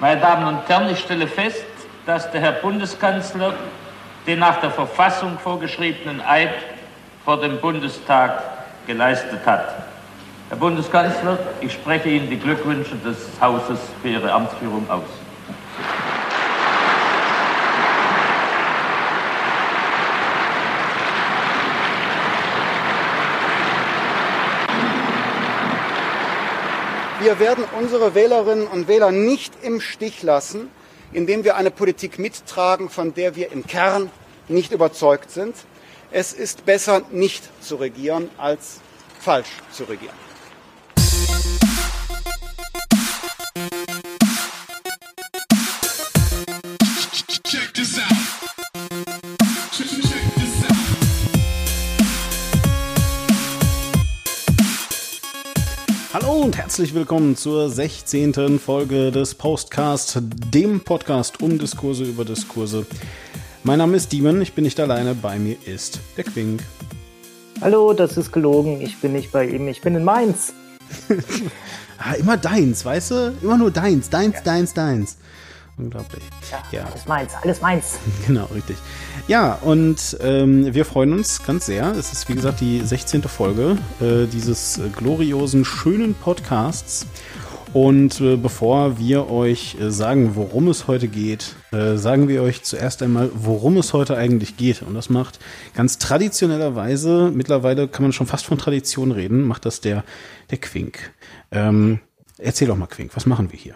Meine Damen und Herren, ich stelle fest, dass der Herr Bundeskanzler den nach der Verfassung vorgeschriebenen Eid vor dem Bundestag geleistet hat. Herr Bundeskanzler, ich spreche Ihnen die Glückwünsche des Hauses für Ihre Amtsführung aus. Wir werden unsere Wählerinnen und Wähler nicht im Stich lassen, indem wir eine Politik mittragen, von der wir im Kern nicht überzeugt sind. Es ist besser, nicht zu regieren, als falsch zu regieren. Hallo und herzlich willkommen zur 16. Folge des Postcast, dem Podcast um Diskurse über Diskurse. Mein Name ist Diemen, ich bin nicht alleine, bei mir ist der Quink. Hallo, das ist gelogen, ich bin nicht bei ihm, ich bin in Mainz. Immer deins, weißt du? Immer nur deins. Unglaublich. Ja. Alles meins. Genau, richtig. Ja, und wir freuen uns ganz sehr. Es ist, wie gesagt, die 16. Folge dieses gloriosen, schönen Podcasts. Und bevor wir euch sagen, worum es heute geht, sagen wir euch zuerst einmal, worum es heute eigentlich geht. Und das macht ganz traditionellerweise, mittlerweile kann man schon fast von Tradition reden, macht das der Quink. Erzähl doch mal, Quink, was machen wir hier?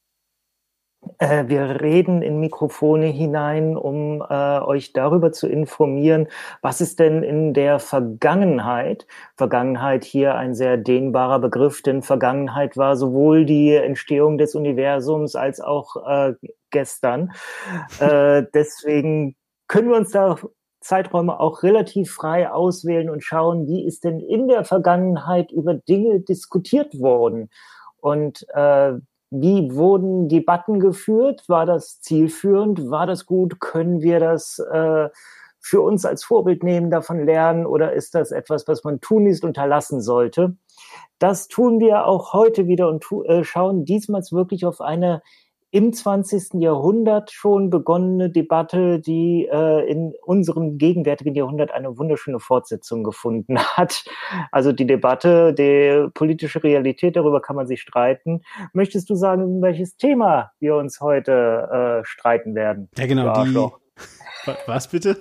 Wir reden in Mikrofone hinein, um euch darüber zu informieren, was ist denn in der Vergangenheit hier ein sehr dehnbarer Begriff, denn Vergangenheit war sowohl die Entstehung des Universums als auch gestern. Deswegen können wir uns da Zeiträume auch relativ frei auswählen und schauen, wie ist denn in der Vergangenheit über Dinge diskutiert worden und wie wurden Debatten geführt? War das zielführend? War das gut? Können wir das für uns als Vorbild nehmen, davon lernen? Oder ist das etwas, was man tunlichst unterlassen sollte? Das tun wir auch heute wieder und schauen diesmal wirklich auf eine im 20. Jahrhundert schon begonnene Debatte, die in unserem gegenwärtigen Jahrhundert eine wunderschöne Fortsetzung gefunden hat. Also die Debatte, die politische Realität, darüber kann man sich streiten. Möchtest du sagen, um welches Thema wir uns heute streiten werden? Ja, genau. Was bitte?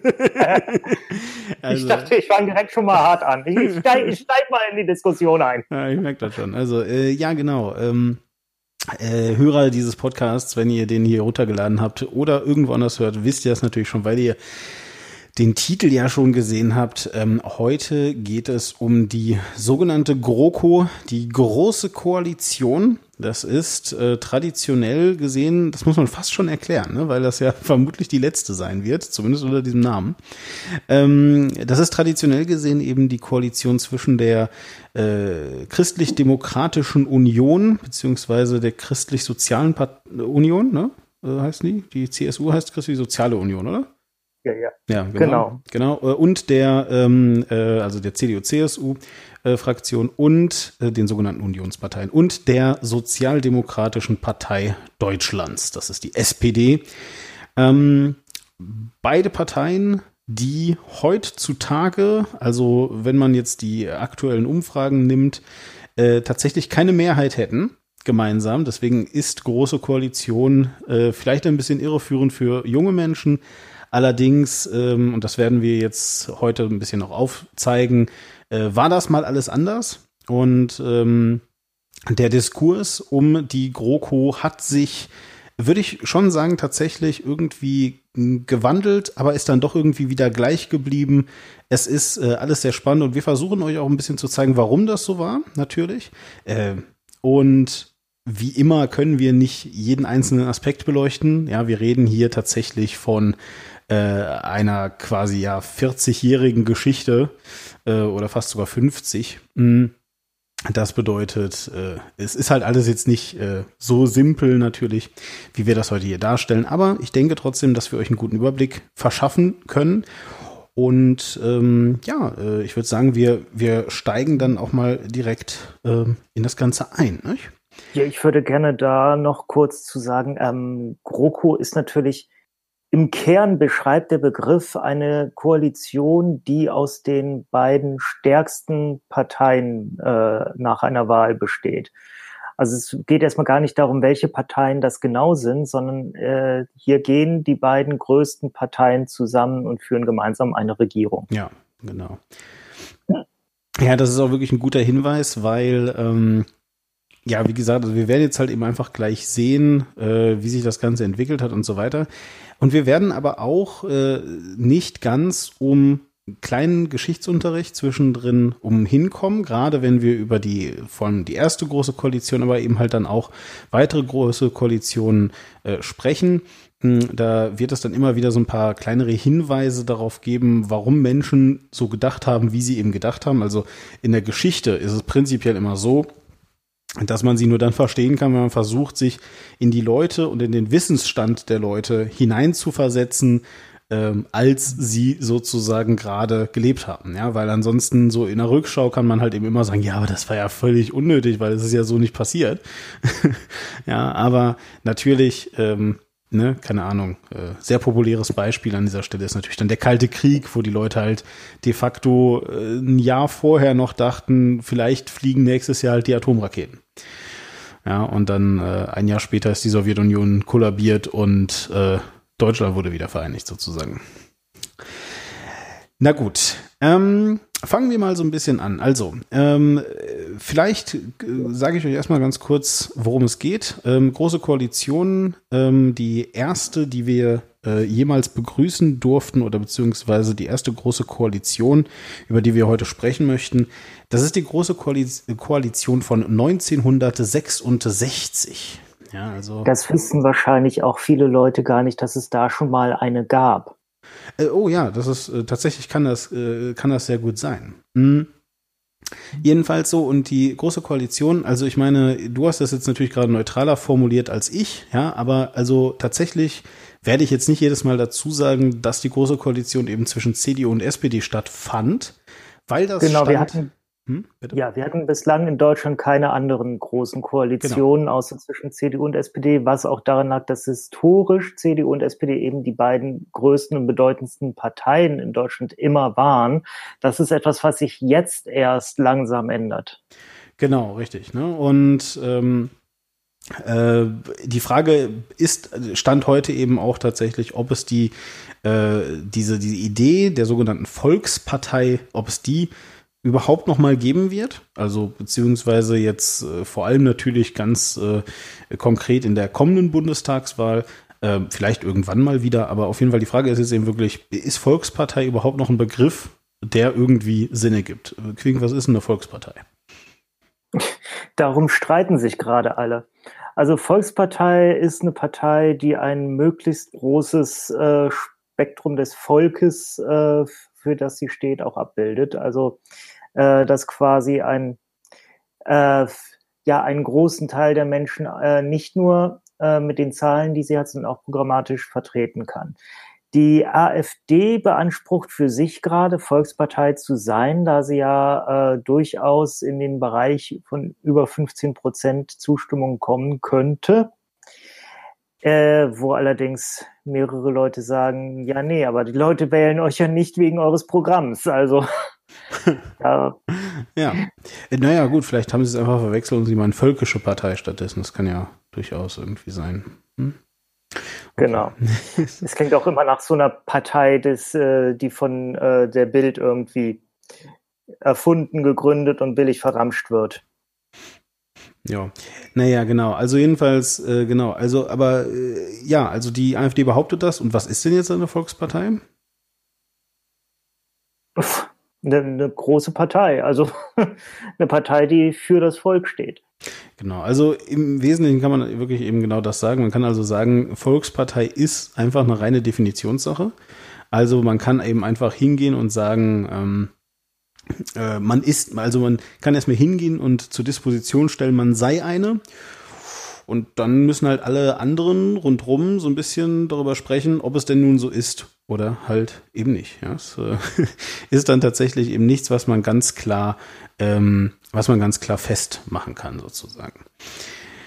Ich dachte, ich fange direkt schon mal hart an. Ich steig mal in die Diskussion ein. Ja, ich merke das schon. Also, ja, genau. Hörer dieses Podcasts, wenn ihr den hier runtergeladen habt oder irgendwo anders hört, wisst ihr das natürlich schon, weil ihr den Titel ja schon gesehen habt. Heute geht es um die sogenannte GroKo, die Große Koalition. Das ist traditionell gesehen, das muss man fast schon erklären, ne? Weil das ja vermutlich die letzte sein wird, zumindest unter diesem Namen. Das ist traditionell gesehen eben die Koalition zwischen der Christlich-Demokratischen Union beziehungsweise der Christlich-Sozialen Union, ne? Heißt die? Die CSU heißt Christlich-Soziale Union, oder? Ja, genau. Und der, also der CDU-CSU-Fraktion und den sogenannten Unionsparteien und der Sozialdemokratischen Partei Deutschlands. Das ist die SPD. Beide Parteien, die heutzutage, also wenn man jetzt die aktuellen Umfragen nimmt, tatsächlich keine Mehrheit hätten. Gemeinsam. Deswegen ist Große Koalition vielleicht ein bisschen irreführend für junge Menschen. Allerdings, und das werden wir jetzt heute ein bisschen noch aufzeigen, war das mal alles anders. Und der Diskurs um die GroKo hat sich, würde ich schon sagen, tatsächlich irgendwie gewandelt, aber ist dann doch irgendwie wieder gleich geblieben. Es ist alles sehr spannend und wir versuchen euch auch ein bisschen zu zeigen, warum das so war, natürlich. Und wie immer können wir nicht jeden einzelnen Aspekt beleuchten. Ja, wir reden hier tatsächlich von einer quasi 40-jährigen Geschichte oder fast sogar 50. Das bedeutet, es ist halt alles jetzt nicht so simpel natürlich, wie wir das heute hier darstellen. Aber ich denke trotzdem, dass wir euch einen guten Überblick verschaffen können. Und ich würde sagen, wir steigen dann auch mal direkt in das Ganze ein. Nicht? Ja, ich würde gerne da noch kurz zu sagen, GroKo ist natürlich im Kern beschreibt der Begriff eine Koalition, die aus den beiden stärksten Parteien nach einer Wahl besteht. Also es geht erstmal gar nicht darum, welche Parteien das genau sind, sondern hier gehen die beiden größten Parteien zusammen und führen gemeinsam eine Regierung. Ja, genau. Ja, das ist auch wirklich ein guter Hinweis, weil ja, wie gesagt, also wir werden jetzt halt eben einfach gleich sehen, wie sich das Ganze entwickelt hat und so weiter. Und wir werden aber auch nicht ganz um kleinen Geschichtsunterricht zwischendrin hinkommen, gerade wenn wir über vor allem die erste große Koalition, aber eben halt dann auch weitere große Koalitionen sprechen. Da wird es dann immer wieder so ein paar kleinere Hinweise darauf geben, warum Menschen so gedacht haben, wie sie eben gedacht haben. Also in der Geschichte ist es prinzipiell immer so, dass man sie nur dann verstehen kann, wenn man versucht, sich in die Leute und in den Wissensstand der Leute hineinzuversetzen, als sie sozusagen gerade gelebt haben. Ja, weil ansonsten so in der Rückschau kann man halt eben immer sagen, ja, aber das war ja völlig unnötig, weil es ist ja so nicht passiert. Ja, aber natürlich, keine Ahnung, sehr populäres Beispiel an dieser Stelle ist natürlich dann der Kalte Krieg, wo die Leute halt de facto ein Jahr vorher noch dachten, vielleicht fliegen nächstes Jahr halt die Atomraketen. Ja, und dann ein Jahr später ist die Sowjetunion kollabiert und Deutschland wurde wieder vereinigt sozusagen. Na gut, fangen wir mal so ein bisschen an. Also, vielleicht sage ich euch erstmal ganz kurz, worum es geht. Große Koalitionen, die erste, die wir jemals begrüßen durften oder beziehungsweise die erste große Koalition, über die wir heute sprechen möchten, das ist die große Koalition von 1966. Ja, also das wissen wahrscheinlich auch viele Leute gar nicht, dass es da schon mal eine gab. Oh ja, das ist tatsächlich kann das sehr gut sein. Jedenfalls so, und die große Koalition, also ich meine, du hast das jetzt natürlich gerade neutraler formuliert als ich, ja, aber also tatsächlich werde ich jetzt nicht jedes Mal dazu sagen, dass die große Koalition eben zwischen CDU und SPD stattfand, weil das genau, bitte? Wir hatten bislang in Deutschland keine anderen großen Koalitionen, außer zwischen CDU und SPD, was auch daran lag, dass historisch CDU und SPD eben die beiden größten und bedeutendsten Parteien in Deutschland immer waren. Das ist etwas, was sich jetzt erst langsam ändert. Genau, richtig. Ne? Und die Frage stand heute eben auch tatsächlich, ob es diese Idee der sogenannten Volkspartei, ob es die überhaupt noch mal geben wird, also beziehungsweise jetzt vor allem natürlich ganz konkret in der kommenden Bundestagswahl, vielleicht irgendwann mal wieder, aber auf jeden Fall die Frage ist jetzt eben wirklich, ist Volkspartei überhaupt noch ein Begriff, der irgendwie Sinn ergibt? Quink, was ist denn eine Volkspartei? Darum streiten sich gerade alle. Also Volkspartei ist eine Partei, die ein möglichst großes Spektrum des Volkes, für das sie steht, auch abbildet. Also dass quasi einen großen Teil der Menschen nicht nur mit den Zahlen, die sie hat, sondern auch programmatisch vertreten kann. Die AfD beansprucht für sich gerade, Volkspartei zu sein, da sie ja durchaus in den Bereich von über 15% Zustimmung kommen könnte. Wo allerdings mehrere Leute sagen, ja, nee, aber die Leute wählen euch ja nicht wegen eures Programms. Also, ja. Naja, gut, vielleicht haben sie es einfach verwechselt und sie meinen völkische Partei stattdessen. Das kann ja durchaus irgendwie sein. Okay. Genau. Es klingt auch immer nach so einer Partei, die von der Bild irgendwie erfunden, gegründet und billig verramscht wird. Ja, naja, genau. Also jedenfalls, genau. Also, aber also die AfD behauptet das. Und was ist denn jetzt eine Volkspartei? Eine große Partei. Also eine Partei, die für das Volk steht. Genau. Also im Wesentlichen kann man wirklich eben genau das sagen. Man kann also sagen, Volkspartei ist einfach eine reine Definitionssache. Also man kann eben einfach hingehen und sagen, man kann erstmal hingehen und zur Disposition stellen, man sei eine. Und dann müssen halt alle anderen rundrum so ein bisschen darüber sprechen, ob es denn nun so ist oder halt eben nicht. Ja, es ist dann tatsächlich eben nichts, was man ganz klar festmachen kann, sozusagen.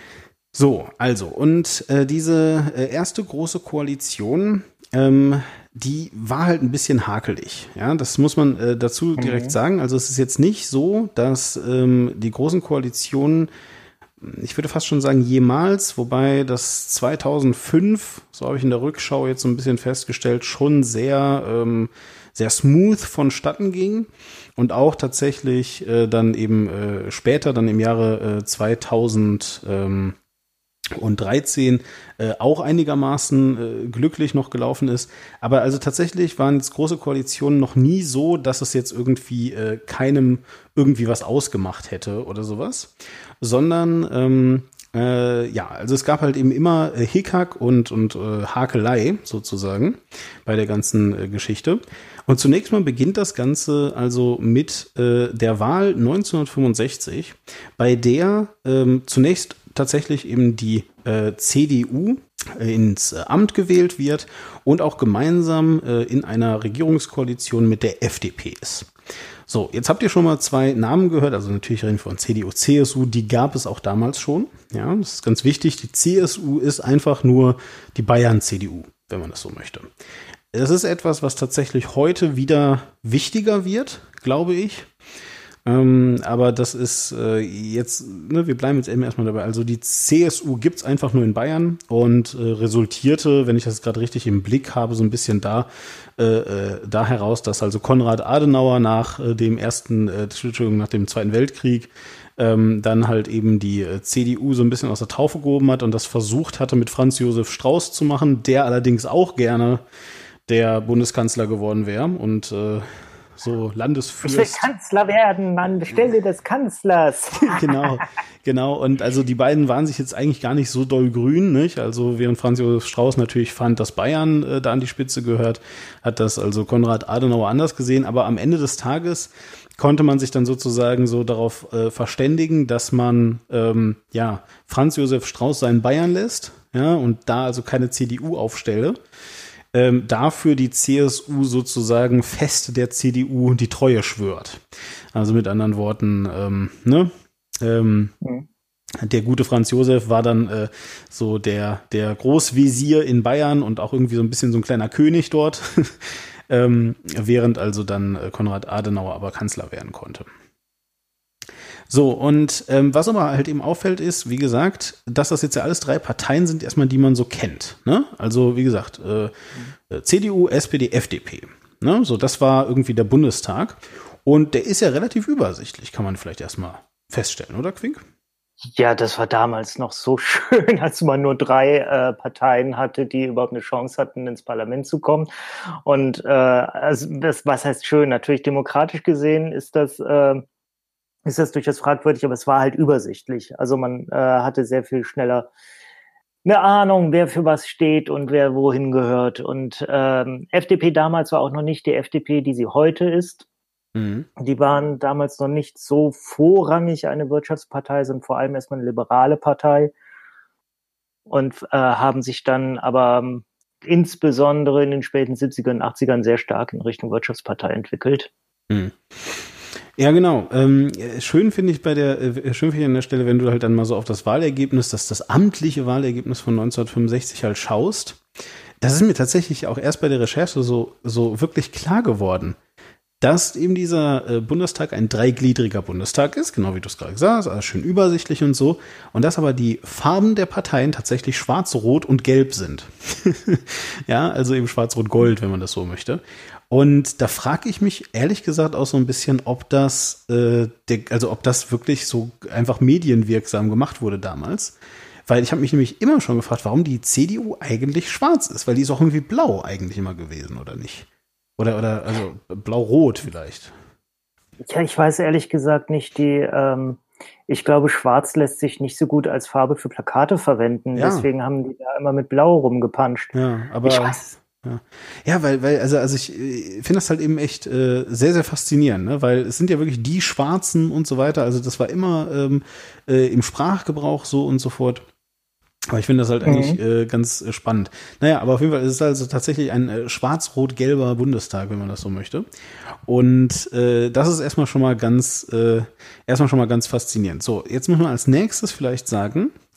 So, also, und diese erste große Koalition, die war halt ein bisschen hakelig. Ja, das muss man dazu direkt sagen. Also es ist jetzt nicht so, dass die großen Koalitionen, ich würde fast schon sagen jemals, wobei das 2005, so habe ich in der Rückschau jetzt so ein bisschen festgestellt, schon sehr, sehr smooth vonstatten ging und auch tatsächlich dann eben später, dann im Jahre 2013 auch einigermaßen glücklich noch gelaufen ist. Aber also tatsächlich waren jetzt große Koalitionen noch nie so, dass es jetzt irgendwie keinem irgendwie was ausgemacht hätte oder sowas, sondern ja, also es gab halt eben immer Hickhack und Hakelei sozusagen bei der ganzen Geschichte. Und zunächst mal beginnt das Ganze also mit der Wahl 1965, bei der zunächst tatsächlich eben die CDU ins Amt gewählt wird und auch gemeinsam in einer Regierungskoalition mit der FDP ist. So, jetzt habt ihr schon mal zwei Namen gehört, also natürlich reden wir von CDU, CSU, die gab es auch damals schon. Ja, das ist ganz wichtig. Die CSU ist einfach nur die Bayern-CDU, wenn man das so möchte. Das ist etwas, was tatsächlich heute wieder wichtiger wird, glaube ich. Aber das ist jetzt, ne, wir bleiben jetzt eben erstmal dabei. Also die CSU gibt's einfach nur in Bayern und resultierte, wenn ich das gerade richtig im Blick habe, so ein bisschen da heraus, dass also Konrad Adenauer nach dem Zweiten Weltkrieg dann halt eben die CDU so ein bisschen aus der Taufe gehoben hat und das versucht hatte, mit Franz Josef Strauß zu machen, der allerdings auch gerne der Bundeskanzler geworden wäre und so Landesfürst. Ich will Kanzler werden, Mann, bestell dir des Kanzlers. Genau. Und also die beiden waren sich jetzt eigentlich gar nicht so doll grün, nicht? Also während Franz Josef Strauß natürlich fand, dass Bayern da an die Spitze gehört, hat das also Konrad Adenauer anders gesehen. Aber am Ende des Tages konnte man sich dann sozusagen so darauf verständigen, dass man Franz Josef Strauß seinen Bayern lässt, ja, und da also keine CDU aufstelle. Dafür die CSU sozusagen fest der CDU die Treue schwört. Also mit anderen Worten, der gute Franz Josef war dann so der Großvezier in Bayern und auch irgendwie so ein bisschen so ein kleiner König dort, während also dann Konrad Adenauer aber Kanzler werden konnte. So, und was aber halt eben auffällt ist, wie gesagt, dass das jetzt ja alles drei Parteien sind, erstmal die man so kennt. Ne? Also wie gesagt, CDU, SPD, FDP. Ne? So, das war irgendwie der Bundestag. Und der ist ja relativ übersichtlich, kann man vielleicht erstmal feststellen, oder Quink? Ja, das war damals noch so schön, als man nur drei Parteien hatte, die überhaupt eine Chance hatten, ins Parlament zu kommen. Und also was heißt schön? Natürlich demokratisch gesehen ist das durchaus fragwürdig, aber es war halt übersichtlich. Also man hatte sehr viel schneller eine Ahnung, wer für was steht und wer wohin gehört. Und FDP damals war auch noch nicht die FDP, die sie heute ist. Mhm. Die waren damals noch nicht so vorrangig eine Wirtschaftspartei, sind vor allem erstmal eine liberale Partei und haben sich dann aber insbesondere in den späten 70ern und 80ern sehr stark in Richtung Wirtschaftspartei entwickelt. Mhm. Ja, genau. Schön finde ich an der Stelle, wenn du halt dann mal so auf das Wahlergebnis, das amtliche Wahlergebnis von 1965 halt schaust. Das ist mir tatsächlich auch erst bei der Recherche so wirklich klar geworden, dass eben dieser Bundestag ein dreigliedriger Bundestag ist, genau wie du es gerade gesagt hast, also schön übersichtlich und so, und dass aber die Farben der Parteien tatsächlich schwarz, rot und gelb sind. Ja, also eben schwarz, rot, gold, wenn man das so möchte. Und da frage ich mich ehrlich gesagt auch so ein bisschen, ob das wirklich so einfach medienwirksam gemacht wurde damals. Weil ich habe mich nämlich immer schon gefragt, warum die CDU eigentlich schwarz ist, weil die ist auch irgendwie blau eigentlich immer gewesen, oder nicht? Oder also blau-rot vielleicht. Ja, ich weiß ehrlich gesagt nicht, ich glaube, schwarz lässt sich nicht so gut als Farbe für Plakate verwenden. Ja. Deswegen haben die da immer mit blau rumgepanscht. Ja, aber ich weiß. Ja, weil ich finde das halt eben echt sehr, sehr faszinierend, ne? Weil es sind ja wirklich die Schwarzen und so weiter. Also das war immer im Sprachgebrauch so und so fort. Aber ich finde das halt eigentlich ganz spannend. Naja, aber auf jeden Fall ist es also tatsächlich ein schwarz-rot-gelber Bundestag, wenn man das so möchte. Und das ist erstmal schon mal ganz faszinierend. So, jetzt muss man als nächstes vielleicht sagen,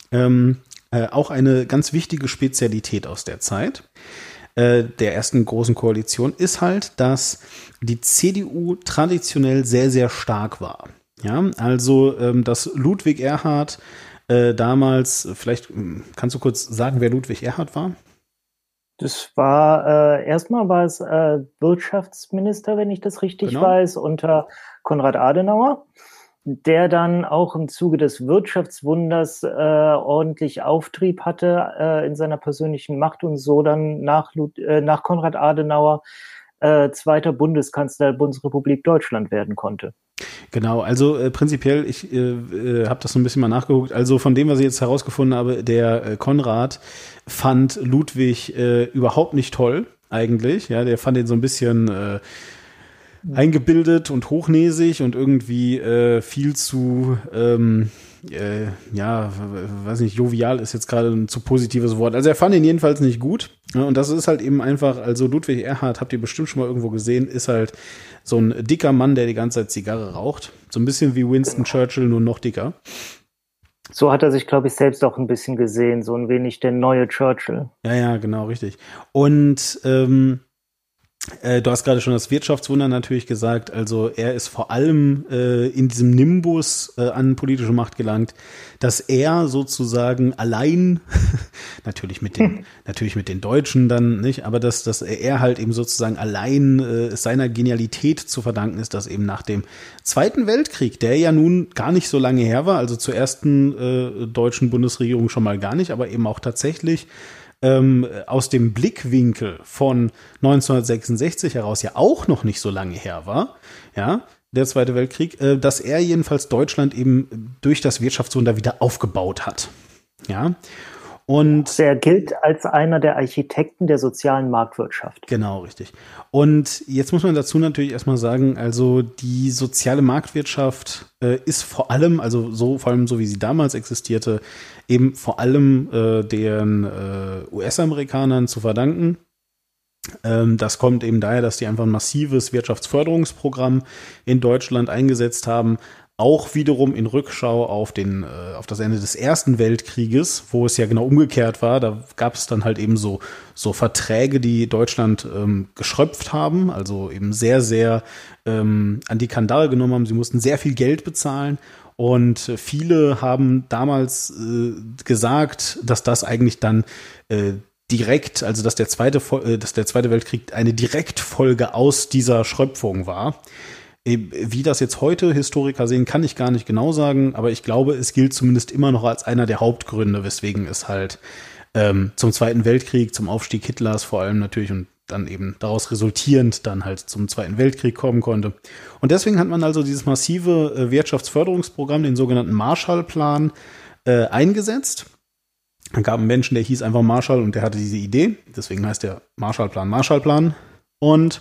auch eine ganz wichtige Spezialität aus der Zeit der ersten großen Koalition ist halt, dass die CDU traditionell sehr, sehr stark war. Ja, also dass Ludwig Erhard damals, vielleicht kannst du kurz sagen, wer Ludwig Erhard war? Das war, erstmal war es Wirtschaftsminister, wenn ich das richtig weiß, unter Konrad Adenauer, der dann auch im Zuge des Wirtschaftswunders ordentlich Auftrieb hatte in seiner persönlichen Macht und so dann nach Konrad Adenauer zweiter Bundeskanzler der Bundesrepublik Deutschland werden konnte. Genau, also prinzipiell, ich habe das so ein bisschen mal nachgeguckt, also von dem, was ich jetzt herausgefunden habe, der Konrad fand Ludwig überhaupt nicht toll eigentlich, ja, der fand ihn so ein bisschen eingebildet und hochnäsig und irgendwie viel zu, weiß nicht, jovial ist jetzt gerade ein zu positives Wort. Also er fand ihn jedenfalls nicht gut. Ja, und das ist halt eben einfach, also Ludwig Erhard, habt ihr bestimmt schon mal irgendwo gesehen, ist halt so ein dicker Mann, der die ganze Zeit Zigarre raucht. So ein bisschen wie Winston Churchill, nur noch dicker. So hat er sich, glaube ich, selbst auch ein bisschen gesehen, so ein wenig der neue Churchill. Ja, genau, richtig. Und du hast gerade schon das Wirtschaftswunder natürlich gesagt, also er ist vor allem in diesem Nimbus an politische Macht gelangt, dass er sozusagen allein, natürlich mit den Deutschen dann nicht, aber dass er halt eben sozusagen allein seiner Genialität zu verdanken ist, dass eben nach dem Zweiten Weltkrieg, der ja nun gar nicht so lange her war, also zur ersten deutschen Bundesregierung schon mal gar nicht, aber eben auch tatsächlich aus dem Blickwinkel von 1966 heraus ja auch noch nicht so lange her war, ja, der Zweite Weltkrieg, dass er jedenfalls Deutschland eben durch das Wirtschaftswunder wieder aufgebaut hat, ja. Und er gilt als einer der Architekten der sozialen Marktwirtschaft. Genau, richtig. Und jetzt muss man dazu natürlich erstmal sagen, also die soziale Marktwirtschaft ist vor allem so wie sie damals existierte, eben vor allem den US-Amerikanern zu verdanken. Das kommt eben daher, dass die einfach ein massives Wirtschaftsförderungsprogramm in Deutschland eingesetzt haben. Auch wiederum in Rückschau auf das Ende des Ersten Weltkrieges, wo es ja genau umgekehrt war. Da gab es dann halt eben so Verträge, die Deutschland geschröpft haben, also eben sehr, sehr an die Kandare genommen haben. Sie mussten sehr viel Geld bezahlen. Und viele haben damals gesagt, dass das eigentlich dann direkt, also dass der Zweite Weltkrieg eine Direktfolge aus dieser Schröpfung war. Wie das jetzt heute Historiker sehen, kann ich gar nicht genau sagen, aber ich glaube, es gilt zumindest immer noch als einer der Hauptgründe, weswegen es halt zum Zweiten Weltkrieg, zum Aufstieg Hitlers vor allem natürlich und dann eben daraus resultierend dann halt zum Zweiten Weltkrieg kommen konnte. Und deswegen hat man also dieses massive Wirtschaftsförderungsprogramm, den sogenannten Marshallplan, eingesetzt. Dann gab einen Menschen, der hieß einfach Marshall und der hatte diese Idee, deswegen heißt der Marshallplan. Und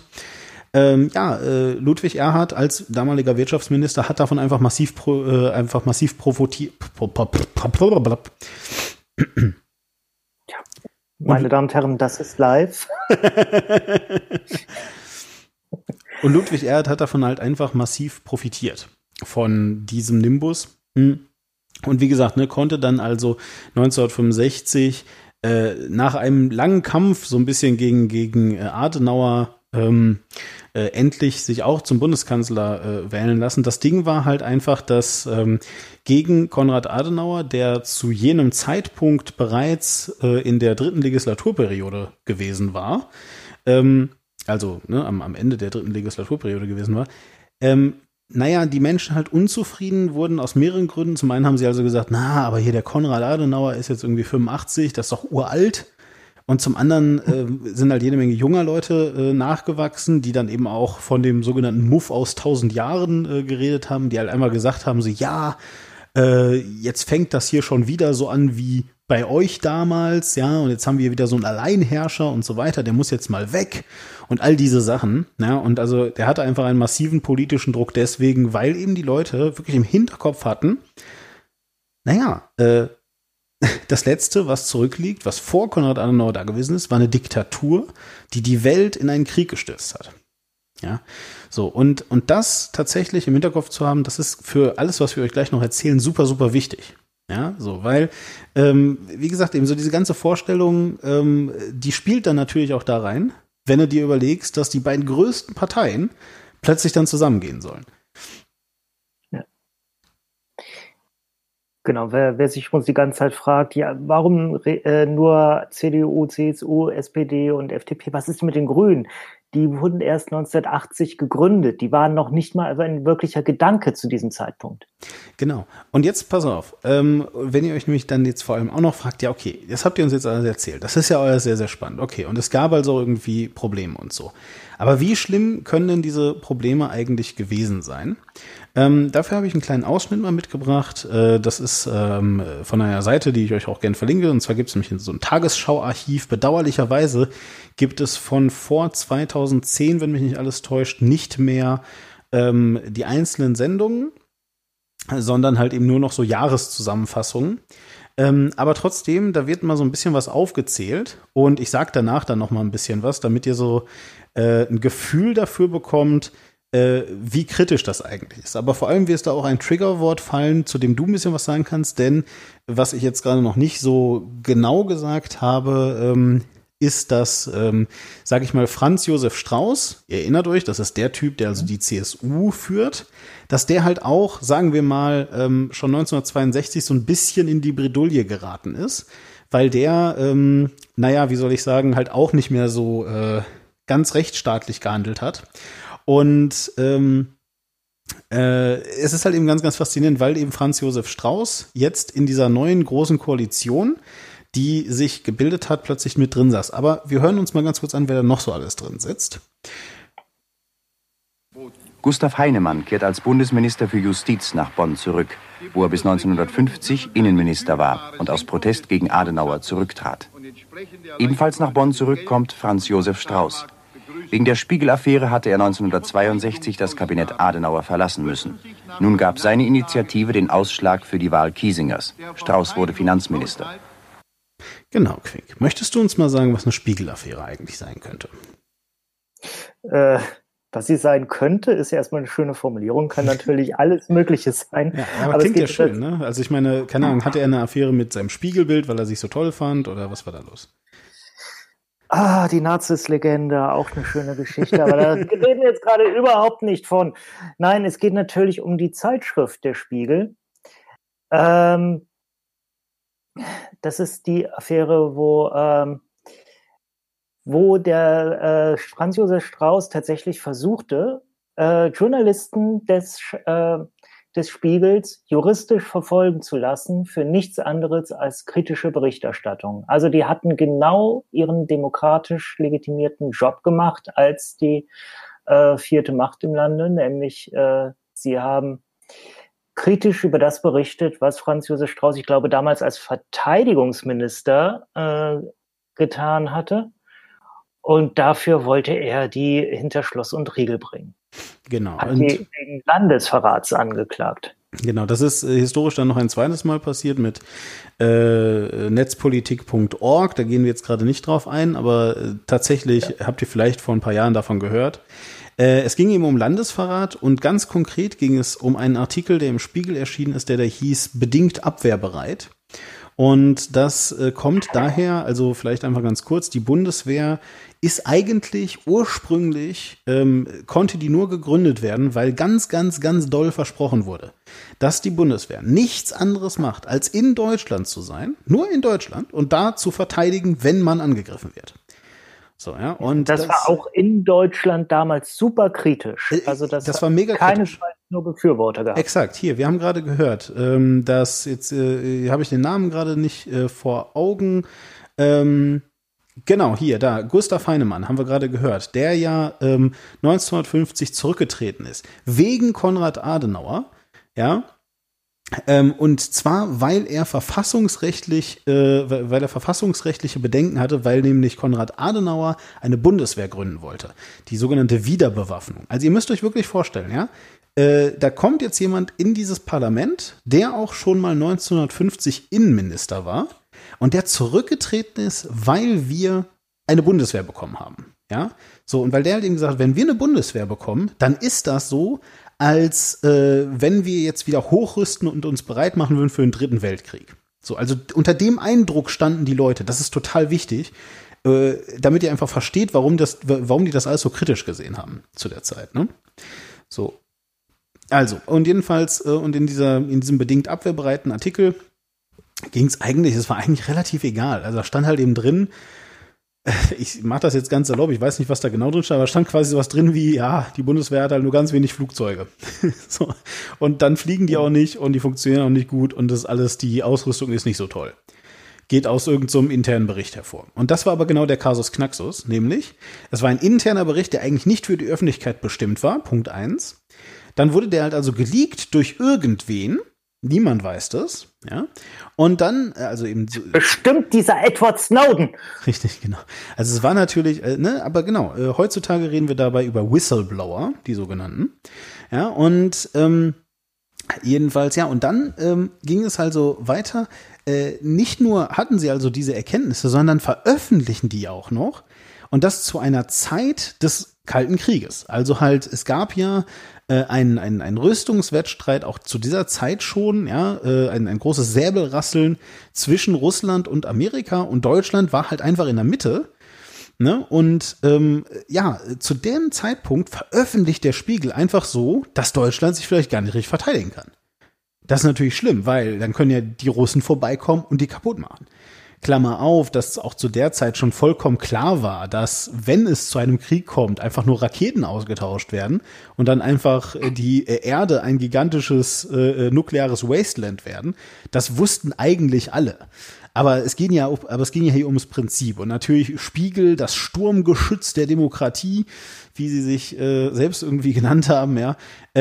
Ludwig Erhard als damaliger Wirtschaftsminister hat davon einfach massiv profitiert. Meine Damen und Herren, das ist live. Und Ludwig Erhard hat davon halt einfach massiv profitiert von diesem Nimbus. Und wie gesagt, konnte dann also 1965 nach einem langen Kampf so ein bisschen gegen Adenauer endlich sich auch zum Bundeskanzler wählen lassen. Das Ding war halt einfach, dass gegen Konrad Adenauer, der zu jenem Zeitpunkt bereits in der 3. Legislaturperiode gewesen war, am Ende der 3. Legislaturperiode gewesen war, die Menschen halt unzufrieden wurden aus mehreren Gründen. Zum einen haben sie also gesagt, aber hier der Konrad Adenauer ist jetzt irgendwie 85, das ist doch uralt. Und zum anderen sind halt jede Menge junger Leute nachgewachsen, die dann eben auch von dem sogenannten Muff aus 1000 Jahren geredet haben, die halt einmal gesagt haben, so jetzt fängt das hier schon wieder so an wie bei euch damals, ja, und jetzt haben wir wieder so einen Alleinherrscher und so weiter, der muss jetzt mal weg und all diese Sachen, ja, und also der hatte einfach einen massiven politischen Druck deswegen, weil eben die Leute wirklich im Hinterkopf hatten, das Letzte, was zurückliegt, was vor Konrad Adenauer da gewesen ist, war eine Diktatur, die Welt in einen Krieg gestürzt hat. Ja, so, und das tatsächlich im Hinterkopf zu haben, das ist für alles, was wir euch gleich noch erzählen, super, super wichtig. Ja, so, weil, wie gesagt, eben so diese ganze Vorstellung, die spielt dann natürlich auch da rein, wenn du dir überlegst, dass die beiden größten Parteien plötzlich dann zusammengehen sollen. Ja. Genau, wer sich uns die ganze Zeit fragt, ja, warum nur CDU, CSU, SPD und FDP, was ist mit den Grünen? Die wurden erst 1980 gegründet. Die waren noch nicht mal ein wirklicher Gedanke zu diesem Zeitpunkt. Genau. Und jetzt pass auf, wenn ihr euch nämlich dann jetzt vor allem auch noch fragt, ja okay, das habt ihr uns jetzt alles erzählt. Das ist ja alles sehr, sehr spannend. Okay, und es gab also irgendwie Probleme und so. Aber wie schlimm können denn diese Probleme eigentlich gewesen sein? Dafür habe ich einen kleinen Ausschnitt mal mitgebracht. Das ist von einer Seite, die ich euch auch gerne verlinke. Und zwar gibt es nämlich so ein Tagesschau-Archiv. Bedauerlicherweise gibt es von vor 2010, wenn mich nicht alles täuscht, nicht mehr die einzelnen Sendungen, sondern halt eben nur noch so Jahreszusammenfassungen. Aber trotzdem, da wird mal so ein bisschen was aufgezählt. Und ich sage danach dann noch mal ein bisschen was, damit ihr so ein Gefühl dafür bekommt, wie kritisch das eigentlich ist. Aber vor allem wirst da auch ein Triggerwort fallen, zu dem du ein bisschen was sagen kannst, denn was ich jetzt gerade noch nicht so genau gesagt habe, ist, dass, sage ich mal, Franz Josef Strauß, ihr erinnert euch, das ist der Typ, der also die CSU führt, dass der halt auch, sagen wir mal, schon 1962 so ein bisschen in die Bredouille geraten ist, weil der, naja, wie soll ich sagen, halt auch nicht mehr so ganz rechtsstaatlich gehandelt hat. Und es ist halt eben ganz, ganz faszinierend, weil eben Franz Josef Strauß jetzt in dieser neuen großen Koalition, die sich gebildet hat, plötzlich mit drin saß. Aber wir hören uns mal ganz kurz an, wer da noch so alles drin sitzt. Gustav Heinemann kehrt als Bundesminister für Justiz nach Bonn zurück, wo er bis 1950 Innenminister war und aus Protest gegen Adenauer zurücktrat. Ebenfalls nach Bonn zurück kommt Franz Josef Strauß. Wegen der Spiegel-Affäre hatte er 1962 das Kabinett Adenauer verlassen müssen. Nun gab seine Initiative den Ausschlag für die Wahl Kiesingers. Strauß wurde Finanzminister. Genau, Quick. Möchtest du uns mal sagen, was eine Spiegel-Affäre eigentlich sein könnte? Was sie sein könnte, ist ja erstmal eine schöne Formulierung, kann natürlich alles Mögliche sein. Ja, aber klingt ja schön, ne? Also ich meine, keine Ahnung, hatte er eine Affäre mit seinem Spiegelbild, weil er sich so toll fand, oder was war da los? Die Nazis-Legende, auch eine schöne Geschichte, aber da reden wir jetzt gerade überhaupt nicht von. Nein, es geht natürlich um die Zeitschrift der Spiegel. Das ist die Affäre, wo der Franz Josef Strauß tatsächlich versuchte, Journalisten des Spiegels juristisch verfolgen zu lassen für nichts anderes als kritische Berichterstattung. Also die hatten genau ihren demokratisch legitimierten Job gemacht als die vierte Macht im Lande, nämlich sie haben kritisch über das berichtet, was Franz Josef Strauß, ich glaube, damals als Verteidigungsminister getan hatte. Und dafür wollte er die hinter Schloss und Riegel bringen. Genau. Hat die wegen Landesverrats angeklagt. Genau, das ist historisch dann noch ein zweites Mal passiert mit netzpolitik.org. Da gehen wir jetzt gerade nicht drauf ein, aber tatsächlich habt ihr vielleicht vor ein paar Jahren davon gehört. Es ging eben um Landesverrat und ganz konkret ging es um einen Artikel, der im Spiegel erschienen ist, der da hieß bedingt abwehrbereit. Und das kommt daher, also vielleicht einfach ganz kurz, die Bundeswehr ist eigentlich ursprünglich, konnte die nur gegründet werden, weil ganz, ganz, ganz doll versprochen wurde, dass die Bundeswehr nichts anderes macht, als in Deutschland zu sein, nur in Deutschland, und da zu verteidigen, wenn man angegriffen wird. So, ja, und das war auch in Deutschland damals super kritisch. Also das war mega kritisch. Nur Befürworter gehabt. Exakt, hier, wir haben gerade gehört, dass jetzt habe ich den Namen gerade nicht vor Augen. Genau, hier, da, Gustav Heinemann, haben wir gerade gehört, der ja 1950 zurückgetreten ist, wegen Konrad Adenauer, ja, und zwar, weil er verfassungsrechtliche Bedenken hatte, weil nämlich Konrad Adenauer eine Bundeswehr gründen wollte, die sogenannte Wiederbewaffnung. Also ihr müsst euch wirklich vorstellen, ja, da kommt jetzt jemand in dieses Parlament, der auch schon mal 1950 Innenminister war und der zurückgetreten ist, weil wir eine Bundeswehr bekommen haben. Ja, so, und weil der halt eben gesagt hat, wenn wir eine Bundeswehr bekommen, dann ist das so, als wenn wir jetzt wieder hochrüsten und uns bereit machen würden für den Dritten Weltkrieg. So, also unter dem Eindruck standen die Leute. Das ist total wichtig, damit ihr einfach versteht, warum die das alles so kritisch gesehen haben zu der Zeit. Ne? So, also und jedenfalls und in diesem bedingt abwehrbereiten Artikel es war eigentlich relativ egal. Also da stand halt eben drin, ich mache das jetzt ganz salopp, ich weiß nicht, was da genau drin stand, aber stand quasi sowas drin wie, ja, die Bundeswehr hat halt nur ganz wenig Flugzeuge. So. Und dann fliegen die auch nicht und die funktionieren auch nicht gut und das alles, die Ausrüstung ist nicht so toll. Geht aus irgendeinem internen Bericht hervor. Und das war aber genau der Kasus Knaxus, nämlich, es war ein interner Bericht, der eigentlich nicht für die Öffentlichkeit bestimmt war, Punkt 1. Dann wurde der halt also geleakt durch irgendwen, niemand weiß das, ja. Und dann, also eben so, bestimmt dieser Edward Snowden. Richtig, genau. Also es war natürlich, aber genau, heutzutage reden wir dabei über Whistleblower, die sogenannten. Ja, und jedenfalls, ja, und dann ging es also weiter. Nicht nur hatten sie also diese Erkenntnisse, sondern veröffentlichen die auch noch. Und das zu einer Zeit des Kalten Krieges. Also halt, es gab ja ein Rüstungswettstreit auch zu dieser Zeit schon, ja, ein großes Säbelrasseln zwischen Russland und Amerika, und Deutschland war halt einfach in der Mitte. Ne? Und ja, zu dem Zeitpunkt veröffentlicht der Spiegel einfach so, dass Deutschland sich vielleicht gar nicht richtig verteidigen kann. Das ist natürlich schlimm, weil dann können ja die Russen vorbeikommen und die kaputt machen. Klammer auf, dass auch zu der Zeit schon vollkommen klar war, dass, wenn es zu einem Krieg kommt, einfach nur Raketen ausgetauscht werden und dann einfach die Erde ein gigantisches nukleares Wasteland werden. Das wussten eigentlich alle. Aber es ging ja hier ums Prinzip. Und natürlich Spiegel, das Sturmgeschütz der Demokratie, wie sie sich selbst irgendwie genannt haben, ja,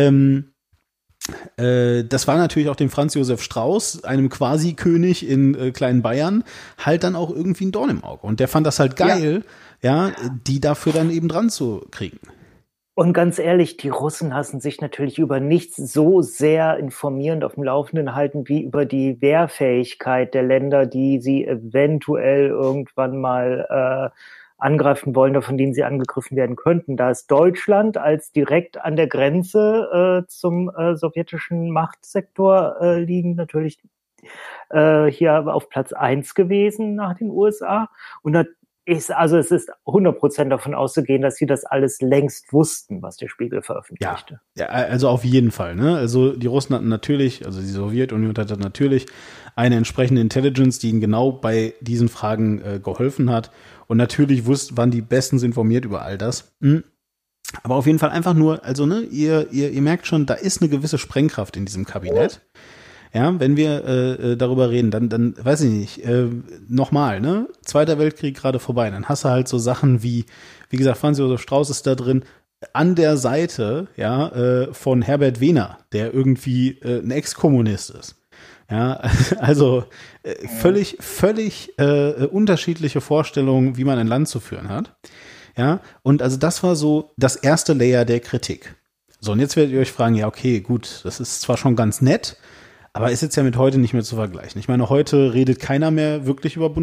das war natürlich auch dem Franz Josef Strauß, einem Quasi-König in kleinen Bayern, halt dann auch irgendwie ein Dorn im Auge. Und der fand das halt geil, ja, die dafür dann eben dran zu kriegen. Und ganz ehrlich, die Russen lassen sich natürlich über nichts so sehr informieren, auf dem Laufenden halten, wie über die Wehrfähigkeit der Länder, die sie eventuell irgendwann mal angreifen wollen, von denen sie angegriffen werden könnten. Da ist Deutschland als direkt an der Grenze zum sowjetischen Machtsektor liegend natürlich hier auf Platz 1 gewesen nach den USA. Und es ist 100% davon auszugehen, dass sie das alles längst wussten, was der Spiegel veröffentlichte. Ja, also auf jeden Fall. Ne? Also die Russen hatten natürlich, also die Sowjetunion hatte natürlich eine entsprechende Intelligence, die ihnen genau bei diesen Fragen geholfen hat. Und natürlich waren die bestens informiert über all das. Aber auf jeden Fall einfach nur, also ne, ihr merkt schon, da ist eine gewisse Sprengkraft in diesem Kabinett. Ja, wenn wir darüber reden, dann weiß ich nicht, nochmal, ne, Zweiter Weltkrieg gerade vorbei, dann hast du halt so Sachen wie gesagt, Franz Josef Strauß ist da drin, an der Seite, ja, von Herbert Wehner, der irgendwie ein Ex-Kommunist ist. Ja, also völlig unterschiedliche Vorstellungen, wie man ein Land zu führen hat. Ja, und also das war so das erste Layer der Kritik. So, und jetzt werdet ihr euch fragen, ja, okay, gut, das ist zwar schon ganz nett, aber ist jetzt ja mit heute nicht mehr zu vergleichen. Ich meine, heute redet keiner mehr wirklich über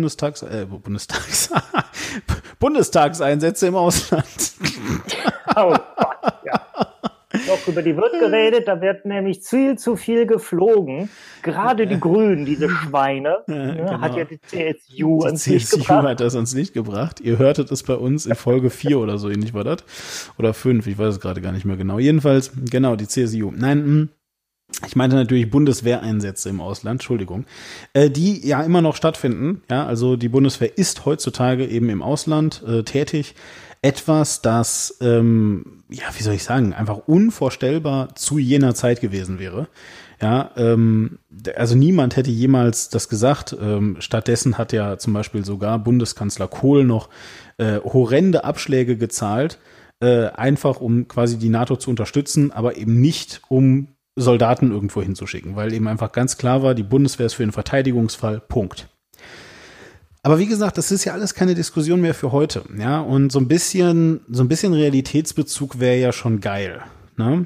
Bundestagseinsätze im Ausland. Oh Gott, ja. Doch, über die wird geredet, da wird nämlich zu viel geflogen. Gerade die Grünen, diese Schweine, genau. Hat ja die CSU ans Licht gebracht. Die CSU hat das ans Licht gebracht. Ihr hörtet es bei uns in Folge 4 oder so ähnlich war das. Oder 5, ich weiß es gerade gar nicht mehr genau. Jedenfalls, genau, die CSU. Nein, ich meinte natürlich Bundeswehreinsätze im Ausland, Entschuldigung, die ja immer noch stattfinden. Ja, also die Bundeswehr ist heutzutage eben im Ausland tätig. Etwas, das, ja, wie soll ich sagen, einfach unvorstellbar zu jener Zeit gewesen wäre. Ja, also niemand hätte jemals das gesagt. Stattdessen hat ja zum Beispiel sogar Bundeskanzler Kohl noch horrende Abschläge gezahlt, einfach um quasi die NATO zu unterstützen, aber eben nicht um Soldaten irgendwo hinzuschicken, weil eben einfach ganz klar war, die Bundeswehr ist für einen Verteidigungsfall, Punkt. Aber wie gesagt, das ist ja alles keine Diskussion mehr für heute, ja, und so ein bisschen Realitätsbezug wäre ja schon geil, ne?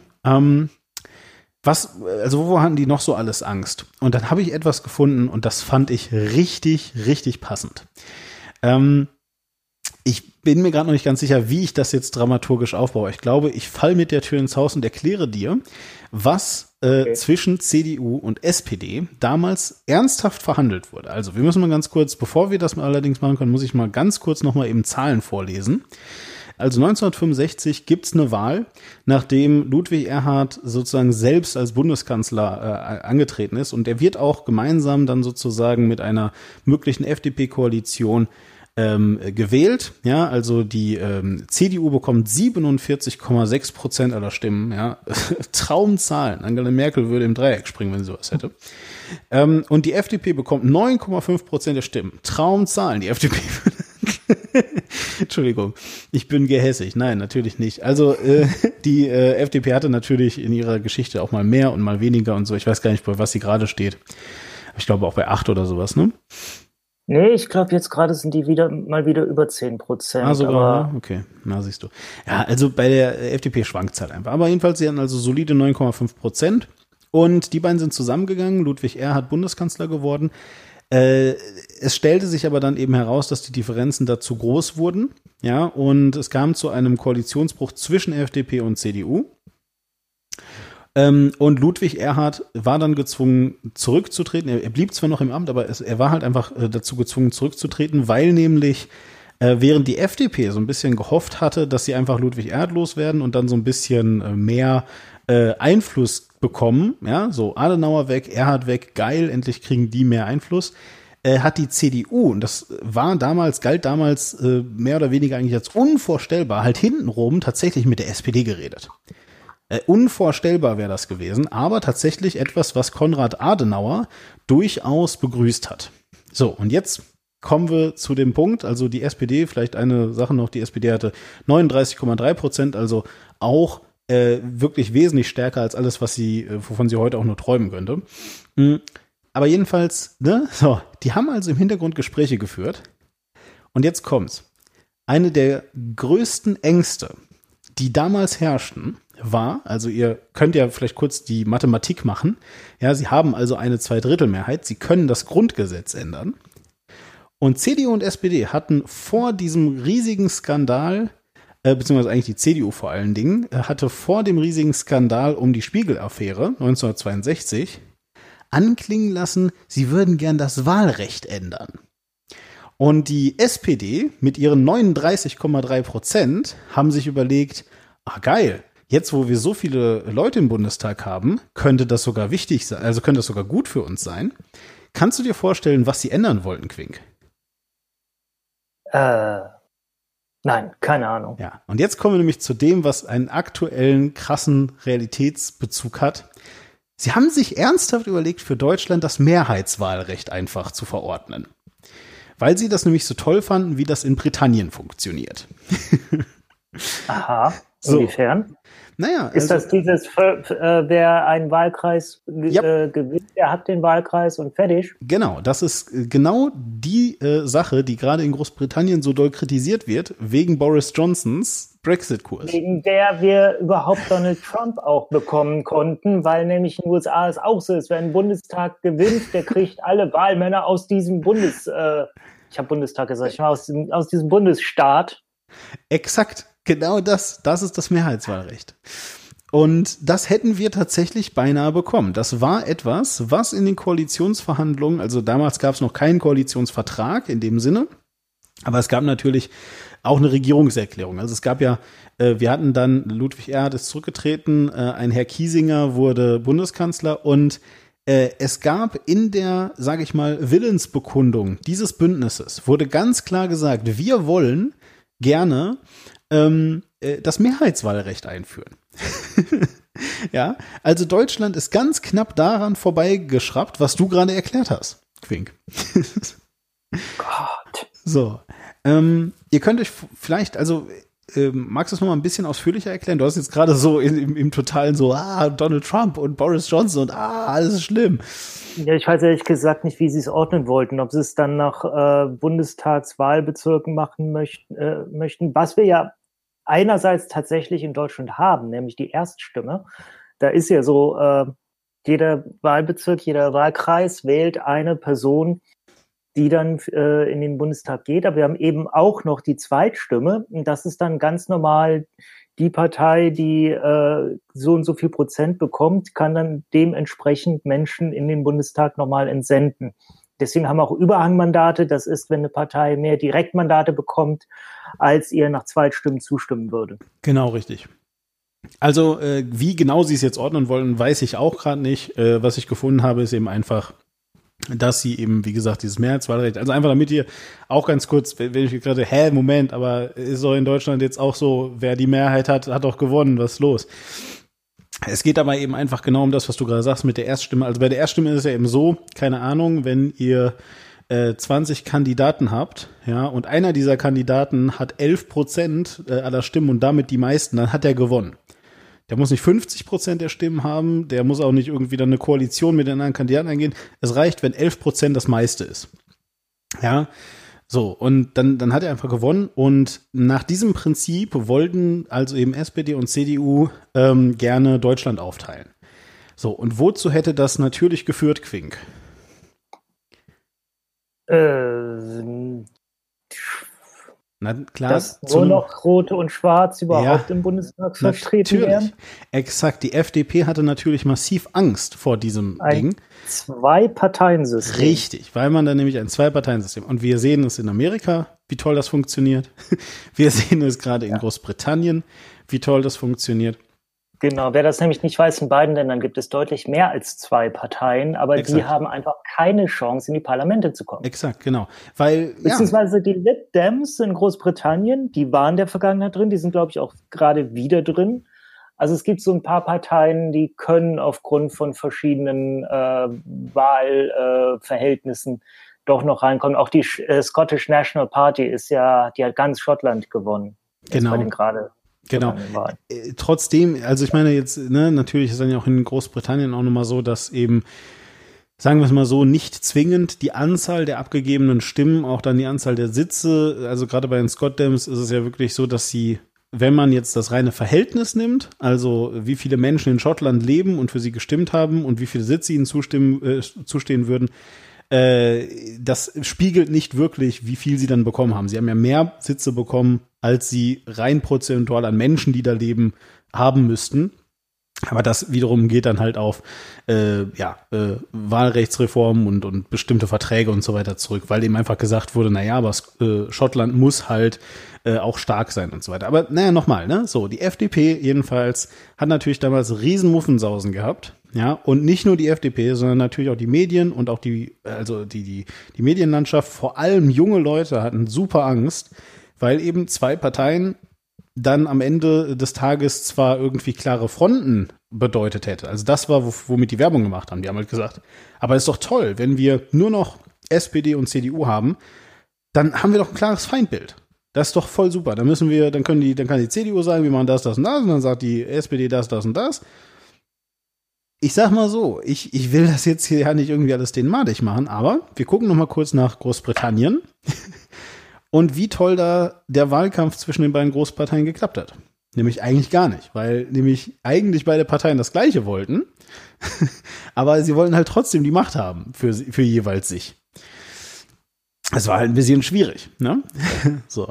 Wovor hatten die noch so alles Angst? Und dann habe ich etwas gefunden und das fand ich richtig, richtig passend. Ich bin mir gerade noch nicht ganz sicher, wie ich das jetzt dramaturgisch aufbaue. Ich glaube, ich falle mit der Tür ins Haus und erkläre dir, was zwischen CDU und SPD damals ernsthaft verhandelt wurde. Also wir müssen mal ganz kurz, bevor wir das mal allerdings machen können, muss ich mal ganz kurz nochmal eben Zahlen vorlesen. Also 1965 gibt's eine Wahl, nachdem Ludwig Erhard sozusagen selbst als Bundeskanzler angetreten ist. Und er wird auch gemeinsam dann sozusagen mit einer möglichen FDP-Koalition gewählt. Ja, also die CDU bekommt 47,6% aller Stimmen. Ja, Traumzahlen. Angela Merkel würde im Dreieck springen, wenn sie sowas hätte. Und die FDP bekommt 9,5% der Stimmen. Traumzahlen. Die FDP Entschuldigung, ich bin gehässig. Nein, natürlich nicht. Also die FDP hatte natürlich in ihrer Geschichte auch mal mehr und mal weniger und so. Ich weiß gar nicht, bei was sie gerade steht. Ich glaube auch bei 8 oder sowas, ne? Nee, ich glaube, jetzt gerade sind die mal wieder über 10%. Ah, sogar, okay. Na, siehst du. Ja, also bei der FDP schwankt es halt einfach. Aber jedenfalls, sie hatten also solide 9,5%. Und die beiden sind zusammengegangen. Ludwig Erhard Bundeskanzler geworden. Es stellte sich aber dann eben heraus, dass die Differenzen da zu groß wurden. Ja, und es kam zu einem Koalitionsbruch zwischen FDP und CDU. Und Ludwig Erhard war dann gezwungen, zurückzutreten. Er blieb zwar noch im Amt, aber er war halt einfach dazu gezwungen, zurückzutreten, weil nämlich während die FDP so ein bisschen gehofft hatte, dass sie einfach Ludwig Erhard loswerden und dann so ein bisschen mehr Einfluss bekommen, ja, so Adenauer weg, Erhard weg, geil, endlich kriegen die mehr Einfluss, hat die CDU, und das galt damals mehr oder weniger eigentlich als unvorstellbar, halt hintenrum tatsächlich mit der SPD geredet. Unvorstellbar wäre das gewesen, aber tatsächlich etwas, was Konrad Adenauer durchaus begrüßt hat. So, und jetzt kommen wir zu dem Punkt, also die SPD, vielleicht eine Sache noch, die SPD hatte 39,3%, also auch wirklich wesentlich stärker als alles, wovon sie heute auch nur träumen könnte. Aber jedenfalls, ne, so, die haben also im Hintergrund Gespräche geführt. Und jetzt kommt's. Eine der größten Ängste, die damals herrschten, war, also ihr könnt ja vielleicht kurz die Mathematik machen, ja, sie haben also eine Zweidrittelmehrheit, sie können das Grundgesetz ändern. Und CDU und SPD hatten vor diesem riesigen Skandal, beziehungsweise eigentlich die CDU vor allen Dingen, hatte vor dem riesigen Skandal um die Spiegel-Affäre 1962 anklingen lassen, sie würden gern das Wahlrecht ändern. Und die SPD mit ihren 39,3% haben sich überlegt, geil, jetzt wo wir so viele Leute im Bundestag haben, könnte das sogar wichtig sein, also könnte das sogar gut für uns sein. Kannst du dir vorstellen, was sie ändern wollten, Quink? Nein, keine Ahnung. Ja, und jetzt kommen wir nämlich zu dem, was einen aktuellen, krassen Realitätsbezug hat. Sie haben sich ernsthaft überlegt, für Deutschland das Mehrheitswahlrecht einfach zu verordnen. Weil sie das nämlich so toll fanden, wie das in Britannien funktioniert. Aha, inwiefern? Naja, ist das dieses, wer einen Wahlkreis gewinnt, der hat den Wahlkreis und fertig? Genau, das ist genau die Sache, die gerade in Großbritannien so doll kritisiert wird, wegen Boris Johnsons Brexit-Kurs. Wegen der wir überhaupt Donald Trump auch bekommen konnten, weil nämlich in den USA es auch so ist, wer einen Bundestag gewinnt, der kriegt alle Wahlmänner aus diesem ich habe Bundestag gesagt, aus diesem Bundesstaat. Exakt. Genau das ist das Mehrheitswahlrecht. Und das hätten wir tatsächlich beinahe bekommen. Das war etwas, was in den Koalitionsverhandlungen, also damals gab es noch keinen Koalitionsvertrag in dem Sinne, aber es gab natürlich auch eine Regierungserklärung. Also es gab ja, wir hatten dann, Ludwig Erhard ist zurückgetreten, ein Herr Kiesinger wurde Bundeskanzler und es gab in der, sage ich mal, Willensbekundung dieses Bündnisses, wurde ganz klar gesagt, wir wollen gerne das Mehrheitswahlrecht einführen. Ja, also Deutschland ist ganz knapp daran vorbeigeschraubt, was du gerade erklärt hast, Quink. Gott. So, ihr könnt euch vielleicht, also magst du es noch mal ein bisschen ausführlicher erklären? Du hast jetzt gerade so im Totalen so, Donald Trump und Boris Johnson und alles ist schlimm. Ja, ich weiß ehrlich gesagt nicht, wie sie es ordnen wollten, ob sie es dann nach Bundestagswahlbezirken machen möchten, was wir ja einerseits tatsächlich in Deutschland haben, nämlich die Erststimme. Da ist ja so, jeder Wahlbezirk, jeder Wahlkreis wählt eine Person, die dann in den Bundestag geht. Aber wir haben eben auch noch die Zweitstimme. Und das ist dann ganz normal die Partei, die so und so viel Prozent bekommt, kann dann dementsprechend Menschen in den Bundestag nochmal entsenden. Deswegen haben wir auch Überhangmandate. Das ist, wenn eine Partei mehr Direktmandate bekommt, als ihr nach Zweitstimmen zustimmen würde. Genau, richtig. Also wie genau sie es jetzt ordnen wollen, weiß ich auch gerade nicht. Was ich gefunden habe, ist eben einfach, dass sie eben, wie gesagt, dieses Mehrheitswahlrecht, also einfach damit ihr auch ganz kurz, wenn ich gerade, Moment, aber ist doch in Deutschland jetzt auch so, wer die Mehrheit hat, hat doch gewonnen, was ist los? Es geht aber eben einfach genau um das, was du gerade sagst mit der Erststimme. Also bei der Erststimme ist es ja eben so, keine Ahnung, wenn ihr 20 Kandidaten habt, ja, und einer dieser Kandidaten hat 11% aller Stimmen und damit die meisten, dann hat er gewonnen. Der muss nicht 50% der Stimmen haben, der muss auch nicht irgendwie dann eine Koalition mit den anderen Kandidaten eingehen. Es reicht, wenn 11% das meiste ist. Ja, so, und dann hat er einfach gewonnen. Und nach diesem Prinzip wollten also eben SPD und CDU gerne Deutschland aufteilen. So, und wozu hätte das natürlich geführt, Quink? Na klar, dass nur noch Rote und Schwarz überhaupt im Bundestag vertreten werden. Exakt, die FDP hatte natürlich massiv Angst vor diesem Ding. Zwei-Parteien-System. Richtig, weil man dann nämlich ein Zwei-Parteien-System. Und wir sehen es in Amerika, wie toll das funktioniert. Wir sehen es gerade in Großbritannien, wie toll das funktioniert. Genau, wer das nämlich nicht weiß, in beiden Ländern gibt es deutlich mehr als 2 Parteien, aber die haben einfach keine Chance, in die Parlamente zu kommen. Exakt, genau. Weil, beziehungsweise die Lib Dems in Großbritannien, die waren in der Vergangenheit drin, die sind, glaube ich, auch gerade wieder drin. Also es gibt so ein paar Parteien, die können aufgrund von verschiedenen Wahlverhältnissen doch noch reinkommen. Auch die Scottish National Party die hat ganz Schottland gewonnen. Genau. Bei den gerade. Genau. Trotzdem, also ich meine jetzt, natürlich ist dann ja auch in Großbritannien auch nochmal so, dass eben, sagen wir es mal so, nicht zwingend die Anzahl der abgegebenen Stimmen, auch dann die Anzahl der Sitze, also gerade bei den Scott Dems ist es ja wirklich so, dass sie, wenn man jetzt das reine Verhältnis nimmt, also wie viele Menschen in Schottland leben und für sie gestimmt haben und wie viele Sitze ihnen zustehen würden, das spiegelt nicht wirklich, wie viel sie dann bekommen haben. Sie haben ja mehr Sitze bekommen, als sie rein prozentual an Menschen, die da leben, haben müssten. Aber das wiederum geht dann halt auf Wahlrechtsreformen und bestimmte Verträge und so weiter zurück, weil eben einfach gesagt wurde, aber Schottland muss halt auch stark sein und so weiter. Aber nochmal, so, die FDP jedenfalls hat natürlich damals riesen Muffensausen gehabt, ja, und nicht nur die FDP, sondern natürlich auch die Medien und auch die Medienlandschaft, vor allem junge Leute hatten super Angst, weil eben 2 Parteien dann am Ende des Tages zwar irgendwie klare Fronten bedeutet hätte. Also das war, womit die Werbung gemacht haben. Die haben halt gesagt, aber ist doch toll, wenn wir nur noch SPD und CDU haben, dann haben wir doch ein klares Feindbild. Das ist doch voll super. Dann kann die CDU sagen, wir machen das und das, und dann sagt die SPD das und das. Ich sag mal so, ich will das jetzt hier ja nicht irgendwie alles denen madig machen, aber wir gucken noch mal kurz nach Großbritannien. Und wie toll da der Wahlkampf zwischen den beiden Großparteien geklappt hat. Nämlich eigentlich gar nicht, weil nämlich eigentlich beide Parteien das Gleiche wollten, aber sie wollten halt trotzdem die Macht haben für jeweils sich. Es war halt ein bisschen schwierig, ne? So.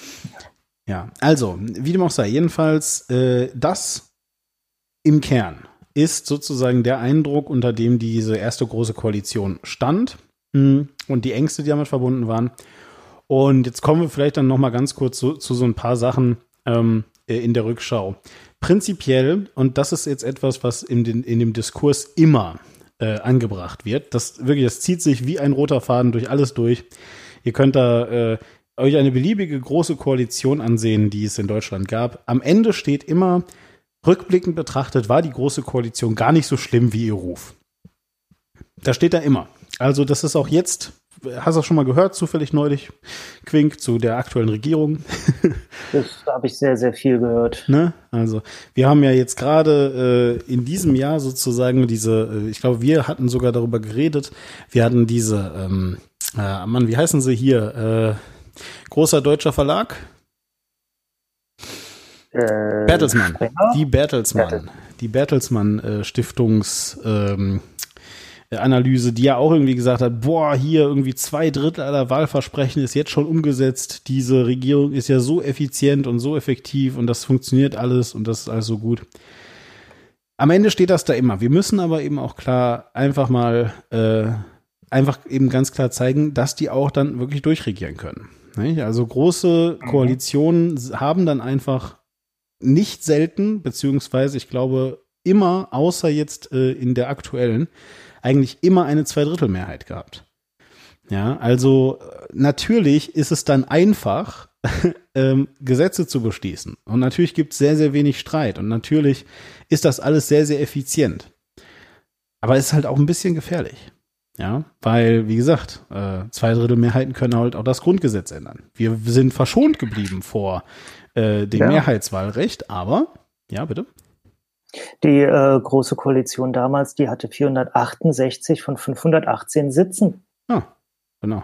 Ja, also, wie dem auch sei, jedenfalls das im Kern ist sozusagen der Eindruck, unter dem diese erste große Koalition stand und die Ängste, die damit verbunden waren. Und jetzt kommen wir vielleicht dann noch mal ganz kurz zu so ein paar Sachen in der Rückschau. Prinzipiell, und das ist jetzt etwas, was in dem Diskurs immer angebracht wird, das zieht sich wie ein roter Faden durch alles durch. Ihr könnt da euch eine beliebige große Koalition ansehen, die es in Deutschland gab. Am Ende steht immer, rückblickend betrachtet, war die große Koalition gar nicht so schlimm wie ihr Ruf. Da steht da immer. Also das ist auch jetzt, hast du auch schon mal gehört, zufällig neulich, Quink, zu der aktuellen Regierung. Das habe ich sehr, sehr viel gehört. Ne? Also wir haben ja jetzt gerade in diesem Jahr sozusagen ich glaube, wir hatten sogar darüber geredet, wir hatten diese, wie heißen sie hier, großer deutscher Verlag? Bertelsmann. Die Bertelsmann Stiftungs Analyse, die ja auch irgendwie gesagt hat, boah, hier irgendwie 2/3 aller Wahlversprechen ist jetzt schon umgesetzt. Diese Regierung ist ja so effizient und so effektiv und das funktioniert alles und das ist alles so gut. Am Ende steht das da immer. Wir müssen aber eben auch klar einfach mal einfach eben ganz klar zeigen, dass die auch dann wirklich durchregieren können. Nicht? Also große Koalitionen haben dann einfach nicht selten, beziehungsweise ich glaube immer, außer jetzt in der aktuellen, eigentlich immer eine Zweidrittelmehrheit gehabt. Ja, also natürlich ist es dann einfach, Gesetze zu beschließen. Und natürlich gibt es sehr, sehr wenig Streit. Und natürlich ist das alles sehr, sehr effizient. Aber es ist halt auch ein bisschen gefährlich. Ja, weil, wie gesagt, Zweidrittelmehrheiten können halt auch das Grundgesetz ändern. Wir sind verschont geblieben vor dem Mehrheitswahlrecht, aber, ja, bitte. Die Große Koalition damals, die hatte 468 von 518 Sitzen. Ah, genau.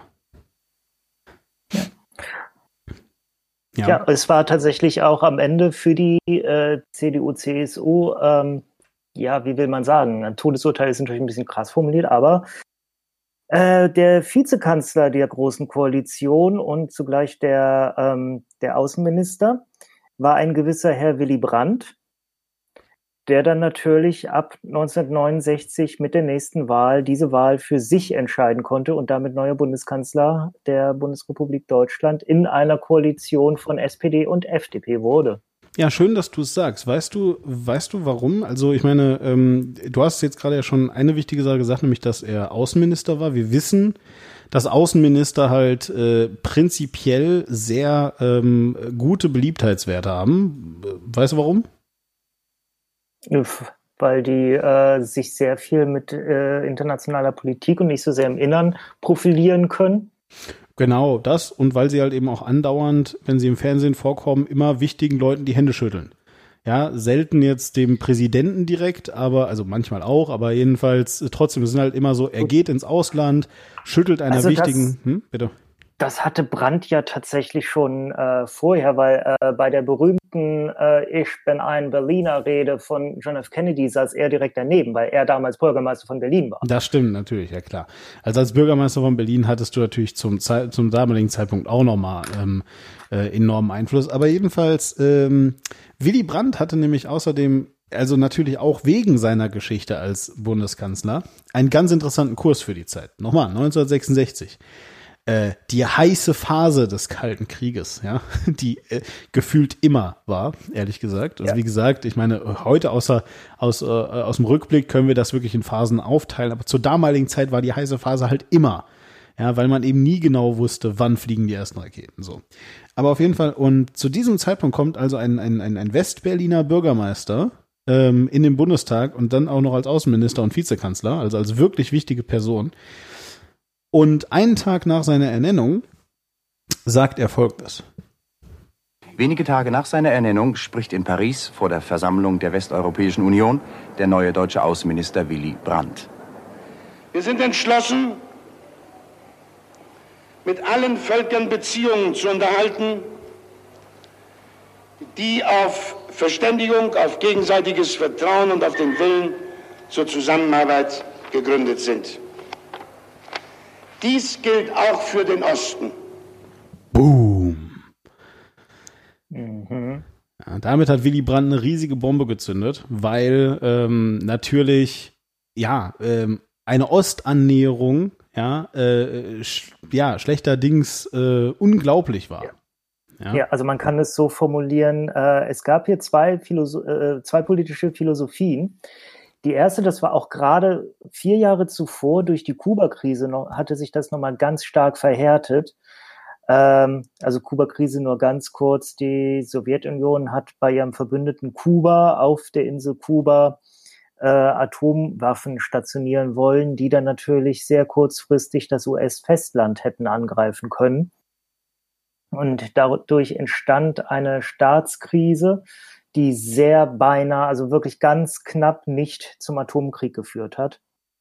Ja, es war tatsächlich auch am Ende für die CDU, CSU, wie will man sagen, ein Todesurteil ist natürlich ein bisschen krass formuliert, aber der Vizekanzler der Großen Koalition und zugleich der Außenminister war ein gewisser Herr Willy Brandt, der dann natürlich ab 1969 mit der nächsten Wahl diese Wahl für sich entscheiden konnte und damit neuer Bundeskanzler der Bundesrepublik Deutschland in einer Koalition von SPD und FDP wurde. Ja, schön, dass du es sagst. Weißt du, warum? Also ich meine, du hast jetzt gerade ja schon eine wichtige Sache gesagt, nämlich, dass er Außenminister war. Wir wissen, dass Außenminister halt prinzipiell sehr gute Beliebtheitswerte haben. Weißt du warum? Weil die sich sehr viel mit internationaler Politik und nicht so sehr im Innern profilieren können. Genau, das und weil sie halt eben auch andauernd, wenn sie im Fernsehen vorkommen, immer wichtigen Leuten die Hände schütteln. Ja, selten jetzt dem Präsidenten direkt, aber, also manchmal auch, aber jedenfalls trotzdem, es sind halt immer so, er geht ins Ausland, schüttelt einer wichtigen, bitte. Das hatte Brandt ja tatsächlich schon vorher, weil bei der berühmten Ich bin ein Berliner Rede von John F. Kennedy saß er direkt daneben, weil er damals Bürgermeister von Berlin war. Das stimmt natürlich, ja klar. Also als Bürgermeister von Berlin hattest du natürlich zum damaligen Zeitpunkt auch nochmal enormen Einfluss. Aber jedenfalls, Willy Brandt hatte nämlich außerdem, also natürlich auch wegen seiner Geschichte als Bundeskanzler, einen ganz interessanten Kurs für die Zeit. Nochmal, 1966. Die heiße Phase des Kalten Krieges, ja, die gefühlt immer war, ehrlich gesagt. Also wie gesagt, ich meine, heute aus dem Rückblick können wir das wirklich in Phasen aufteilen, aber zur damaligen Zeit war die heiße Phase halt immer, ja, weil man eben nie genau wusste, wann fliegen die ersten Raketen, so. Aber auf jeden Fall, und zu diesem Zeitpunkt kommt also ein Westberliner Bürgermeister in den Bundestag und dann auch noch als Außenminister und Vizekanzler, also als wirklich wichtige Person. Und einen Tag nach seiner Ernennung sagt er Folgendes. Wenige Tage nach seiner Ernennung spricht in Paris vor der Versammlung der Westeuropäischen Union der neue deutsche Außenminister Willy Brandt. Wir sind entschlossen, mit allen Völkern Beziehungen zu unterhalten, die auf Verständigung, auf gegenseitiges Vertrauen und auf den Willen zur Zusammenarbeit gegründet sind. Dies gilt auch für den Osten. Boom. Ja, damit hat Willy Brandt eine riesige Bombe gezündet, weil natürlich eine Ostannäherung schlechterdings unglaublich war. Ja, also man kann es so formulieren, es gab hier zwei politische Philosophien. Die erste, das war auch gerade 4 Jahre zuvor durch die Kuba-Krise hatte sich das nochmal ganz stark verhärtet. Also Kuba-Krise nur ganz kurz. Die Sowjetunion hat bei ihrem Verbündeten Kuba auf der Insel Kuba Atomwaffen stationieren wollen, die dann natürlich sehr kurzfristig das US-Festland hätten angreifen können. Und dadurch entstand eine Staatskrise, die sehr beinahe, also wirklich ganz knapp nicht zum Atomkrieg geführt hat.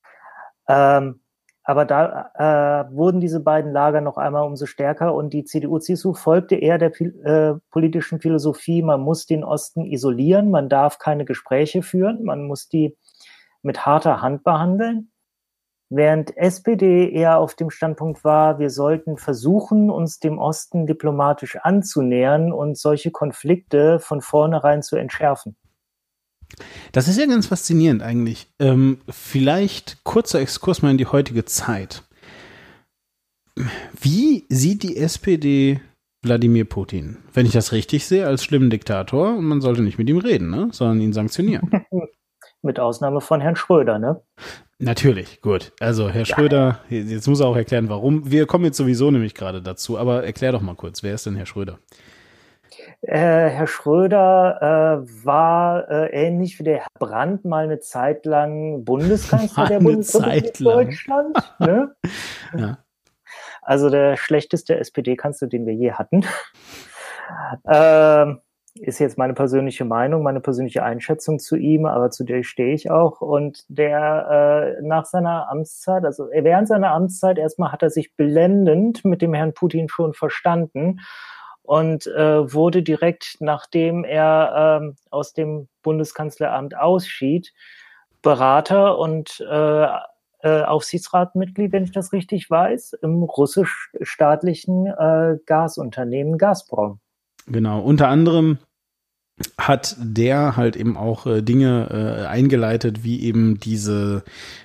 Aber da wurden diese beiden Lager noch einmal umso stärker und die CDU-CSU folgte eher der politischen Philosophie, man muss den Osten isolieren, man darf keine Gespräche führen, man muss die mit harter Hand behandeln. während SPD eher auf dem Standpunkt war, wir sollten versuchen, uns dem Osten diplomatisch anzunähern und solche Konflikte von vornherein zu entschärfen. Das ist ja ganz faszinierend eigentlich. Vielleicht kurzer Exkurs mal in die heutige Zeit. Wie sieht die SPD Wladimir Putin? Wenn ich das richtig sehe, als schlimmen Diktator, und man sollte nicht mit ihm reden, ne? Sondern ihn sanktionieren. Mit Ausnahme von Herrn Schröder, ne? Natürlich, gut. Also Herr Schröder, jetzt muss er auch erklären, warum. Wir kommen jetzt sowieso nämlich gerade dazu, aber erklär doch mal kurz, wer ist denn Herr Schröder? Herr Schröder war ähnlich wie der Herr Brandt mal eine Zeit lang Bundeskanzler der Bundesrepublik Deutschland. Ne? Ja. Also der schlechteste SPD-Kanzler, den wir je hatten. Ist jetzt meine persönliche Meinung, meine persönliche Einschätzung zu ihm, aber zu der stehe ich auch. Und der nach seiner Amtszeit, also während seiner Amtszeit, erstmal hat er sich blendend mit dem Herrn Putin schon verstanden und wurde direkt, nachdem er aus dem Bundeskanzleramt ausschied, Berater und Aufsichtsratmitglied, wenn ich das richtig weiß, im russisch-staatlichen Gasunternehmen Gazprom. Genau, unter anderem hat der halt eben auch Dinge eingeleitet, wie eben diese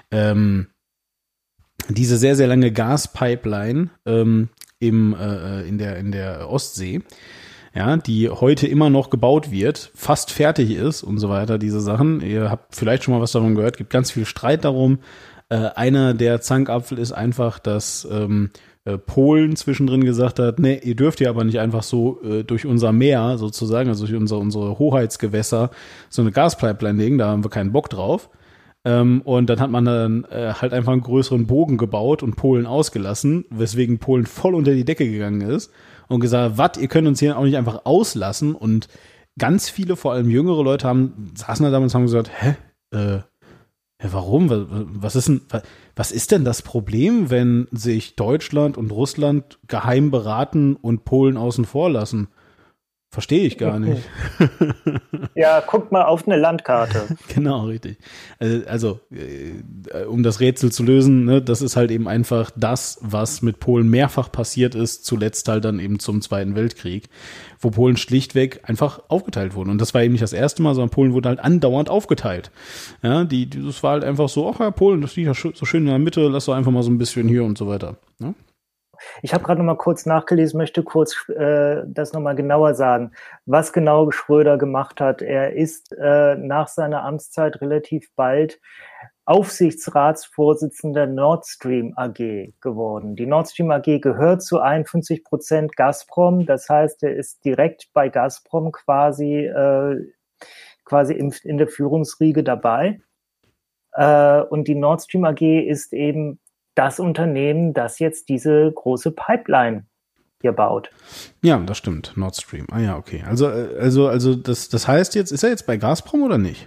sehr, sehr lange Gaspipeline in der Ostsee, ja, die heute immer noch gebaut wird, fast fertig ist und so weiter, diese Sachen. Ihr habt vielleicht schon mal was davon gehört, gibt ganz viel Streit darum. Einer der Zankapfel ist einfach, dass Polen zwischendrin gesagt hat, nee, ihr dürft ja aber nicht einfach so durch unser Meer sozusagen, also durch unsere Hoheitsgewässer so eine Gaspipeline legen, da haben wir keinen Bock drauf. Und dann hat man dann halt einfach einen größeren Bogen gebaut und Polen ausgelassen, weswegen Polen voll unter die Decke gegangen ist und gesagt, was, ihr könnt uns hier auch nicht einfach auslassen. Und ganz viele, vor allem jüngere Leute saßen da damals und haben gesagt, warum? Was ist denn das Problem, wenn sich Deutschland und Russland geheim beraten und Polen außen vor lassen? Verstehe ich gar nicht. Ja, guckt mal auf eine Landkarte. Genau, richtig. Also, um das Rätsel zu lösen, ne, das ist halt eben einfach das, was mit Polen mehrfach passiert ist, zuletzt halt dann eben zum Zweiten Weltkrieg, wo Polen schlichtweg einfach aufgeteilt wurden. Und das war eben nicht das erste Mal, sondern Polen wurde halt andauernd aufgeteilt. Ja, das war halt einfach so, ach ja, Polen, das liegt ja so schön in der Mitte, lass doch einfach mal so ein bisschen hier und so weiter. Ja? Ich habe gerade noch mal kurz nachgelesen, möchte kurz das noch mal genauer sagen, was genau Schröder gemacht hat. Er ist nach seiner Amtszeit relativ bald Aufsichtsratsvorsitzender Nord Stream AG geworden. Die Nord Stream AG gehört zu 51% Gazprom. Das heißt, er ist direkt bei Gazprom quasi in der Führungsriege dabei. Und die Nord Stream AG ist eben das Unternehmen, das jetzt diese große Pipeline hier baut. Ja, das stimmt. Nord Stream. Ah ja, okay. Also das heißt jetzt, ist er jetzt bei Gazprom oder nicht?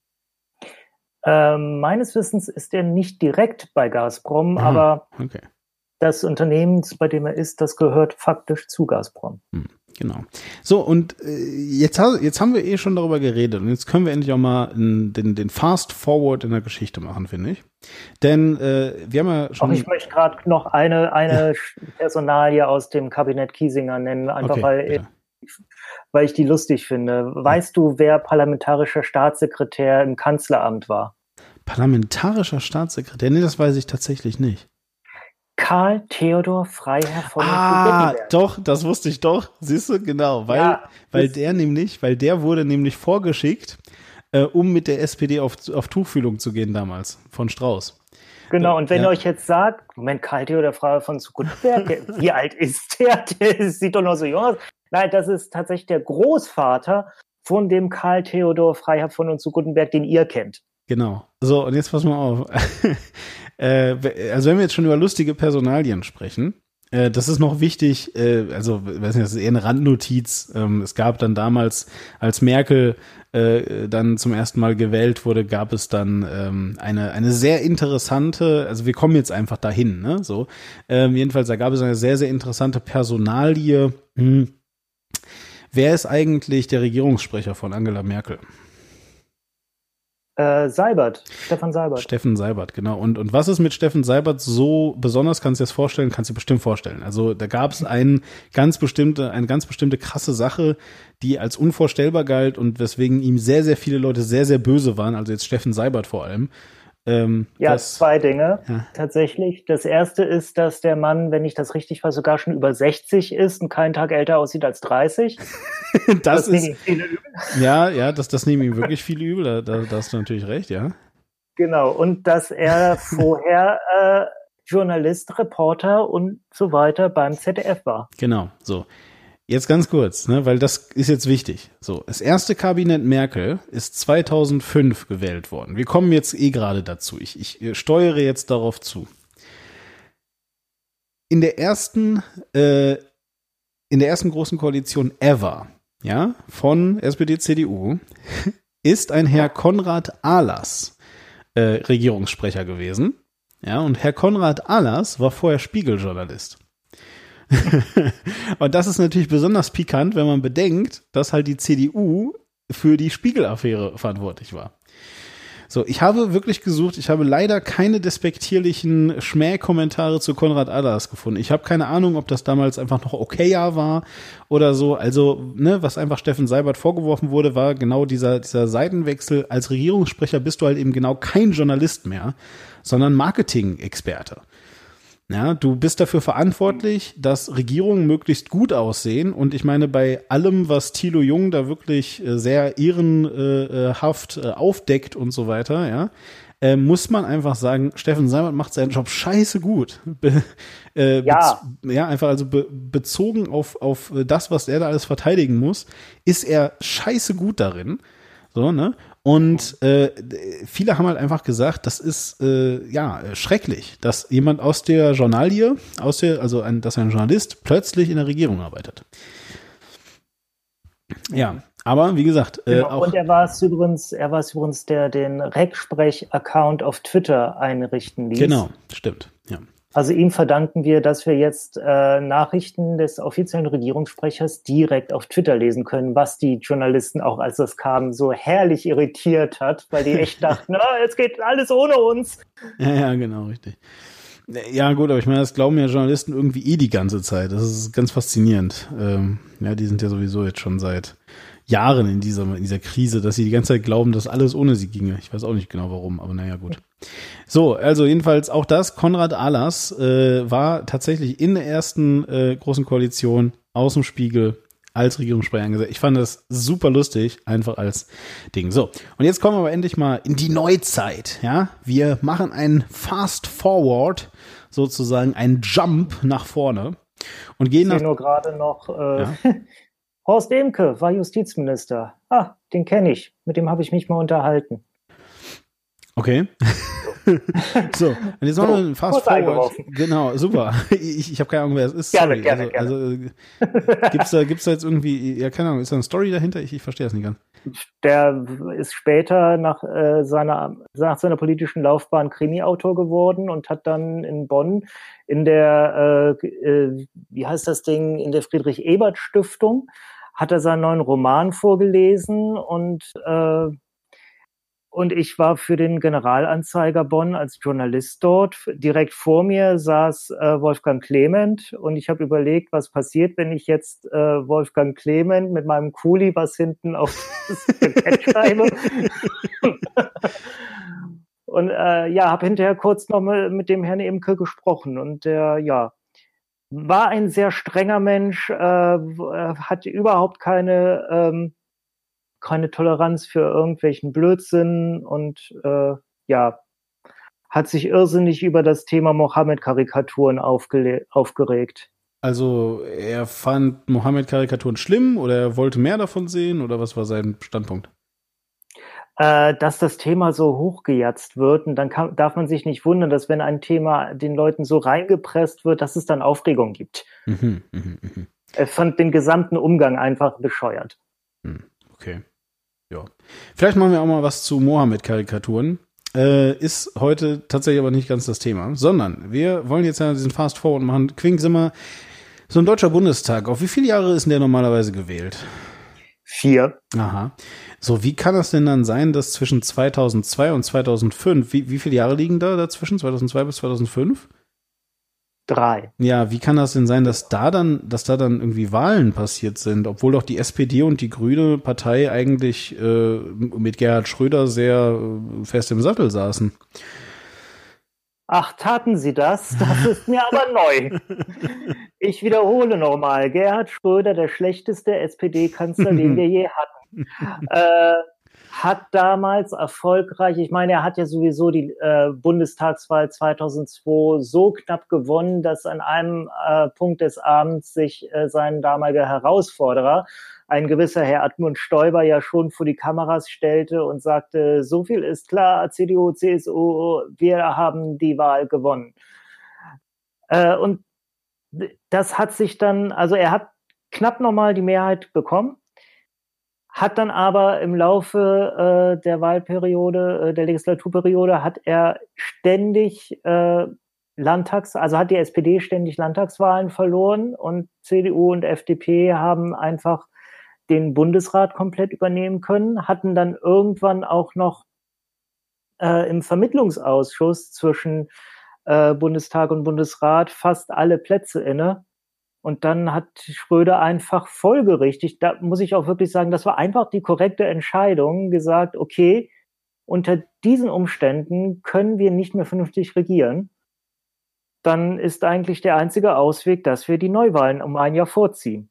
Meines Wissens ist er nicht direkt bei Gazprom, aber okay. Das Unternehmen, bei dem er ist, das gehört faktisch zu Gazprom. Genau. So, und jetzt haben wir schon darüber geredet und jetzt können wir endlich auch mal den Fast Forward in der Geschichte machen, finde ich. Denn wir haben ja schon... Ich möchte gerade noch eine Personalie aus dem Kabinett Kiesinger nennen, einfach okay, weil ich die lustig finde. Weißt du, wer parlamentarischer Staatssekretär im Kanzleramt war? Parlamentarischer Staatssekretär? Nee, das weiß ich tatsächlich nicht. Karl Theodor Freiherr von Württemberg. Doch, das wusste ich doch. Siehst du, genau. Weil der wurde nämlich vorgeschickt, um mit der SPD auf Tuchfühlung zu gehen damals, von Strauß. Genau, und wenn ihr euch jetzt sagt, Moment, Karl Theodor Freiherr von zu Guttenberg, wie alt ist der? Der sieht doch noch so jung aus. Nein, das ist tatsächlich der Großvater von dem Karl Theodor Freiherr von und zu Guttenberg, den ihr kennt. Genau. So, und jetzt pass mal auf. Also wenn wir jetzt schon über lustige Personalien sprechen, das ist noch wichtig, also weiß nicht, das ist eher eine Randnotiz. Es gab dann damals, als Merkel dann zum ersten Mal gewählt wurde, gab es dann eine sehr interessante, also wir kommen jetzt einfach dahin, ne? So, jedenfalls, da gab es eine sehr, sehr interessante Personalie. Wer ist eigentlich der Regierungssprecher von Angela Merkel? Seibert, Stefan Seibert. Steffen Seibert, genau. Und was ist mit Steffen Seibert so besonders, kannst du dir das vorstellen? Kannst du dir bestimmt vorstellen. Also da gab es eine ganz bestimmte krasse Sache, die als unvorstellbar galt und weswegen ihm sehr, sehr viele Leute sehr, sehr böse waren, also jetzt Steffen Seibert vor allem. Zwei Dinge tatsächlich. Das erste ist, dass der Mann, wenn ich das richtig weiß, sogar schon über 60 ist und keinen Tag älter aussieht als 30. das ist viele übel. Ja, das nehmen ihm wirklich viele übel. Da hast du natürlich recht, ja. Genau. Und dass er vorher Journalist, Reporter und so weiter beim ZDF war. Genau. So. Jetzt ganz kurz, ne, weil das ist jetzt wichtig. So, das erste Kabinett Merkel ist 2005 gewählt worden. Wir kommen jetzt gerade dazu. Ich steuere jetzt darauf zu. In der ersten großen Koalition ever, ja, von SPD, CDU, ist ein Herr Konrad Ahlers Regierungssprecher gewesen. Ja, und Herr Konrad Ahlers war vorher Spiegeljournalist. Und das ist natürlich besonders pikant, wenn man bedenkt, dass halt die CDU für die Spiegel-Affäre verantwortlich war. So, ich habe wirklich gesucht, ich habe leider keine despektierlichen Schmähkommentare zu Konrad Ahlers gefunden. Ich habe keine Ahnung, ob das damals einfach noch okayer war oder so. Also, ne, was einfach Steffen Seibert vorgeworfen wurde, war genau dieser Seitenwechsel. Als Regierungssprecher bist du halt eben genau kein Journalist mehr, sondern Marketing-Experte. Ja, du bist dafür verantwortlich, dass Regierungen möglichst gut aussehen. Und ich meine, bei allem, was Thilo Jung da wirklich sehr ehrenhaft aufdeckt und so weiter, ja, muss man einfach sagen, Steffen Seibert macht seinen Job scheiße gut. Einfach also bezogen auf das, was er da alles verteidigen muss, ist er scheiße gut darin. So, ne? Und viele haben halt einfach gesagt, das ist schrecklich, dass jemand aus der Journalie, dass ein Journalist plötzlich in der Regierung arbeitet. Ja, aber wie gesagt, auch. Und er war es übrigens, der den Recksprech-Account auf Twitter einrichten ließ. Genau, stimmt, ja. Also ihm verdanken wir, dass wir jetzt Nachrichten des offiziellen Regierungssprechers direkt auf Twitter lesen können, was die Journalisten auch, als das kam, so herrlich irritiert hat, weil die echt dachten, jetzt geht alles ohne uns. Ja, genau, richtig. Ja gut, aber ich meine, das glauben ja Journalisten irgendwie die ganze Zeit. Das ist ganz faszinierend. Die sind ja sowieso jetzt schon seit Jahren in dieser Krise, dass sie die ganze Zeit glauben, dass alles ohne sie ginge. Ich weiß auch nicht genau warum, aber naja, gut. So, also jedenfalls auch das, Konrad Ahlers war tatsächlich in der ersten großen Koalition aus dem Spiegel als Regierungssprecher angesetzt. Ich fand das super lustig, einfach als Ding. So, und jetzt kommen wir aber endlich mal in die Neuzeit. Ja, wir machen einen Fast Forward, sozusagen einen Jump nach vorne und gehen nach. Ich sehe nur gerade noch Horst Emke war Justizminister. Den kenne ich. Mit dem habe ich mich mal unterhalten. Okay. So, und jetzt machen wir einen Fast Forward. Genau, super. Ich habe keine Ahnung, wer es ist. Sorry. Gerne. Also gibt's da jetzt irgendwie, ja, keine Ahnung, ist da eine Story dahinter? Ich verstehe das nicht ganz. Der ist später nach seiner politischen Laufbahn Krimi-Autor geworden und hat dann in Bonn in der, wie heißt das Ding, in der Friedrich-Ebert-Stiftung hat er seinen neuen Roman vorgelesen und ich war für den Generalanzeiger Bonn als Journalist dort. Direkt vor mir saß Wolfgang Clement und ich habe überlegt, was passiert, wenn ich jetzt Wolfgang Clement mit meinem Kuli was hinten auf das Parkett schreibe. Und habe hinterher kurz noch mit dem Herrn Emke gesprochen und der, war ein sehr strenger Mensch, hat überhaupt keine Toleranz für irgendwelchen Blödsinn und hat sich irrsinnig über das Thema Mohammed-Karikaturen aufgeregt. Also er fand Mohammed-Karikaturen schlimm oder er wollte mehr davon sehen oder was war sein Standpunkt? Dass das Thema so hochgejatzt wird und dann darf man sich nicht wundern, dass wenn ein Thema den Leuten so reingepresst wird, dass es dann Aufregung gibt. Er fand den gesamten Umgang einfach bescheuert. Okay. Ja. Vielleicht machen wir auch mal was zu Mohammed-Karikaturen. Ist heute tatsächlich aber nicht ganz das Thema, sondern wir wollen jetzt ja diesen Fast Forward machen. Quinksimmer, so ein deutscher Bundestag, auf wie viele Jahre ist denn der normalerweise gewählt? 4. Aha. So, wie kann es denn dann sein, dass zwischen 2002 und 2005, wie viele Jahre liegen da dazwischen, 2002 bis 2005? 3. Ja, wie kann das denn sein, dass da dann irgendwie Wahlen passiert sind, obwohl doch die SPD und die Grüne Partei eigentlich mit Gerhard Schröder sehr fest im Sattel saßen? Ach, taten Sie das? Das ist mir aber neu. Ich wiederhole nochmal. Gerhard Schröder, der schlechteste SPD-Kanzler, den wir je hatten, hat damals erfolgreich, ich meine, er hat ja sowieso die Bundestagswahl 2002 so knapp gewonnen, dass an einem Punkt des Abends sich sein damaliger Herausforderer, ein gewisser Herr Edmund Stoiber, ja schon vor die Kameras stellte und sagte, so viel ist klar, CDU, CSU, wir haben die Wahl gewonnen. Und das hat sich dann, also er hat knapp nochmal die Mehrheit bekommen, hat dann aber im Laufe der Wahlperiode, der Legislaturperiode, hat er ständig hat die SPD ständig Landtagswahlen verloren und CDU und FDP haben einfach den Bundesrat komplett übernehmen können, hatten dann irgendwann auch noch im Vermittlungsausschuss zwischen Bundestag und Bundesrat fast alle Plätze inne. Und dann hat Schröder einfach folgerichtig, da muss ich auch wirklich sagen, das war einfach die korrekte Entscheidung, gesagt, okay, unter diesen Umständen können wir nicht mehr vernünftig regieren. Dann ist eigentlich der einzige Ausweg, dass wir die Neuwahlen um ein Jahr vorziehen.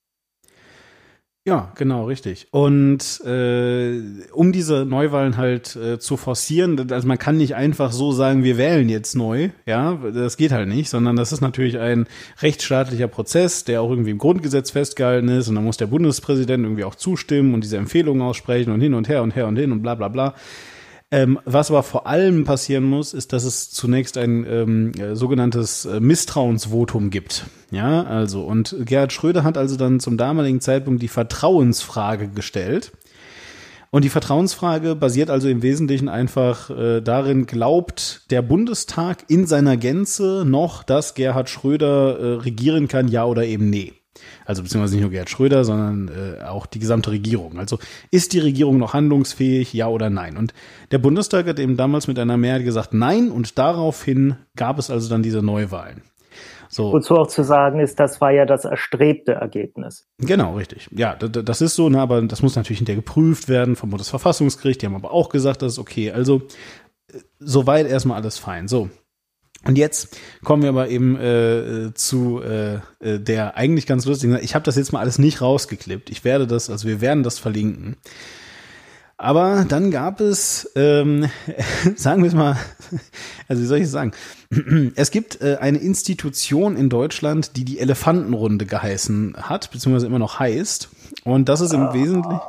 Ja, genau, richtig. Und um diese Neuwahlen halt zu forcieren, also man kann nicht einfach so sagen, wir wählen jetzt neu, ja, das geht halt nicht, sondern das ist natürlich ein rechtsstaatlicher Prozess, der auch irgendwie im Grundgesetz festgehalten ist und dann muss der Bundespräsident irgendwie auch zustimmen und diese Empfehlungen aussprechen und hin und her und her und hin und bla bla bla. Was aber vor allem passieren muss, ist, dass es zunächst ein sogenanntes Misstrauensvotum gibt. Ja, also, und Gerhard Schröder hat also dann zum damaligen Zeitpunkt die Vertrauensfrage gestellt. Und die Vertrauensfrage basiert also im Wesentlichen einfach darin, glaubt der Bundestag in seiner Gänze noch, dass Gerhard Schröder regieren kann, ja oder eben nee? Also beziehungsweise nicht nur Gerhard Schröder, sondern auch die gesamte Regierung. Also ist die Regierung noch handlungsfähig, ja oder nein? Und der Bundestag hat eben damals mit einer Mehrheit gesagt nein und daraufhin gab es also dann diese Neuwahlen. So. Wozu auch zu sagen ist, das war ja das erstrebte Ergebnis. Genau, richtig. Ja, das ist so, ne, aber das muss natürlich hinterher geprüft werden vom Bundesverfassungsgericht. Die haben aber auch gesagt, das ist okay. Also soweit erstmal alles fein. So. Und jetzt kommen wir aber eben zu der eigentlich ganz lustigen, ich habe das jetzt mal alles nicht rausgeklippt. Wir werden das verlinken. Aber dann gab es, sagen wir es mal, also wie soll ich es sagen? Es gibt eine Institution in Deutschland, die die Elefantenrunde geheißen hat, beziehungsweise immer noch heißt. Und das ist im Wesentlichen...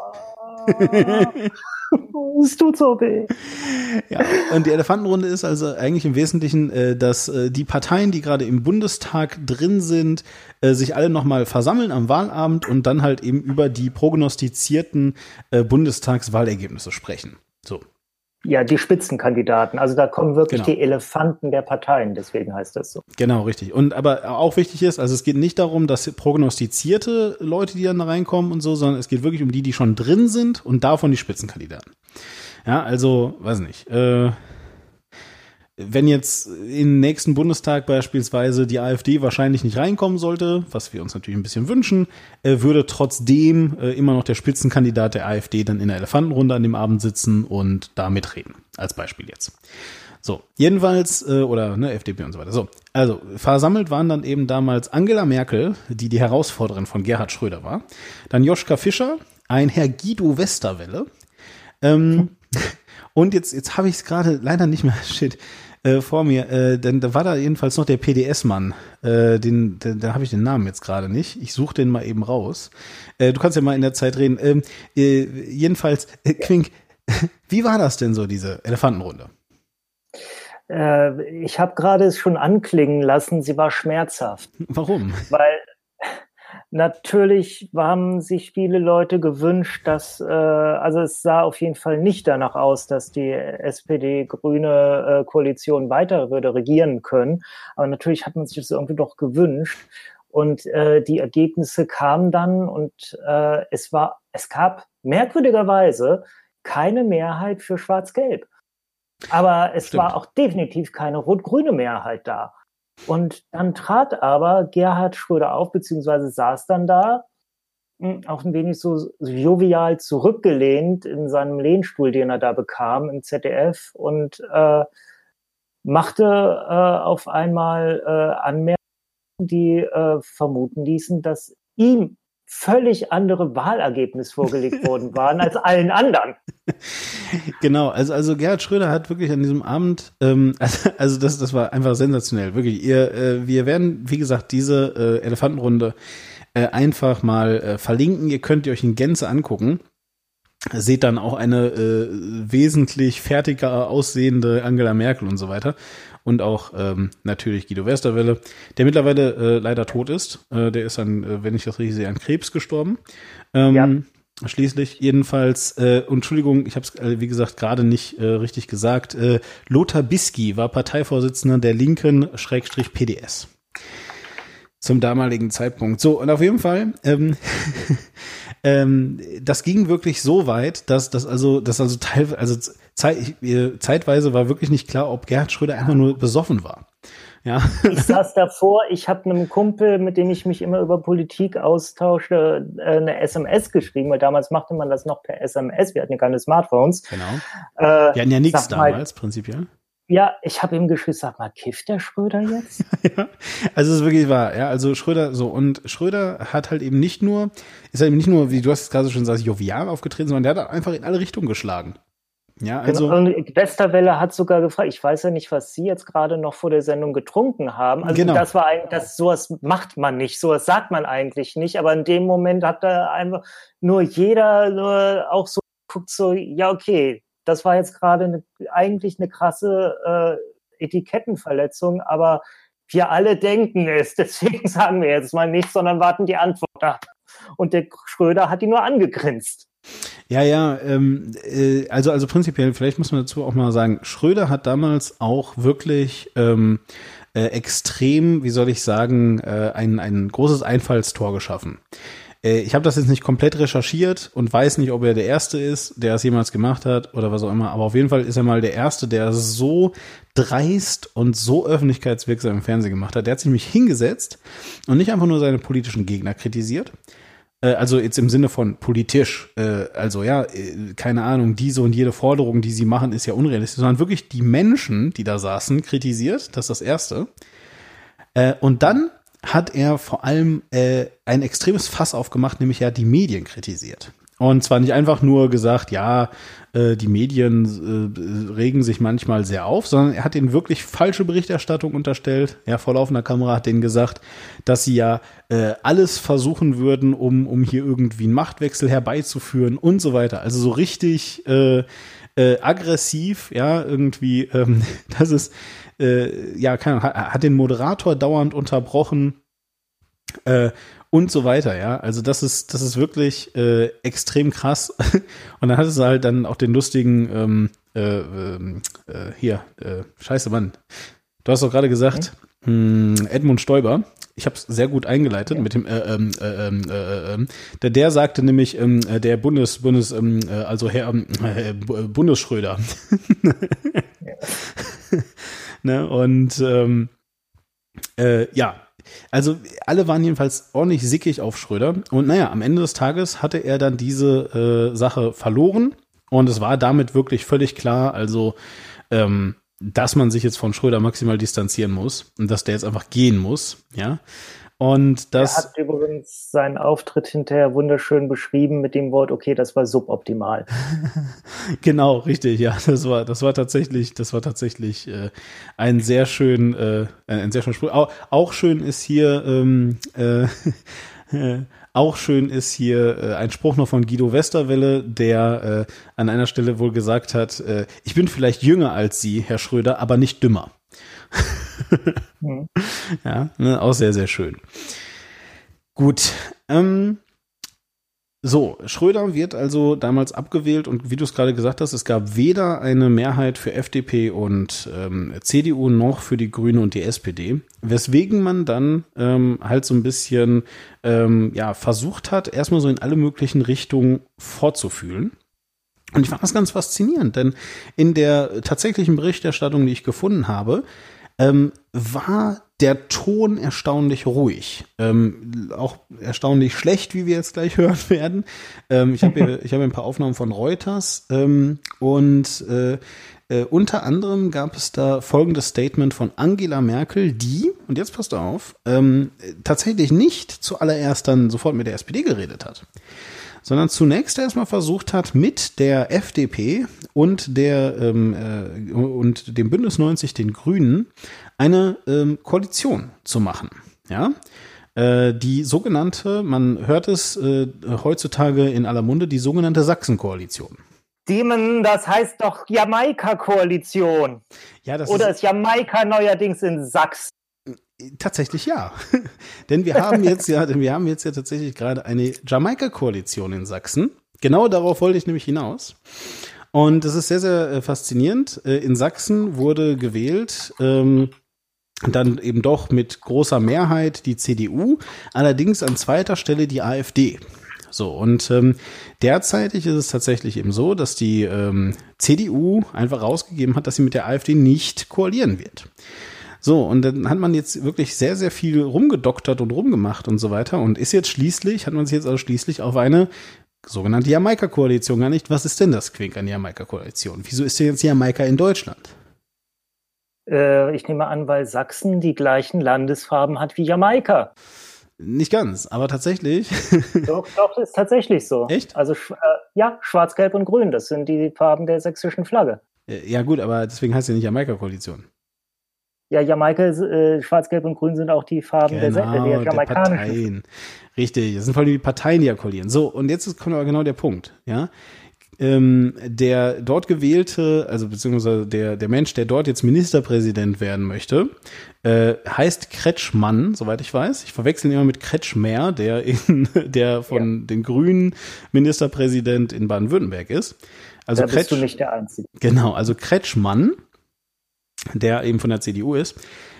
Es tut so weh. Ja, und die Elefantenrunde ist also eigentlich im Wesentlichen, dass die Parteien, die gerade im Bundestag drin sind, sich alle nochmal versammeln am Wahlabend und dann halt eben über die prognostizierten Bundestagswahlergebnisse sprechen. So. Ja, die Spitzenkandidaten. Also da kommen wirklich Genau. die Elefanten der Parteien, deswegen heißt das so. Genau, richtig. Und aber auch wichtig ist, also es geht nicht darum, dass prognostizierte Leute, die dann da reinkommen und so, sondern es geht wirklich um die schon drin sind und davon die Spitzenkandidaten. Ja, also, weiß nicht, wenn jetzt im nächsten Bundestag beispielsweise die AfD wahrscheinlich nicht reinkommen sollte, was wir uns natürlich ein bisschen wünschen, würde trotzdem immer noch der Spitzenkandidat der AfD dann in der Elefantenrunde an dem Abend sitzen und da mitreden, als Beispiel jetzt. So, jedenfalls, FDP und so weiter. So, also versammelt waren dann eben damals Angela Merkel, die Herausforderin von Gerhard Schröder war, dann Joschka Fischer, ein Herr Guido Westerwelle, und jetzt habe ich es gerade leider nicht mehr vor mir, denn da war da jedenfalls noch der PDS-Mann, da habe ich den Namen jetzt gerade nicht. Ich suche den mal eben raus. Du kannst ja mal in der Zeit reden. Jedenfalls, Quink, wie war das denn so, diese Elefantenrunde? Ich habe gerade es schon anklingen lassen, sie war schmerzhaft. Warum? Weil natürlich haben sich viele Leute gewünscht, dass, also es sah auf jeden Fall nicht danach aus, dass die SPD-Grüne Koalition weiter würde regieren können. Aber natürlich hat man sich das irgendwie doch gewünscht. Und die Ergebnisse kamen dann und es gab merkwürdigerweise keine Mehrheit für Schwarz-Gelb. Aber es war auch definitiv keine rot-grüne Mehrheit da. Und dann trat aber Gerhard Schröder auf, beziehungsweise saß dann da, auch ein wenig so jovial zurückgelehnt in seinem Lehnstuhl, den er da bekam im ZDF, und machte auf einmal Anmerkungen, die vermuten ließen, dass ihm völlig andere Wahlergebnisse vorgelegt worden waren als allen anderen. Genau, also Gerhard Schröder hat wirklich an diesem Abend, also das war einfach sensationell, wirklich. Wir werden, wie gesagt, diese Elefantenrunde einfach mal verlinken. Ihr könnt euch in Gänze angucken. Seht dann auch eine wesentlich fertiger aussehende Angela Merkel und so weiter. Und auch natürlich Guido Westerwelle, der mittlerweile leider tot ist. Der ist wenn ich das richtig sehe, an Krebs gestorben. Ja. Schließlich jedenfalls, Entschuldigung, ich habe es wie gesagt gerade nicht richtig gesagt, Lothar Bisky war Parteivorsitzender der Linken /PDS zum damaligen Zeitpunkt. So, und auf jeden Fall, das ging wirklich so weit, dass zeitweise war wirklich nicht klar, ob Gerhard Schröder einfach nur besoffen war. Ja. Ich saß davor, ich habe einem Kumpel, mit dem ich mich immer über Politik austausche, eine SMS geschrieben, weil damals machte man das noch per SMS, wir hatten ja keine Smartphones. Genau. Wir hatten ja nichts damals, prinzipiell. Ja, ich habe ihm geschrieben, sag mal, kifft der Schröder jetzt? Ja, also es ist wirklich wahr, ja, also Schröder, und Schröder ist halt eben nicht nur, wie du hast es gerade schon gesagt, jovial aufgetreten, sondern der hat einfach in alle Richtungen geschlagen. Ja, also. Genau. Und Westerwelle hat sogar gefragt, ich weiß ja nicht, was Sie jetzt gerade noch vor der Sendung getrunken haben. Also genau. Das war eigentlich, sowas macht man nicht, sowas sagt man eigentlich nicht, aber in dem Moment hat da einfach nur jeder auch so guckt so, ja, okay, das war jetzt gerade eigentlich eine krasse Etikettenverletzung, aber wir alle denken es, deswegen sagen wir jetzt mal nichts, sondern warten die Antwort ab. Und der Schröder hat ihn nur angegrinst. Ja, also prinzipiell, vielleicht muss man dazu auch mal sagen, Schröder hat damals auch wirklich extrem, wie soll ich sagen, ein großes Einfallstor geschaffen. Ich habe das jetzt nicht komplett recherchiert und weiß nicht, ob er der Erste ist, der es jemals gemacht hat oder was auch immer, aber auf jeden Fall ist er mal der Erste, der so dreist und so öffentlichkeitswirksam im Fernsehen gemacht hat. Der hat sich nämlich hingesetzt und nicht einfach nur seine politischen Gegner kritisiert, also jetzt im Sinne von politisch, keine Ahnung, diese und jede Forderung, die sie machen, ist ja unrealistisch, sondern wirklich die Menschen, die da saßen, kritisiert, das ist das Erste. Und dann hat er vor allem ein extremes Fass aufgemacht, nämlich er hat die Medien kritisiert. Und zwar nicht einfach nur gesagt, ja, die Medien regen sich manchmal sehr auf, sondern er hat ihnen wirklich falsche Berichterstattung unterstellt. Ja, vor laufender Kamera hat denen gesagt, dass sie ja alles versuchen würden, um hier irgendwie einen Machtwechsel herbeizuführen und so weiter. Also so richtig aggressiv, ja, irgendwie, das ist, keine Ahnung, hat den Moderator dauernd unterbrochen, und so weiter, ja. Also das ist wirklich extrem krass. Und dann hat es halt dann auch den lustigen scheiße Mann. Du hast doch gerade gesagt, Edmund Stoiber. Ich habe es sehr gut eingeleitet mit dem der sagte nämlich der Bundesschröder. Ne, und ja. Also alle waren jedenfalls ordentlich sickig auf Schröder und naja, am Ende des Tages hatte er dann diese Sache verloren und es war damit wirklich völlig klar, also dass man sich jetzt von Schröder maximal distanzieren muss und dass der jetzt einfach gehen muss, ja. Und das er hat übrigens seinen Auftritt hinterher wunderschön beschrieben mit dem Wort, okay, das war suboptimal. Genau, richtig, ja, das war tatsächlich ein sehr schön Spruch. Auch schön ist hier ein Spruch noch von Guido Westerwelle, der an einer Stelle wohl gesagt hat, ich bin vielleicht jünger als Sie, Herr Schröder, aber nicht dümmer. Ja, ne, auch sehr, sehr schön. Gut. So, Schröder wird also damals abgewählt und wie du es gerade gesagt hast, es gab weder eine Mehrheit für FDP und CDU noch für die Grüne und die SPD, weswegen man dann halt so ein bisschen versucht hat, erstmal so in alle möglichen Richtungen vorzufühlen. Und ich fand das ganz faszinierend, denn in der tatsächlichen Berichterstattung, die ich gefunden habe, war der Ton erstaunlich ruhig. Auch erstaunlich schlecht, wie wir jetzt gleich hören werden. Ich habe hier ein paar Aufnahmen von Reuters und unter anderem gab es da folgendes Statement von Angela Merkel, die, und jetzt passt auf, tatsächlich nicht zuallererst dann sofort mit der SPD geredet hat, sondern zunächst erstmal versucht hat, mit der FDP und und dem Bündnis 90, den Grünen, eine Koalition zu machen. Ja, die sogenannte, man hört es heutzutage in aller Munde, die sogenannte Sachsen-Koalition. Demon, das heißt doch Jamaika-Koalition. Ja, das Oder ist Jamaika neuerdings in Sachsen? Tatsächlich ja. Denn wir haben jetzt ja tatsächlich gerade eine Jamaika-Koalition in Sachsen. Genau darauf wollte ich nämlich hinaus. Und das ist sehr, sehr faszinierend. In Sachsen wurde gewählt, dann eben doch mit großer Mehrheit die CDU, allerdings an zweiter Stelle die AfD. So, und derzeitig ist es tatsächlich eben so, dass die CDU einfach rausgegeben hat, dass sie mit der AfD nicht koalieren wird. So, und dann hat man jetzt wirklich sehr, sehr viel rumgedoktert und rumgemacht und so weiter und hat man sich jetzt also schließlich auf eine sogenannte Jamaika-Koalition geeinigt. Was ist denn das Quink an Jamaika-Koalition? Wieso ist denn jetzt Jamaika in Deutschland? Ich nehme an, weil Sachsen die gleichen Landesfarben hat wie Jamaika. Nicht ganz, aber tatsächlich. Doch, das ist tatsächlich so. Echt? Also schwarz, gelb und grün, das sind die Farben der sächsischen Flagge. Ja gut, aber deswegen heißt ja nicht Jamaika-Koalition. Ja, Jamaika, schwarz, gelb und grün sind auch die Farben der jamaikanischen Parteien. Richtig, das sind vor allem die Parteien, die ja koalieren. So, und jetzt kommt aber genau der Punkt, ja. Der dort gewählte, also beziehungsweise der Mensch, der dort jetzt Ministerpräsident werden möchte, heißt Kretschmann, soweit ich weiß. Ich verwechsel ihn immer mit Kretschmer, der von den Grünen Ministerpräsident in Baden-Württemberg ist. Also da bist du nicht der Einzige. Genau, also Kretschmann, der eben von der CDU ist,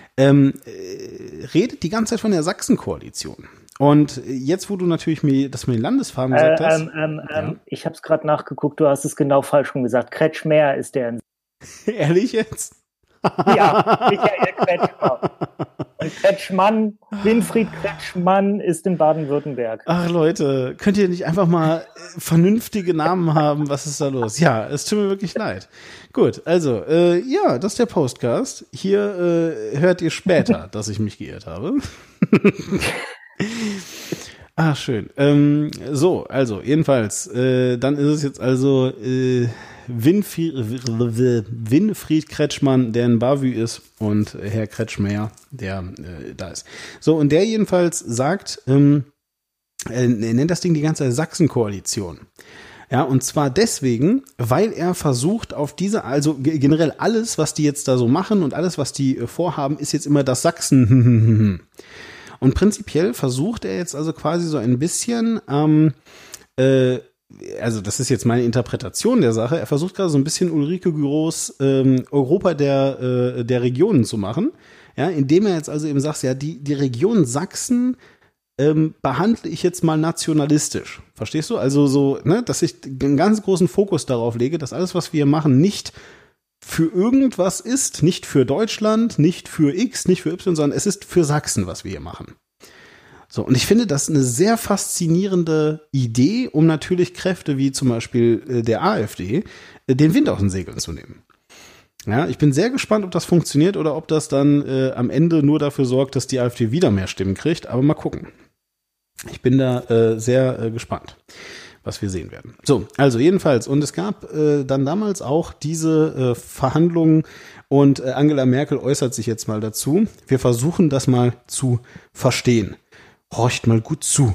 redet die ganze Zeit von der Sachsen-Koalition. Und jetzt, wo du natürlich mir das mit den Landesfarben gesagt hast. Ich habe es gerade nachgeguckt, du hast es genau falsch rum gesagt. Kretschmer ist der. Ehrlich jetzt? Ja, Michael Kretschmer. Und Kretschmann, Winfried Kretschmann ist in Baden-Württemberg. Ach Leute, könnt ihr nicht einfach mal vernünftige Namen haben? Was ist da los? Ja, es tut mir wirklich leid. Gut, also, das ist der Postcast. Hier hört ihr später, dass ich mich geirrt habe. Ah, schön. So, also, jedenfalls, dann ist es jetzt also Winfried Kretschmann, der in Bavü ist, und Herr Kretschmer, der da ist. So, und der jedenfalls sagt, er nennt das Ding die ganze Sachsen-Koalition. Ja, und zwar deswegen, weil er versucht auf diese, also generell alles, was die jetzt da so machen und alles, was die vorhaben, ist jetzt immer das Sachsen. Und prinzipiell versucht er jetzt also quasi so ein bisschen, also das ist jetzt meine Interpretation der Sache, er versucht gerade so ein bisschen Ulrike Güros Europa der Regionen zu machen, ja, indem er jetzt also eben sagt, ja, die Region Sachsen behandle ich jetzt mal nationalistisch. Verstehst du? Also so, ne, dass ich einen ganz großen Fokus darauf lege, dass alles, was wir machen, nicht für irgendwas ist, nicht für Deutschland, nicht für X, nicht für Y, sondern es ist für Sachsen, was wir hier machen. So, und ich finde das eine sehr faszinierende Idee, um natürlich Kräfte wie zum Beispiel der AfD den Wind aus den Segeln zu nehmen. Ja, ich bin sehr gespannt, ob das funktioniert oder ob das dann am Ende nur dafür sorgt, dass die AfD wieder mehr Stimmen kriegt, aber mal gucken. Ich bin da sehr gespannt, was wir sehen werden. So, also jedenfalls, und es gab dann damals auch diese Verhandlungen und Angela Merkel äußert sich jetzt mal dazu. Wir versuchen das mal zu verstehen. Horcht mal gut zu.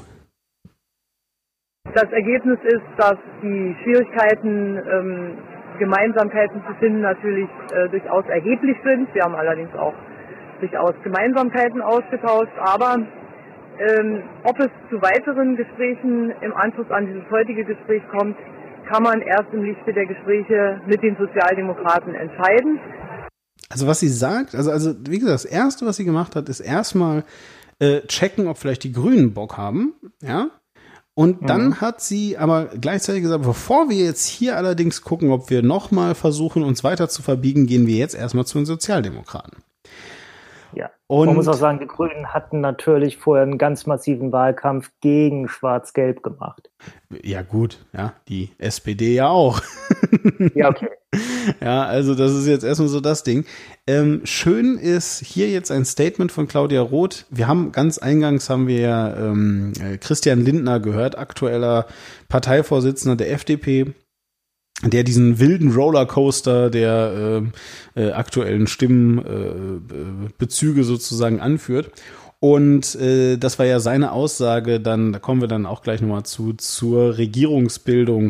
Das Ergebnis ist, dass die Schwierigkeiten, Gemeinsamkeiten zu finden, natürlich durchaus erheblich sind. Wir haben allerdings auch durchaus Gemeinsamkeiten ausgetauscht, aber Ob es zu weiteren Gesprächen im Anschluss an dieses heutige Gespräch kommt, kann man erst im Lichte der Gespräche mit den Sozialdemokraten entscheiden. Also was sie sagt, also wie gesagt, das Erste, was sie gemacht hat, ist erstmal checken, ob vielleicht die Grünen Bock haben, ja. Und dann hat sie aber gleichzeitig gesagt, bevor wir jetzt hier allerdings gucken, ob wir nochmal versuchen, uns weiter zu verbiegen, gehen wir jetzt erstmal zu den Sozialdemokraten. Ja, und man muss auch sagen, die Grünen hatten natürlich vorher einen ganz massiven Wahlkampf gegen Schwarz-Gelb gemacht. Ja gut, ja, die SPD ja auch. Ja, okay. Ja, also das ist jetzt erstmal so das Ding. Schön ist hier jetzt ein Statement von Claudia Roth. Wir haben ganz eingangs ja Christian Lindner gehört, aktueller Parteivorsitzender der FDP, der diesen wilden Rollercoaster der aktuellen Stimmenbezüge sozusagen anführt. Und das war ja seine Aussage, dann, da kommen wir dann auch gleich nochmal zur Regierungsbildung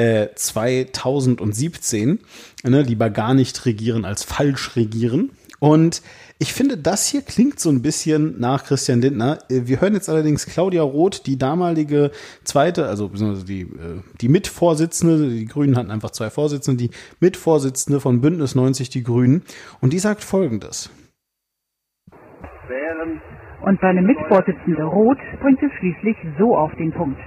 2017. Ne, lieber gar nicht regieren als falsch regieren. Und ich finde, das hier klingt so ein bisschen nach Christian Lindner. Wir hören jetzt allerdings Claudia Roth, die damalige zweite, also die Mitvorsitzende, die Grünen hatten einfach zwei Vorsitzende, die Mitvorsitzende von Bündnis 90 Die Grünen. Und die sagt Folgendes. Und seine Mitvorsitzende Roth bringt es schließlich so auf den Punkt.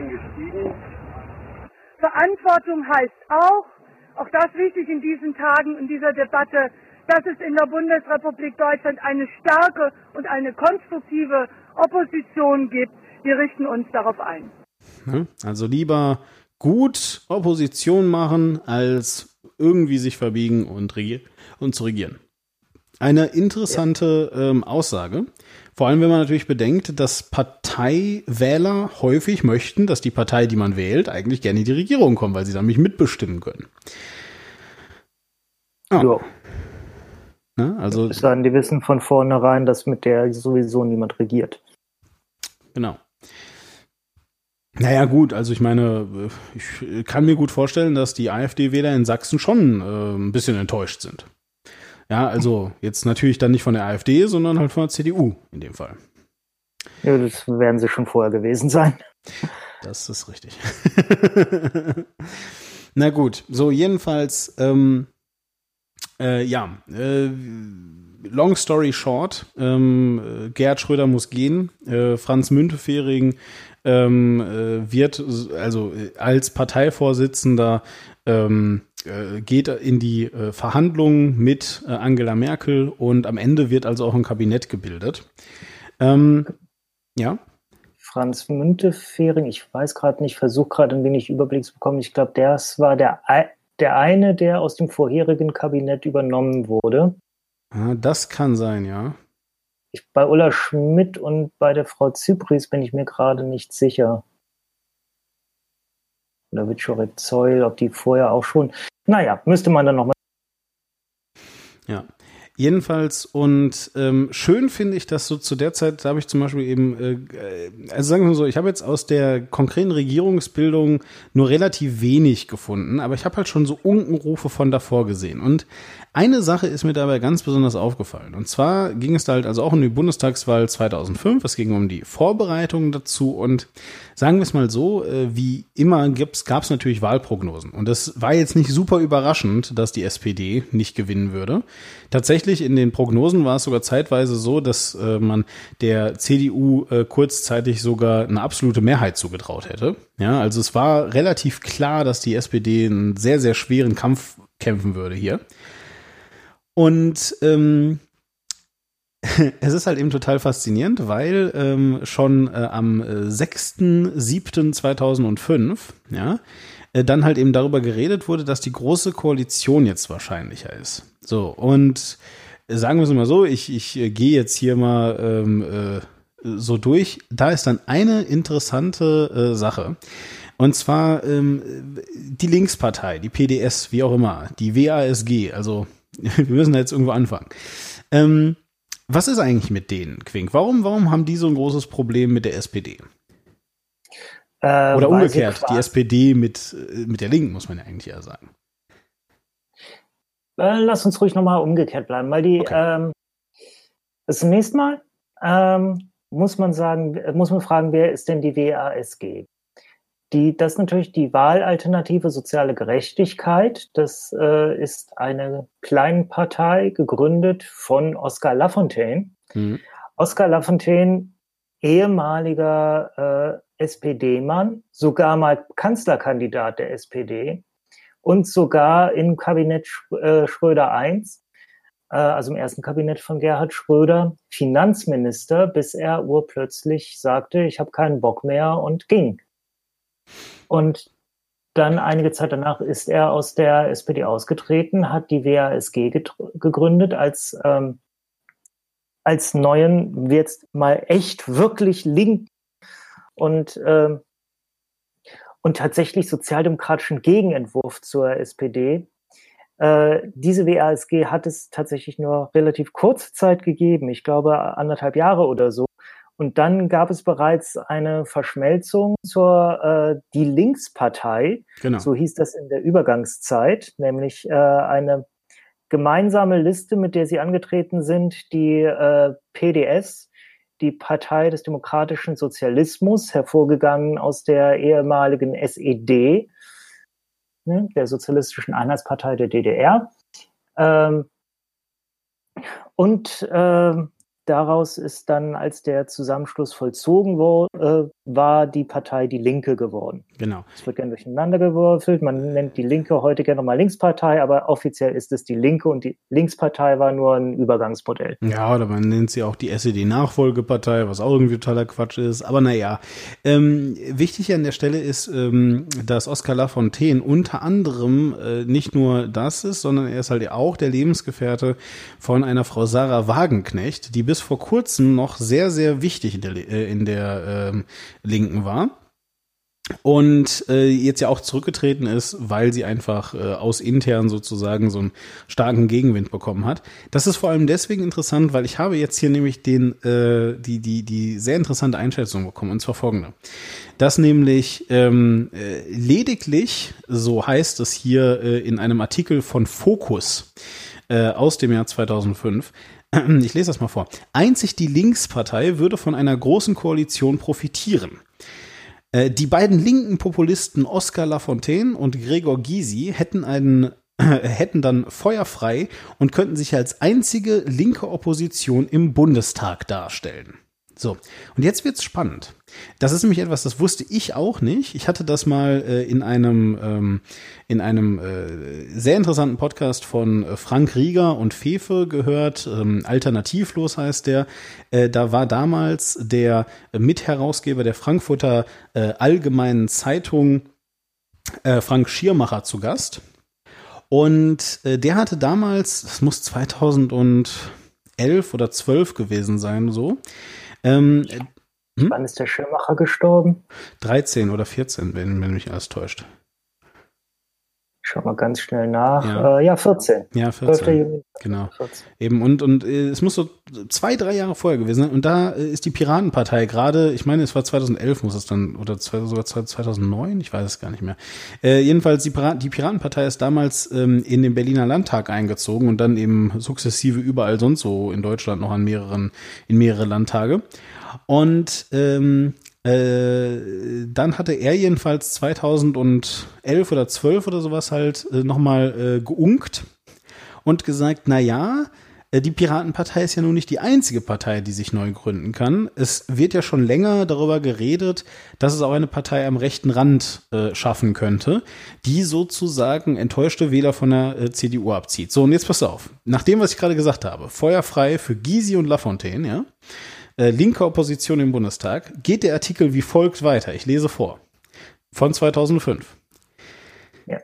Verantwortung heißt auch das wichtig in diesen Tagen, in dieser Debatte, dass es in der Bundesrepublik Deutschland eine starke und eine konstruktive Opposition gibt. Wir richten uns darauf ein. Also lieber gut Opposition machen, als irgendwie sich verbiegen und zu regieren. Eine interessante Aussage. Vor allem, wenn man natürlich bedenkt, dass Parteiwähler häufig möchten, dass die Partei, die man wählt, eigentlich gerne in die Regierung kommt, weil sie dann nicht mitbestimmen können. Ja. Ne, also, es sei denn, die wissen von vornherein, dass mit der sowieso niemand regiert. Genau. Naja gut, also ich meine, ich kann mir gut vorstellen, dass die AfD-Wähler in Sachsen schon ein bisschen enttäuscht sind. Ja, also jetzt natürlich dann nicht von der AfD, sondern halt von der CDU in dem Fall. Ja, das werden sie schon vorher gewesen sein. Das ist richtig. Na gut, so jedenfalls, long story short, Gerhard Schröder muss gehen, Franz Müntefering wird also als Parteivorsitzender geht in die Verhandlungen mit Angela Merkel und am Ende wird also auch ein Kabinett gebildet. Ja. Franz Müntefering, ich weiß gerade nicht, versuche gerade ein wenig Überblick zu bekommen. Ich glaube, das war der eine, der aus dem vorherigen Kabinett übernommen wurde. Ja, das kann sein, ja. Bei Ulla Schmidt und bei der Frau Zypries bin ich mir gerade nicht sicher. Oder Witschorek Zeul, ob die vorher auch schon. Naja, müsste man dann nochmal. Ja, jedenfalls und schön finde ich, dass so zu der Zeit, da habe ich zum Beispiel eben, also sagen wir mal so, ich habe jetzt aus der konkreten Regierungsbildung nur relativ wenig gefunden, aber ich habe halt schon so Unkenrufe von davor gesehen und eine Sache ist mir dabei ganz besonders aufgefallen. Und zwar ging es da halt also auch um die Bundestagswahl 2005. Es ging um die Vorbereitungen dazu. Und sagen wir es mal so, wie immer gab es natürlich Wahlprognosen. Und es war jetzt nicht super überraschend, dass die SPD nicht gewinnen würde. Tatsächlich in den Prognosen war es sogar zeitweise so, dass man der CDU kurzzeitig sogar eine absolute Mehrheit zugetraut hätte. Ja, also es war relativ klar, dass die SPD einen sehr, sehr schweren Kampf kämpfen würde hier. Und es ist halt eben total faszinierend, weil schon am 6.7.2005 ja, dann halt eben darüber geredet wurde, dass die Große Koalition jetzt wahrscheinlicher ist. So, und sagen wir es mal so, ich gehe jetzt hier mal so durch. Da ist dann eine interessante Sache. Und zwar die Linkspartei, die PDS, wie auch immer, die WASG, also wir müssen da jetzt irgendwo anfangen. Was ist eigentlich mit denen, Quink? Warum haben die so ein großes Problem mit der SPD? Oder umgekehrt, die SPD mit der Linken, muss man ja eigentlich eher sagen. Lass uns ruhig nochmal umgekehrt bleiben, weil die okay. zunächst mal muss man fragen, wer ist denn die WASG? Das ist natürlich die Wahlalternative Soziale Gerechtigkeit. Das ist eine kleine Partei, gegründet von Oskar Lafontaine. Oskar Lafontaine, ehemaliger SPD-Mann, sogar mal Kanzlerkandidat der SPD und sogar im Kabinett Schröder I, also im ersten Kabinett von Gerhard Schröder, Finanzminister, bis er urplötzlich sagte, ich habe keinen Bock mehr und ging. Und dann einige Zeit danach ist er aus der SPD ausgetreten, hat die WASG gegründet als neuen, jetzt mal echt wirklich linken und tatsächlich sozialdemokratischen Gegenentwurf zur SPD. Diese WASG hat es tatsächlich nur relativ kurze Zeit gegeben, ich glaube 1,5 Jahre oder so. Und dann gab es bereits eine Verschmelzung zur Die Linkspartei, genau. So hieß das in der Übergangszeit, nämlich eine gemeinsame Liste, mit der sie angetreten sind, die PDS, die Partei des demokratischen Sozialismus, hervorgegangen aus der ehemaligen SED, der Sozialistischen Einheitspartei der DDR. Daraus ist dann, als der Zusammenschluss vollzogen war die Partei Die Linke geworden. Genau. Es wird gerne durcheinander gewürfelt. Man nennt die Linke heute gerne nochmal Linkspartei, aber offiziell ist es die Linke und die Linkspartei war nur ein Übergangsmodell. Ja, oder man nennt sie auch die SED-Nachfolgepartei, was auch irgendwie totaler Quatsch ist. Aber naja, wichtig an der Stelle ist, dass Oskar Lafontaine unter anderem nicht nur das ist, sondern er ist halt auch der Lebensgefährte von einer Frau Sarah Wagenknecht, die bis vor kurzem noch sehr, sehr wichtig in der Linken war. Und jetzt ja auch zurückgetreten ist, weil sie einfach aus intern sozusagen so einen starken Gegenwind bekommen hat. Das ist vor allem deswegen interessant, weil ich habe jetzt hier nämlich die sehr interessante Einschätzung bekommen, und zwar folgende. Dass nämlich lediglich, so heißt es hier in einem Artikel von Focus aus dem Jahr 2005, ich lese das mal vor. Einzig die Linkspartei würde von einer großen Koalition profitieren. Die beiden linken Populisten Oskar Lafontaine und Gregor Gysi hätten dann Feuer frei und könnten sich als einzige linke Opposition im Bundestag darstellen. So, und jetzt wird's spannend. Das ist nämlich etwas, das wusste ich auch nicht. Ich hatte das mal in einem sehr interessanten Podcast von Frank Rieger und Fefe gehört. Alternativlos heißt der. Da war damals der Mitherausgeber der Frankfurter Allgemeinen Zeitung, Frank Schirmacher, zu Gast. Und der hatte damals, das muss 2011 oder 12 gewesen sein, so. Wann ist der Schirmacher gestorben? 13 oder 14, wenn mich alles täuscht. Ich schau mal ganz schnell nach. Ja, 14. Ja, 14. Genau. 14. Eben, und es muss so 2-3 Jahre vorher gewesen sein. Und da ist die Piratenpartei gerade, ich meine, es war 2011 muss es dann, oder sogar 2009, ich weiß es gar nicht mehr. Jedenfalls, die Piratenpartei ist damals in den Berliner Landtag eingezogen und dann eben sukzessive überall sonst so in Deutschland noch in mehrere Landtage. Und dann hatte er jedenfalls 2011 oder 12 oder sowas halt nochmal geunkt und gesagt, na ja, die Piratenpartei ist ja nun nicht die einzige Partei, die sich neu gründen kann. Es wird ja schon länger darüber geredet, dass es auch eine Partei am rechten Rand schaffen könnte, die sozusagen enttäuschte Wähler von der CDU abzieht. So, und jetzt pass auf. Nach dem, was ich gerade gesagt habe, feuerfrei für Gysi und Lafontaine, ja, linke Opposition im Bundestag, geht der Artikel wie folgt weiter. Ich lese vor. Von 2005. Ja.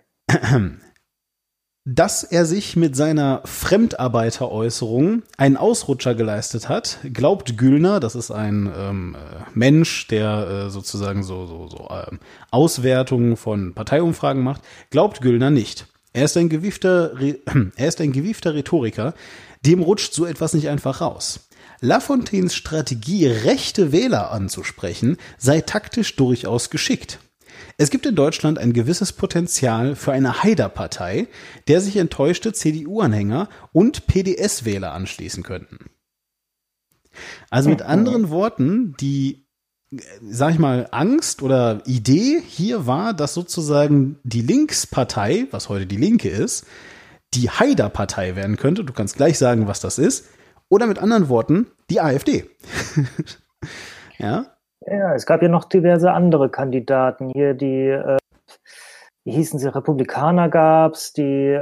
Dass er sich mit seiner Fremdarbeiteräußerung einen Ausrutscher geleistet hat, glaubt Güllner, das ist ein Mensch, der sozusagen so Auswertungen von Parteiumfragen macht, glaubt Güllner nicht. Er ist ein gewiefter Rhetoriker, dem rutscht so etwas nicht einfach raus. Lafontaines Strategie, rechte Wähler anzusprechen, sei taktisch durchaus geschickt. Es gibt in Deutschland ein gewisses Potenzial für eine Haider-Partei, der sich enttäuschte CDU-Anhänger und PDS-Wähler anschließen könnten. Also mit anderen Worten, die, sag ich mal, Angst oder Idee hier war, dass sozusagen die Linkspartei, was heute die Linke ist, die Haider-Partei werden könnte. Du kannst gleich sagen, was das ist. Oder mit anderen Worten, die AfD. Ja? Ja, es gab ja noch diverse andere Kandidaten hier, wie hießen sie, Republikaner gab's, die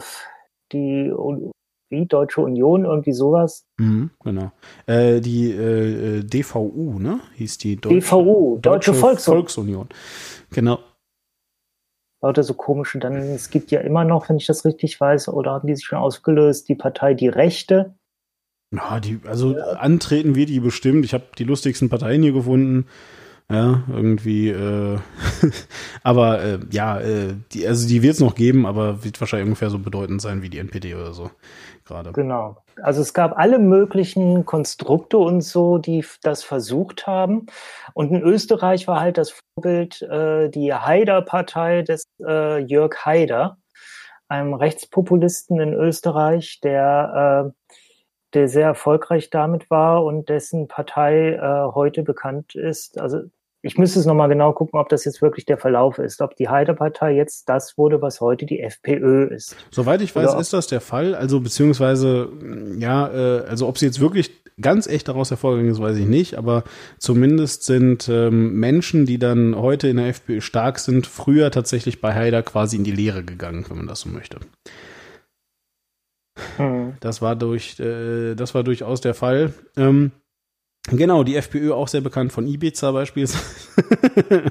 Deutsche Union, irgendwie sowas. Genau. Die DVU, ne? Hieß die Deutsche Volksunion. Genau. Lauter so komische, dann, es gibt ja immer noch, wenn ich das richtig weiß, oder haben die sich schon ausgelöst, die Partei Die Rechte. Ja, antreten wir die bestimmt. Ich habe die lustigsten Parteien hier gefunden. Ja, irgendwie, aber die wird es noch geben, aber wird wahrscheinlich ungefähr so bedeutend sein wie die NPD oder so gerade. Genau. Also es gab alle möglichen Konstrukte und so, die das versucht haben. Und in Österreich war halt das Vorbild die Haider-Partei des Jörg Haider, einem Rechtspopulisten in Österreich, der sehr erfolgreich damit war und dessen Partei heute bekannt ist. Also ich müsste es nochmal genau gucken, ob das jetzt wirklich der Verlauf ist, ob die Haider-Partei jetzt das wurde, was heute die FPÖ ist. Soweit ich weiß, ist das der Fall. Also beziehungsweise, also ob sie jetzt wirklich ganz echt daraus hervorgegangen ist, weiß ich nicht. Aber zumindest sind Menschen, die dann heute in der FPÖ stark sind, früher tatsächlich bei Haider quasi in die Lehre gegangen, wenn man das so möchte. Das war durchaus der Fall. Genau, die FPÖ auch sehr bekannt von Ibiza beispielsweise,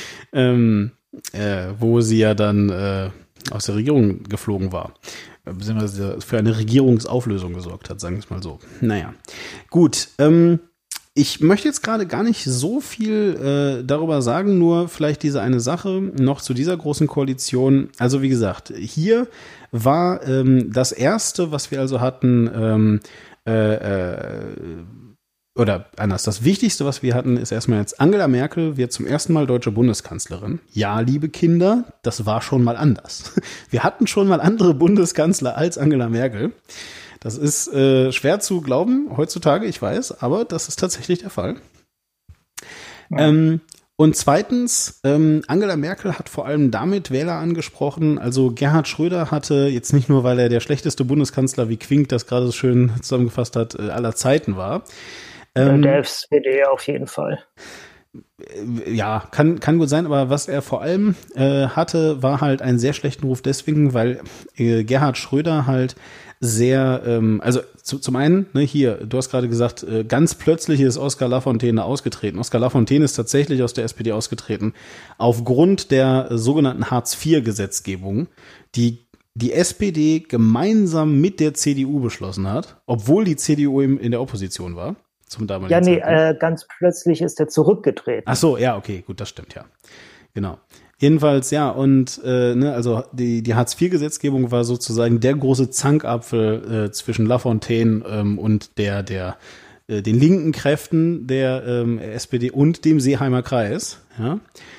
wo sie ja dann aus der Regierung geflogen war, beziehungsweise für eine Regierungsauflösung gesorgt hat, sagen wir es mal so. Naja, gut. Ich möchte jetzt gerade gar nicht so viel darüber sagen, nur vielleicht diese eine Sache noch zu dieser großen Koalition. Also wie gesagt, hier war das Erste, was wir also hatten, oder anders, das Wichtigste, was wir hatten, ist erstmal jetzt, Angela Merkel wird zum ersten Mal deutsche Bundeskanzlerin. Ja, liebe Kinder, das war schon mal anders. Wir hatten schon mal andere Bundeskanzler als Angela Merkel. Das ist schwer zu glauben heutzutage, ich weiß, aber das ist tatsächlich der Fall. Ja. Und zweitens, Angela Merkel hat vor allem damit Wähler angesprochen. Also Gerhard Schröder hatte jetzt nicht nur, weil er der schlechteste Bundeskanzler, wie Quink das gerade so schön zusammengefasst hat, aller Zeiten war. Der SPD auf jeden Fall. Ja, kann gut sein, aber was er vor allem hatte, war halt einen sehr schlechten Ruf deswegen, weil Gerhard Schröder halt sehr, also zum einen, ne, hier, du hast gerade gesagt, ganz plötzlich ist Oskar Lafontaine ausgetreten. Oskar Lafontaine ist tatsächlich aus der SPD ausgetreten, aufgrund der sogenannten Hartz-IV-Gesetzgebung, die SPD gemeinsam mit der CDU beschlossen hat, obwohl die CDU in der Opposition war. Zum damaligen Zeitpunkt. Ganz plötzlich ist er zurückgetreten. Ach so, ja, okay, gut, das stimmt, ja. Genau. Jedenfalls, ja, und also die Hartz-IV-Gesetzgebung war sozusagen der große Zankapfel zwischen Lafontaine und den linken Kräften der SPD und dem Seeheimer Kreis, ja,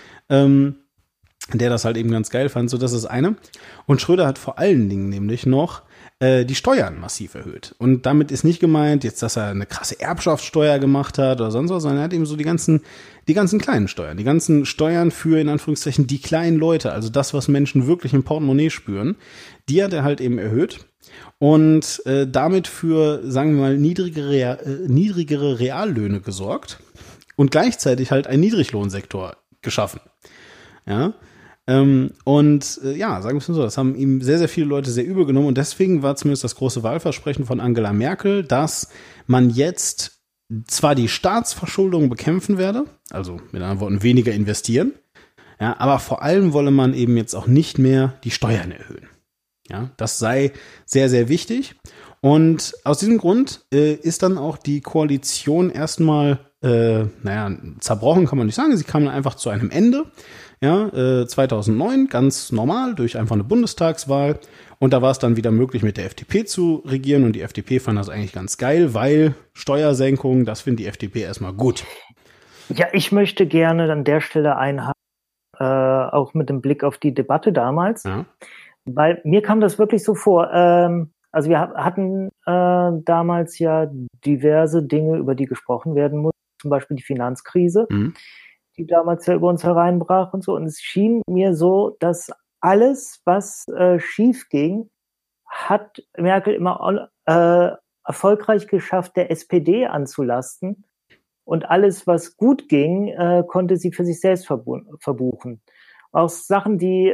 der das halt eben ganz geil fand, so das ist eine. Und Schröder hat vor allen Dingen nämlich noch die Steuern massiv erhöht. Und damit ist nicht gemeint, jetzt, dass er eine krasse Erbschaftssteuer gemacht hat oder sonst was, sondern er hat eben so die ganzen kleinen Steuern, die ganzen Steuern für, in Anführungszeichen, die kleinen Leute, also das, was Menschen wirklich im Portemonnaie spüren, die hat er halt eben erhöht und damit für, sagen wir mal, niedrigere Reallöhne gesorgt und gleichzeitig halt einen Niedriglohnsektor geschaffen. Ja. Sagen wir es mal so, das haben ihm sehr, sehr viele Leute sehr übel genommen und deswegen war zumindest das große Wahlversprechen von Angela Merkel, dass man jetzt zwar die Staatsverschuldung bekämpfen werde, also mit anderen Worten weniger investieren, ja, aber vor allem wolle man eben jetzt auch nicht mehr die Steuern erhöhen. Ja, das sei sehr, sehr wichtig und aus diesem Grund ist dann auch die Koalition erstmal, zerbrochen kann man nicht sagen, sie kam dann einfach zu einem Ende. Ja, 2009, ganz normal, durch einfach eine Bundestagswahl. Und da war es dann wieder möglich, mit der FDP zu regieren. Und die FDP fand das eigentlich ganz geil, weil Steuersenkungen, das findet die FDP erstmal gut. Ja, ich möchte gerne an der Stelle einhaken, auch mit dem Blick auf die Debatte damals. Ja. Weil mir kam das wirklich so vor, also wir hatten damals ja diverse Dinge, über die gesprochen werden mussten, zum Beispiel die Finanzkrise, die damals ja über uns hereinbrach und so. Und es schien mir so, dass alles, was schief ging, hat Merkel immer erfolgreich geschafft, der SPD anzulasten. Und alles, was gut ging, konnte sie für sich selbst verbuchen. Auch Sachen, die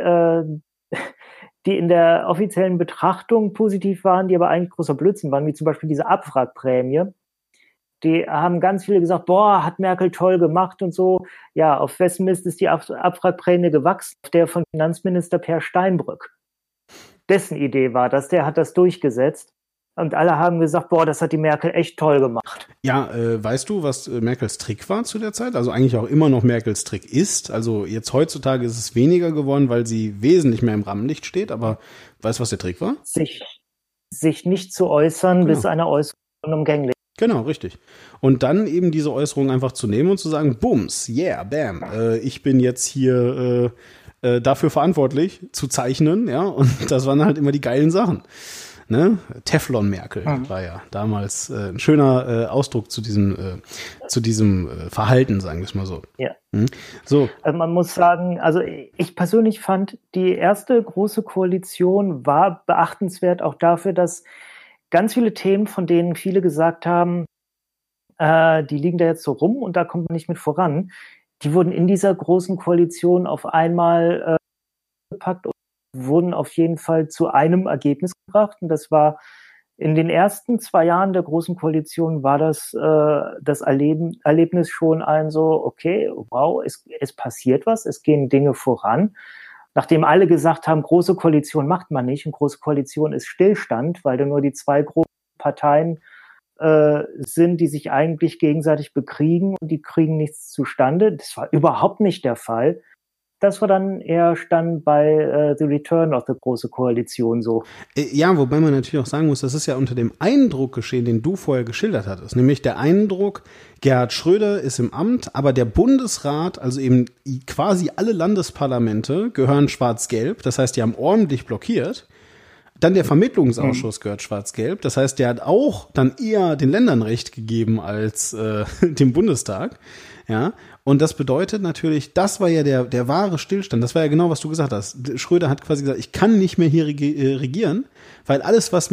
in der offiziellen Betrachtung positiv waren, die aber eigentlich großer Blödsinn waren, wie zum Beispiel diese Abwrackprämie. Die haben ganz viele gesagt, boah, hat Merkel toll gemacht und so. Ja, auf wessen Mist ist die Abwrackprämie gewachsen? Auf der von Finanzminister Per Steinbrück. Dessen Idee war das, der hat das durchgesetzt. Und alle haben gesagt, boah, das hat die Merkel echt toll gemacht. Ja, weißt du, was Merkels Trick war zu der Zeit? Also eigentlich auch immer noch Merkels Trick ist. Also jetzt heutzutage ist es weniger geworden, weil sie wesentlich mehr im Rampenlicht steht. Aber weißt du, was der Trick war? Sich nicht zu äußern, bis eine Äußerung unumgänglich. Genau, richtig. Und dann eben diese Äußerung einfach zu nehmen und zu sagen, bums, yeah, bam, ich bin jetzt hier dafür verantwortlich zu zeichnen, ja, und das waren halt immer die geilen Sachen. Ne? Teflon-Merkel war ja damals ein schöner Ausdruck zu diesem Verhalten, sagen wir es mal so. Ja. So. Also man muss sagen, also ich persönlich fand, die erste große Koalition war beachtenswert auch dafür, dass ganz viele Themen, von denen viele gesagt haben, die liegen da jetzt so rum und da kommt man nicht mit voran, die wurden in dieser großen Koalition auf einmal gepackt und wurden auf jeden Fall zu einem Ergebnis gebracht. Und das war in den ersten 2 Jahren der Großen Koalition war das Erlebnis schon ein so, okay, wow, es passiert was, es gehen Dinge voran. Nachdem alle gesagt haben, Große Koalition macht man nicht und Große Koalition ist Stillstand, weil da nur die 2 großen Parteien sind, die sich eigentlich gegenseitig bekriegen und die kriegen nichts zustande. Das war überhaupt nicht der Fall. Das war dann eher stand bei The Return of the Große Koalition so. Ja, wobei man natürlich auch sagen muss, das ist ja unter dem Eindruck geschehen, den du vorher geschildert hattest. Nämlich der Eindruck, Gerhard Schröder ist im Amt, aber der Bundesrat, also eben quasi alle Landesparlamente gehören schwarz-gelb. Das heißt, die haben ordentlich blockiert. Dann der Vermittlungsausschuss gehört schwarz-gelb. Das heißt, der hat auch dann eher den Ländern Recht gegeben als dem Bundestag. Ja, und das bedeutet natürlich, das war ja der wahre Stillstand. Das war ja genau, was du gesagt hast. Schröder hat quasi gesagt, ich kann nicht mehr hier regieren, weil alles, was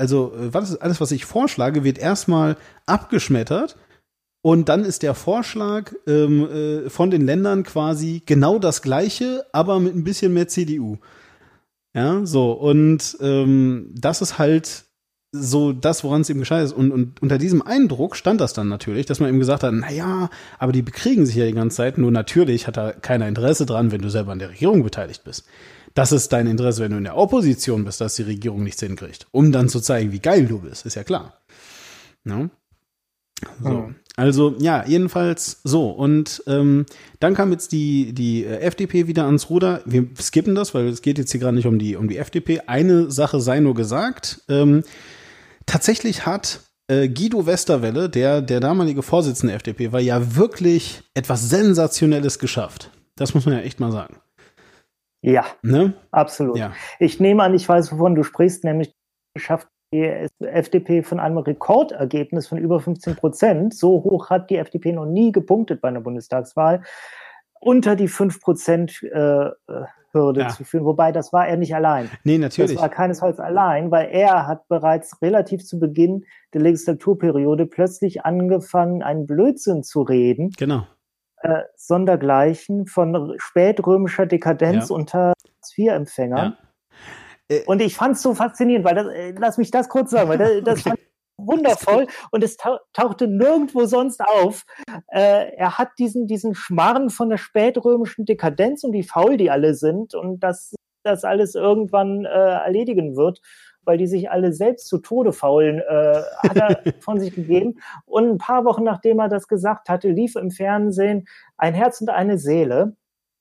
ich vorschlage, wird erstmal abgeschmettert. Und dann ist der Vorschlag von den Ländern quasi genau das Gleiche, aber mit ein bisschen mehr CDU. Ja, so. Und das ist halt so das, woran es eben gescheitert ist. Und unter diesem Eindruck stand das dann natürlich, dass man eben gesagt hat, naja, aber die bekriegen sich ja die ganze Zeit. Nur natürlich hat da keiner Interesse dran, wenn du selber an der Regierung beteiligt bist. Das ist dein Interesse, wenn du in der Opposition bist, dass die Regierung nichts hinkriegt. Um dann zu zeigen, wie geil du bist. Ist ja klar. No? So. Also, ja, jedenfalls so. Und dann kam jetzt die FDP wieder ans Ruder. Wir skippen das, weil es geht jetzt hier gerade nicht um die FDP. Eine Sache sei nur gesagt. Tatsächlich hat Guido Westerwelle, der damalige Vorsitzende der FDP, war ja wirklich etwas Sensationelles geschafft. Das muss man ja echt mal sagen. Ja, ne? Absolut. Ja. Ich nehme an, ich weiß, wovon du sprichst, nämlich geschafft die FDP von einem Rekordergebnis von über 15%. So hoch hat die FDP noch nie gepunktet bei einer Bundestagswahl, unter die 5% Hürde zu führen. Wobei, das war er nicht allein. Nee, natürlich. Das war keinesfalls allein, weil er hat bereits relativ zu Beginn der Legislaturperiode plötzlich angefangen, einen Blödsinn zu reden. Genau. Sondergleichen von spätrömischer Dekadenz unter Hartz-IV-Empfängern. Ja. Und ich fand es so faszinierend, weil lass mich das kurz sagen, weil das fand ich wundervoll und es tauchte nirgendwo sonst auf. Er hat diesen Schmarrn von der spätrömischen Dekadenz und wie faul die alle sind und dass das alles irgendwann erledigen wird, weil die sich alle selbst zu Tode faulen, hat er von sich gegeben. Und ein paar Wochen nachdem er das gesagt hatte, lief im Fernsehen Ein Herz und eine Seele,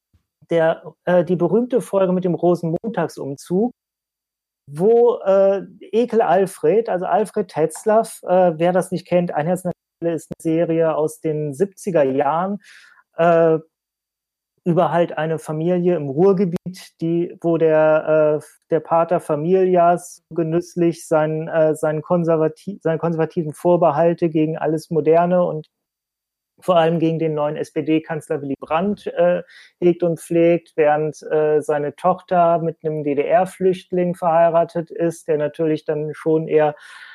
die berühmte Folge mit dem Rosenmontagsumzug, wo Ekel Alfred, also Alfred Tetzlaff, wer das nicht kennt, Ein Herz und eine Seele ist eine Serie aus den 70er Jahren, über halt eine Familie im Ruhrgebiet, wo der Pater Familias genüsslich seine konservativen Vorbehalte gegen alles Moderne und vor allem gegen den neuen SPD-Kanzler Willy Brandt hegt und pflegt, während seine Tochter mit einem DDR-Flüchtling verheiratet ist, der natürlich dann schon eher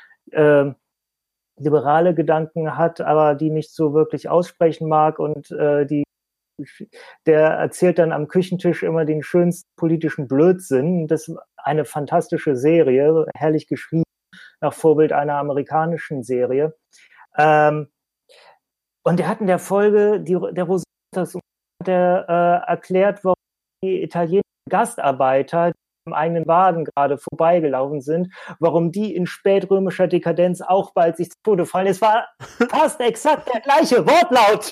liberale Gedanken hat, aber die nicht so wirklich aussprechen mag, und der erzählt dann am Küchentisch immer den schönsten politischen Blödsinn. Das ist eine fantastische Serie, herrlich geschrieben, nach Vorbild einer amerikanischen Serie. Und er hat in der Folge, der Rosenthal, erklärt, warum die italienischen Gastarbeiter, die im eigenen Wagen gerade vorbeigelaufen sind, warum die in spätrömischer Dekadenz auch bald sich zu Tode fallen. Es war fast exakt der gleiche Wortlaut.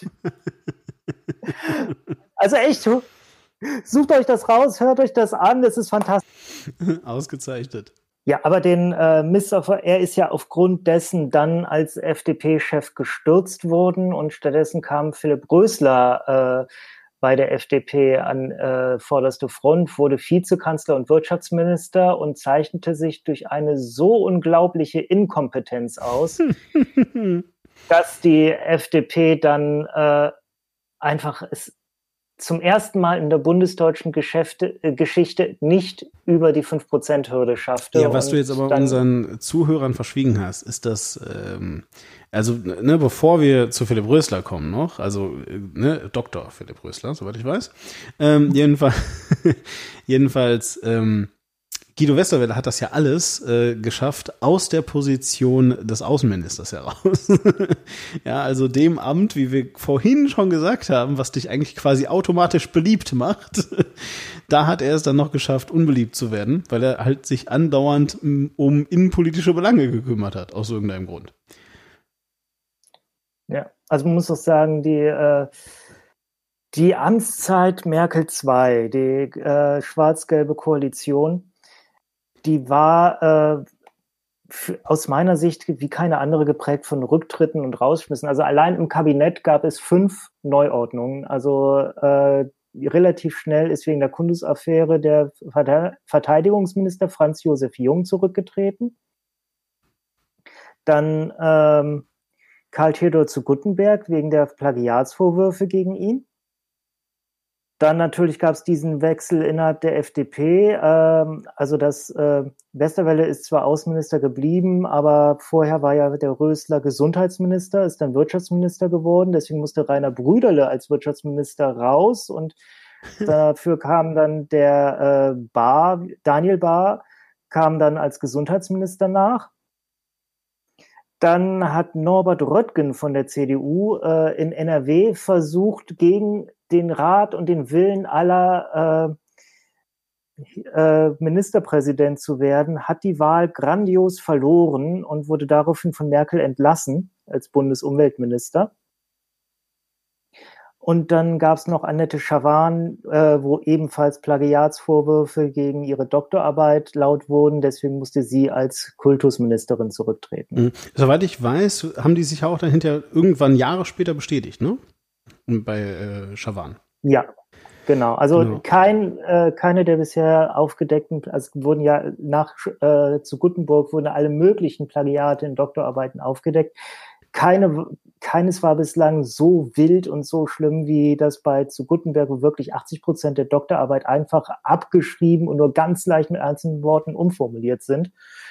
Also echt, sucht euch das raus, hört euch das an, das ist fantastisch. Ausgezeichnet. Ja, aber er ist ja aufgrund dessen dann als FDP-Chef gestürzt worden, und stattdessen kam Philipp Rösler bei der FDP an vorderste Front, wurde Vizekanzler und Wirtschaftsminister und zeichnete sich durch eine so unglaubliche Inkompetenz aus, dass die FDP dann einfach es zum ersten Mal in der bundesdeutschen Geschichte nicht über die 5%-Hürde schaffte. Ja, was du jetzt aber unseren Zuhörern verschwiegen hast, ist das, bevor wir zu Philipp Rösler kommen noch, Dr. Philipp Rösler, soweit ich weiß, jedenfalls, Guido Westerwelle hat das ja alles geschafft aus der Position des Außenministers heraus. Ja, also dem Amt, wie wir vorhin schon gesagt haben, was dich eigentlich quasi automatisch beliebt macht. Da hat er es dann noch geschafft, unbeliebt zu werden, weil er halt sich andauernd um innenpolitische Belange gekümmert hat, aus irgendeinem Grund. Ja, also man muss doch sagen, die Amtszeit Merkel II, die schwarz-gelbe Koalition, die war aus meiner Sicht wie keine andere geprägt von Rücktritten und Rausschmissen. Also allein im Kabinett gab es 5 Neuordnungen. Also relativ schnell ist wegen der Kundus-Affäre der Verteidigungsminister Franz Josef Jung zurückgetreten. Dann Karl Theodor zu Guttenberg wegen der Plagiatsvorwürfe gegen ihn. Dann natürlich gab es diesen Wechsel innerhalb der FDP. Westerwelle ist zwar Außenminister geblieben, aber vorher war ja der Rösler Gesundheitsminister, ist dann Wirtschaftsminister geworden. Deswegen musste Rainer Brüderle als Wirtschaftsminister raus, und dafür kam dann der Daniel Bahr, kam dann als Gesundheitsminister nach. Dann hat Norbert Röttgen von der CDU in NRW versucht, gegen den Rat und den Willen aller Ministerpräsident zu werden, hat die Wahl grandios verloren und wurde daraufhin von Merkel entlassen als Bundesumweltminister. Und dann gab es noch Annette Schavan, wo ebenfalls Plagiatsvorwürfe gegen ihre Doktorarbeit laut wurden. Deswegen musste sie als Kultusministerin zurücktreten. Soweit ich weiß, haben die sich auch dann hinterher irgendwann Jahre später bestätigt, ne? Bei Schavan. Ja, genau. Also keine der bisher aufgedeckten, also wurden ja zu Guttenberg wurden alle möglichen Plagiate in Doktorarbeiten aufgedeckt. Keines war bislang so wild und so schlimm wie das zu Guttenberg, wo wirklich 80% der Doktorarbeit einfach abgeschrieben und nur ganz leicht mit einzelnen Worten umformuliert sind.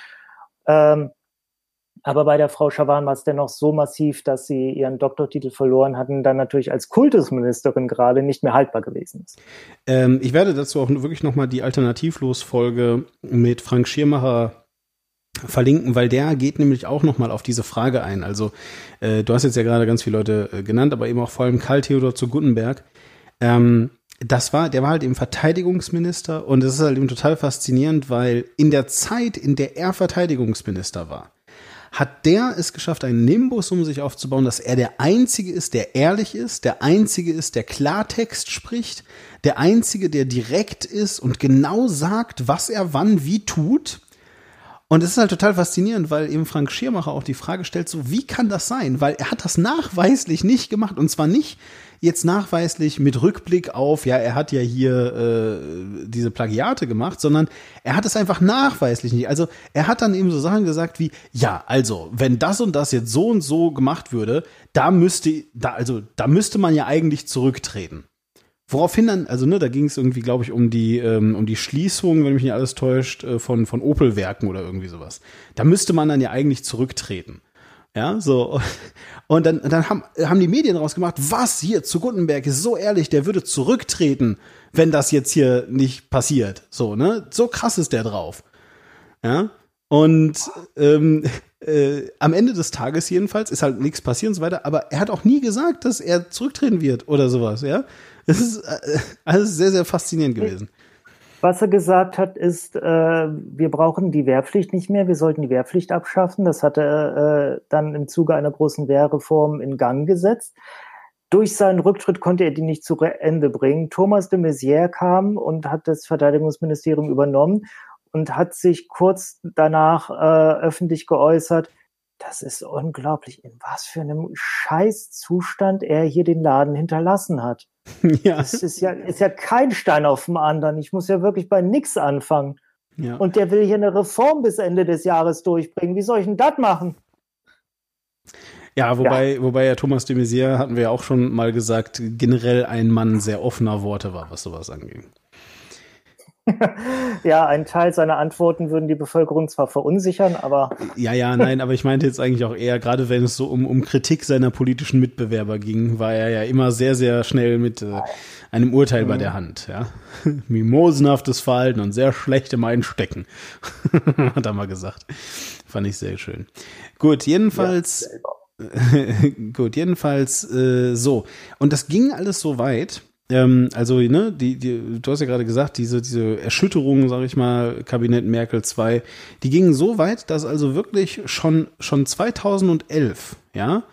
Aber bei der Frau Schavan war es dennoch so massiv, dass sie ihren Doktortitel verloren hatten, dann natürlich als Kultusministerin gerade nicht mehr haltbar gewesen ist. Ich werde dazu auch wirklich nochmal die Alternativlos-Folge mit Frank Schirmacher verlinken, weil der geht nämlich auch nochmal auf diese Frage ein. Also du hast jetzt ja gerade ganz viele Leute genannt, aber eben auch vor allem Karl Theodor zu Guttenberg. Der war halt eben Verteidigungsminister, und es ist halt eben total faszinierend, weil in der Zeit, in der er Verteidigungsminister war, hat der es geschafft, einen Nimbus um sich aufzubauen, dass er der Einzige ist, der ehrlich ist, der Einzige ist, der Klartext spricht, der Einzige, der direkt ist und genau sagt, was er wann wie tut. Und es ist halt total faszinierend, weil eben Frank Schirmacher auch die Frage stellt, so wie kann das sein? Weil er hat das nachweislich nicht gemacht und zwar nicht jetzt nachweislich mit Rückblick auf, ja, er hat ja hier diese Plagiate gemacht, sondern er hat es einfach nachweislich nicht. Also er hat dann eben so Sachen gesagt wie, ja, also wenn das und das jetzt so und so gemacht würde, da müsste man ja eigentlich zurücktreten. Woraufhin dann, also da ging es irgendwie, glaube ich, um die Schließung, wenn mich nicht alles täuscht, von Opel-Werken oder irgendwie sowas. Da müsste man dann ja eigentlich zurücktreten. Ja, so. Und dann haben die Medien rausgemacht, was hier zu Guttenberg ist so ehrlich, der würde zurücktreten, wenn das jetzt hier nicht passiert. So, ne? So krass ist der drauf. Ja. Und am Ende des Tages jedenfalls ist halt nichts passiert und so weiter, aber er hat auch nie gesagt, dass er zurücktreten wird oder sowas, ja. Das ist alles sehr, sehr faszinierend gewesen. Was er gesagt hat, ist, wir brauchen die Wehrpflicht nicht mehr, wir sollten die Wehrpflicht abschaffen. Das hat er dann im Zuge einer großen Wehrreform in Gang gesetzt. Durch seinen Rücktritt konnte er die nicht zu Ende bringen. Thomas de Maizière kam und hat das Verteidigungsministerium übernommen und hat sich kurz danach öffentlich geäußert, das ist unglaublich, in was für einem Scheißzustand er hier den Laden hinterlassen hat. Ja. Das ist ja kein Stein auf dem anderen. Ich muss ja wirklich bei nix anfangen. Ja. Und der will hier eine Reform bis Ende des Jahres durchbringen. Wie soll ich denn das machen? Ja, wobei ja Thomas de Maizière, hatten wir ja auch schon mal gesagt, generell ein Mann sehr offener Worte war, was sowas anging. Ja, ein Teil seiner Antworten würden die Bevölkerung zwar verunsichern, aber... Nein, aber ich meinte jetzt eigentlich auch eher, gerade wenn es so um Kritik seiner politischen Mitbewerber ging, war er ja immer sehr, sehr schnell mit einem Urteil bei der Hand. Ja? Mimosenhaftes Verhalten und sehr schlechtem Einstecken, hat er mal gesagt. Fand ich sehr schön. Gut, jedenfalls... so. Und das ging alles so weit... Also, ne, du hast ja gerade gesagt, diese Erschütterung, sag ich mal, Kabinett Merkel II, die gingen so weit, dass also wirklich schon 2011, ja,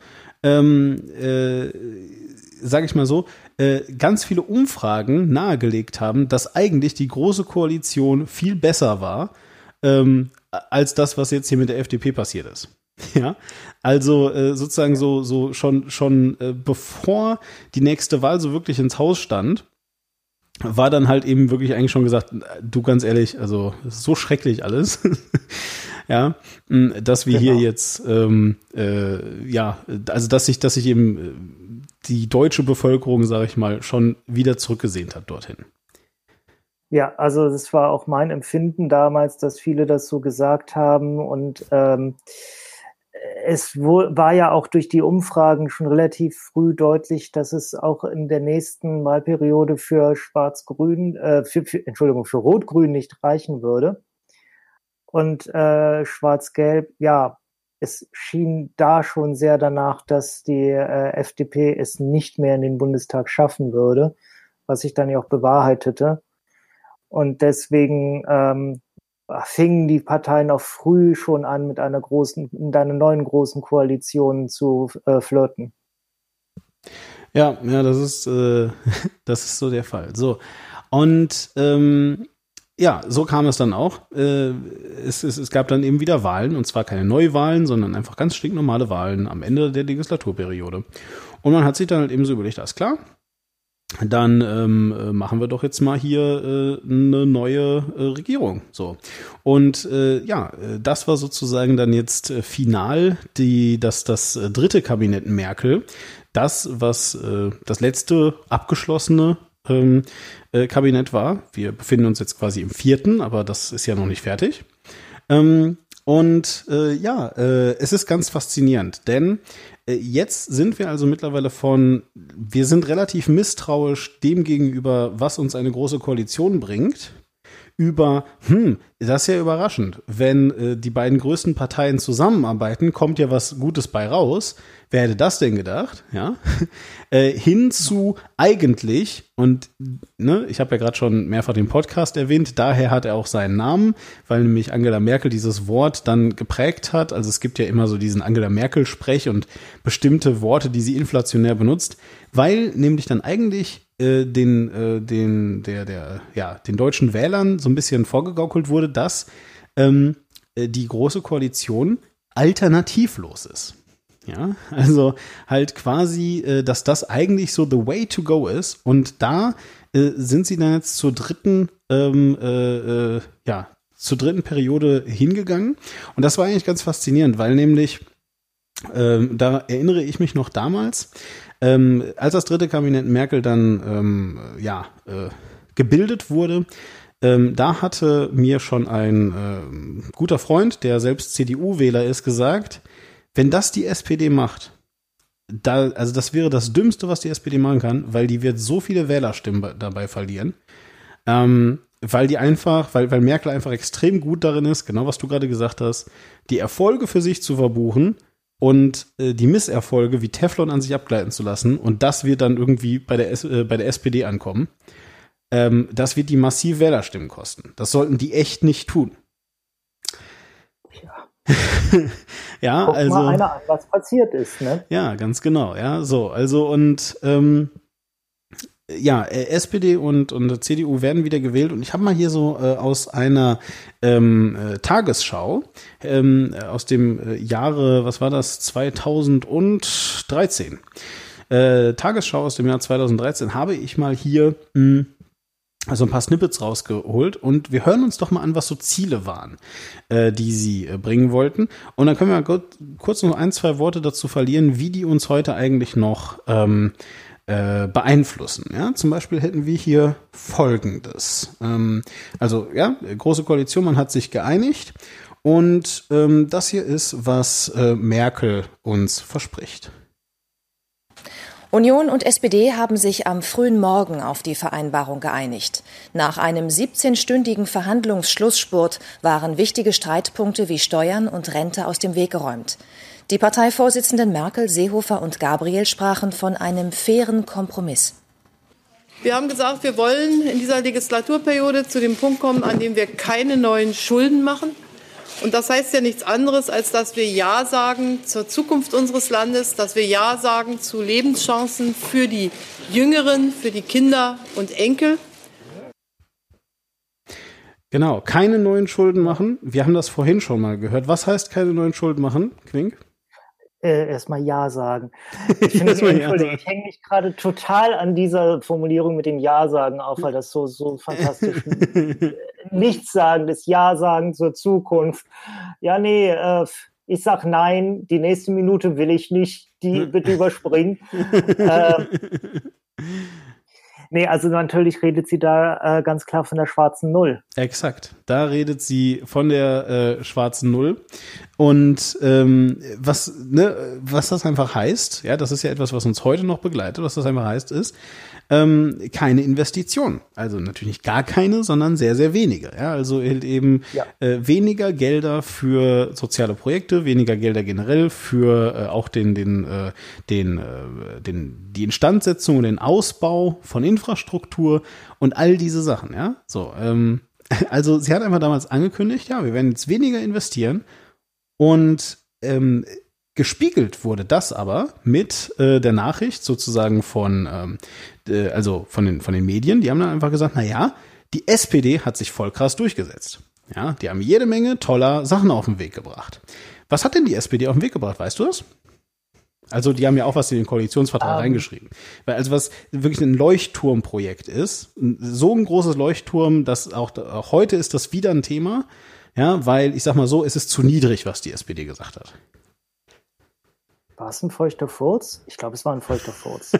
sag ich mal so, ganz viele Umfragen nahegelegt haben, dass eigentlich die Große Koalition viel besser war, als das, was jetzt hier mit der FDP passiert ist. Ja, also sozusagen so schon bevor die nächste Wahl so wirklich ins Haus stand, war dann halt eben wirklich eigentlich schon gesagt, du ganz ehrlich, also es ist so schrecklich alles, ja, dass wir hier jetzt also dass sich eben die deutsche Bevölkerung, sage ich mal, schon wieder zurückgesehnt hat dorthin. Ja, also das war auch mein Empfinden damals, dass viele das so gesagt haben und es war ja auch durch die Umfragen schon relativ früh deutlich, dass es auch in der nächsten Wahlperiode für Schwarz-Grün, für Rot-Grün nicht reichen würde. Und Schwarz-Gelb, ja, es schien da schon sehr danach, dass die FDP es nicht mehr in den Bundestag schaffen würde, was sich dann ja auch bewahrheitete. Und deswegen fingen die Parteien auch früh schon an, mit einer neuen großen Koalition zu flirten. Ja, das ist so der Fall. So. Und so kam es dann auch. Es gab dann eben wieder Wahlen, und zwar keine Neuwahlen, sondern einfach ganz stinknormale Wahlen am Ende der Legislaturperiode. Und man hat sich dann halt eben so überlegt, alles klar, dann machen wir doch jetzt mal hier eine neue Regierung. So. Und das war sozusagen dann jetzt final das dritte Kabinett Merkel. Das, was das letzte abgeschlossene Kabinett war. Wir befinden uns jetzt quasi im vierten, aber das ist ja noch nicht fertig. Es ist ganz faszinierend, denn jetzt sind wir also mittlerweile wir sind relativ misstrauisch dem gegenüber, was uns eine große Koalition bringt, über, das ist ja überraschend, wenn die beiden größten Parteien zusammenarbeiten, kommt ja was Gutes bei raus. Wer hätte das denn gedacht? Ja, hin zu eigentlich, und ne, ich habe ja gerade schon mehrfach den Podcast erwähnt, daher hat er auch seinen Namen, weil nämlich Angela Merkel dieses Wort dann geprägt hat. Also es gibt ja immer so diesen Angela Merkel-Sprech und bestimmte Worte, die sie inflationär benutzt, weil nämlich dann eigentlich den deutschen Wählern so ein bisschen vorgegaukelt wurde, dass die Große Koalition alternativlos ist. Ja, also halt quasi, dass das eigentlich so the way to go ist. Und da sind sie dann jetzt zur dritten Periode hingegangen. Und das war eigentlich ganz faszinierend, weil nämlich, da erinnere ich mich noch damals, als das dritte Kabinett Merkel dann gebildet wurde, da hatte mir schon ein guter Freund, der selbst CDU-Wähler ist, gesagt, wenn das die SPD macht, also das wäre das Dümmste, was die SPD machen kann, weil die wird so viele Wählerstimmen dabei verlieren, weil Merkel einfach extrem gut darin ist, genau was du gerade gesagt hast, die Erfolge für sich zu verbuchen und die Misserfolge wie Teflon an sich abgleiten zu lassen, und das wird dann irgendwie bei der SPD ankommen. Das wird die massiv Wählerstimmen kosten. Das sollten die echt nicht tun. Ja, Guck also mal einer an, was passiert ist, ne? Ja, ganz genau. Ja, so, also und SPD und CDU werden wieder gewählt, und ich habe mal hier so aus einer Tagesschau aus dem Jahre, was war das, 2013. Tagesschau aus dem Jahr 2013 habe ich mal hier also ein paar Snippets rausgeholt, und wir hören uns doch mal an, was so Ziele waren, die sie bringen wollten. Und dann können wir kurz noch 1-2 Worte dazu verlieren, wie die uns heute eigentlich noch beeinflussen. Ja, zum Beispiel hätten wir hier Folgendes. Große Koalition, man hat sich geeinigt, und das hier ist, was Merkel uns verspricht. Union und SPD haben sich am frühen Morgen auf die Vereinbarung geeinigt. Nach einem 17-stündigen Verhandlungsschlussspurt waren wichtige Streitpunkte wie Steuern und Rente aus dem Weg geräumt. Die Parteivorsitzenden Merkel, Seehofer und Gabriel sprachen von einem fairen Kompromiss. Wir haben gesagt, wir wollen in dieser Legislaturperiode zu dem Punkt kommen, an dem wir keine neuen Schulden machen. Und das heißt ja nichts anderes, als dass wir Ja sagen zur Zukunft unseres Landes, dass wir Ja sagen zu Lebenschancen für die Jüngeren, für die Kinder und Enkel. Genau, keine neuen Schulden machen. Wir haben das vorhin schon mal gehört. Was heißt keine neuen Schulden machen, Quink? Erstmal Ja sagen. Ich hänge mich gerade total an dieser Formulierung mit dem Ja sagen auf, weil das so fantastisch Nichtssagendes Ja sagen zur Zukunft. Ja, nee, ich sag nein, die nächste Minute will ich nicht, die bitte überspringen. Nee, also natürlich redet sie da ganz klar von der schwarzen Null. Exakt, da redet sie von der schwarzen Null. Und was das einfach heißt, ja, das ist ja etwas, was uns heute noch begleitet, was das einfach heißt, ist, keine Investition. Also natürlich nicht gar keine, sondern sehr, sehr wenige. Ja, also eben weniger Gelder für soziale Projekte, weniger Gelder generell für auch die Instandsetzung und den Ausbau von Infrastruktur und all diese Sachen. Ja, so. Also sie hat einfach damals angekündigt, ja, wir werden jetzt weniger investieren, und gespiegelt wurde das aber mit der Nachricht sozusagen von den Medien. Die haben dann einfach gesagt, na, die SPD hat sich voll krass durchgesetzt. Ja, die haben jede Menge toller Sachen auf den Weg gebracht. Was hat denn die SPD auf den Weg gebracht, weißt du das? Also die haben ja auch was in den Koalitionsvertrag reingeschrieben. Weil also was wirklich ein Leuchtturmprojekt ist, so ein großes Leuchtturm, dass auch heute ist das wieder ein Thema. Ja, weil, ich sag mal so, es ist zu niedrig, was die SPD gesagt hat. War es ein feuchter Furz? Ich glaube, es war ein feuchter Furz.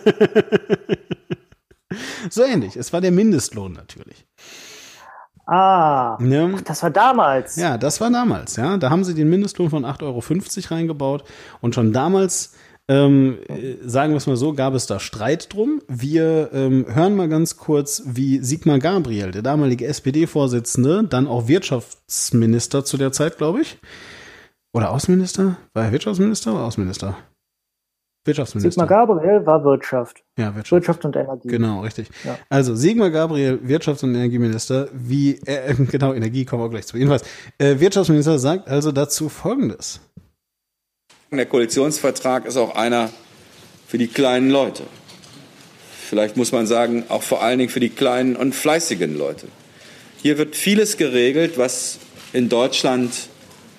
So ähnlich. Es war der Mindestlohn natürlich. Ah, ja. Ach, das war damals. Ja, das war damals. Ja, da haben sie den Mindestlohn von 8,50 Euro reingebaut. Und schon damals, sagen wir es mal so, gab es da Streit drum. Wir hören mal ganz kurz, wie Sigmar Gabriel, der damalige SPD-Vorsitzende, dann auch Wirtschaftsminister zu der Zeit, glaube ich. Oder Außenminister? War er Wirtschaftsminister oder Außenminister? Wirtschaftsminister. Sigmar Gabriel war Wirtschaft. Ja, Wirtschaft. Wirtschaft und Energie. Genau, richtig. Ja. Also Sigmar Gabriel, Wirtschafts- und Energieminister, genau, Energie kommen wir auch gleich zu. Jedenfalls, Wirtschaftsminister sagt also dazu Folgendes. Der Koalitionsvertrag ist auch einer für die kleinen Leute. Vielleicht muss man sagen, auch vor allen Dingen für die kleinen und fleißigen Leute. Hier wird vieles geregelt, was in Deutschland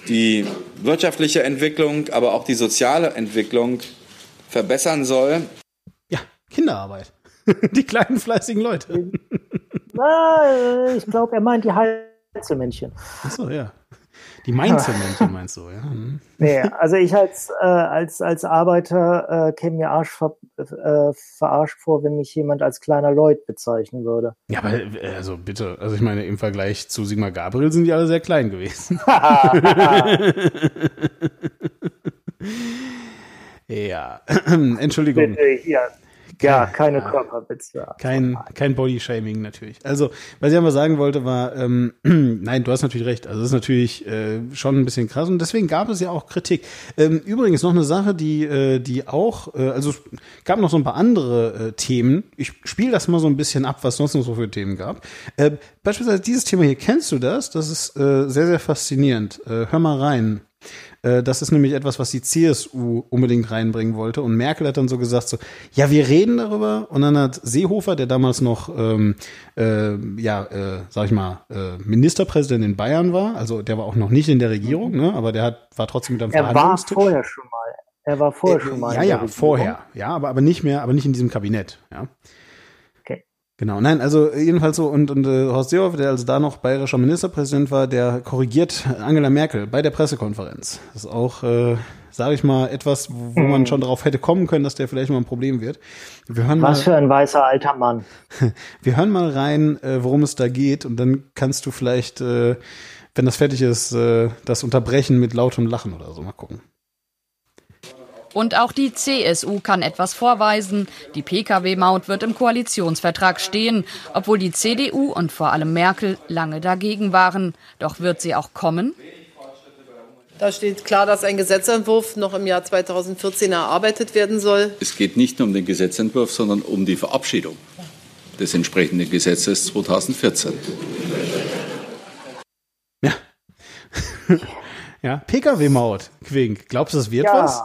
die wirtschaftliche Entwicklung, aber auch die soziale Entwicklung verbessern soll. Ja, Kinderarbeit. Die kleinen fleißigen Leute. Ich glaube, er meint die Heinzelmännchen. Achso, ja. Die Mainzelmännchen meinst du, ja? Nee, also ich als Arbeiter käme mir verarscht vor, wenn mich jemand als kleiner Lloyd bezeichnen würde. Ja, aber also bitte, also ich meine, im Vergleich zu Sigmar Gabriel sind die alle sehr klein gewesen. Ja, Entschuldigung. Bitte, hier. Ja, keine Körperwitze. Kein Bodyshaming natürlich. Also, was ich aber sagen wollte, war, nein, du hast natürlich recht. Also, das ist natürlich schon ein bisschen krass und deswegen gab es ja auch Kritik. Übrigens noch eine Sache, die auch, also es gab noch so ein paar andere Themen. Ich spiele das mal so ein bisschen ab, was sonst noch so für Themen gab. Beispielsweise dieses Thema hier, kennst du das? Das ist sehr, sehr faszinierend. Hör mal rein. Das ist nämlich etwas, was die CSU unbedingt reinbringen wollte. Und Merkel hat dann so gesagt, so, ja, wir reden darüber. Und dann hat Seehofer, der damals noch, Ministerpräsident in Bayern war, also der war auch noch nicht in der Regierung, ne, aber war trotzdem mit am Verhandlungstisch. Er war vorher schon mal. Ja, vorher. Ja, aber nicht in diesem Kabinett, ja. Genau, nein, also jedenfalls so und Horst Seehofer, der also da noch bayerischer Ministerpräsident war, der korrigiert Angela Merkel bei der Pressekonferenz. Das ist auch, sage ich mal, etwas, wo man schon darauf hätte kommen können, dass der vielleicht mal ein Problem wird. Was für ein weißer alter Mann. Wir hören mal rein, worum es da geht und dann kannst du vielleicht, wenn das fertig ist, das unterbrechen mit lautem Lachen oder so. Mal gucken. Und auch die CSU kann etwas vorweisen. Die Pkw-Maut wird im Koalitionsvertrag stehen, obwohl die CDU und vor allem Merkel lange dagegen waren. Doch wird sie auch kommen? Da steht klar, dass ein Gesetzentwurf noch im Jahr 2014 erarbeitet werden soll. Es geht nicht nur um den Gesetzentwurf, sondern um die Verabschiedung des entsprechenden Gesetzes 2014. Ja. Ja, Pkw-Maut, Quink. Glaubst du, das wird was?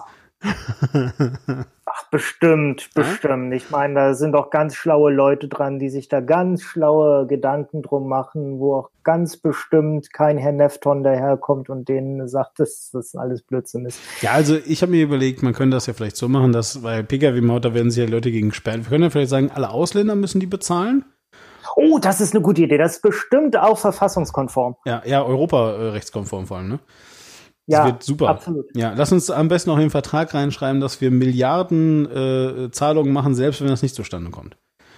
Ach, bestimmt. Ich meine, da sind auch ganz schlaue Leute dran, die sich da ganz schlaue Gedanken drum machen, wo auch ganz bestimmt kein Herr Nefton daherkommt und denen sagt, dass das alles Blödsinn ist. Ja, also ich habe mir überlegt, man könnte das ja vielleicht so machen, dass bei Pkw-Maut, da werden sich ja Leute gegen gesperrt. Wir können ja vielleicht sagen, alle Ausländer müssen die bezahlen. Oh, das ist eine gute Idee. Das ist bestimmt auch verfassungskonform. Ja, europarechtskonform vor allem, ne? Das Ja, wird super. Absolut. Ja, lass uns am besten auch in den Vertrag reinschreiben, dass wir Milliarden Zahlungen machen, selbst wenn das nicht zustande kommt.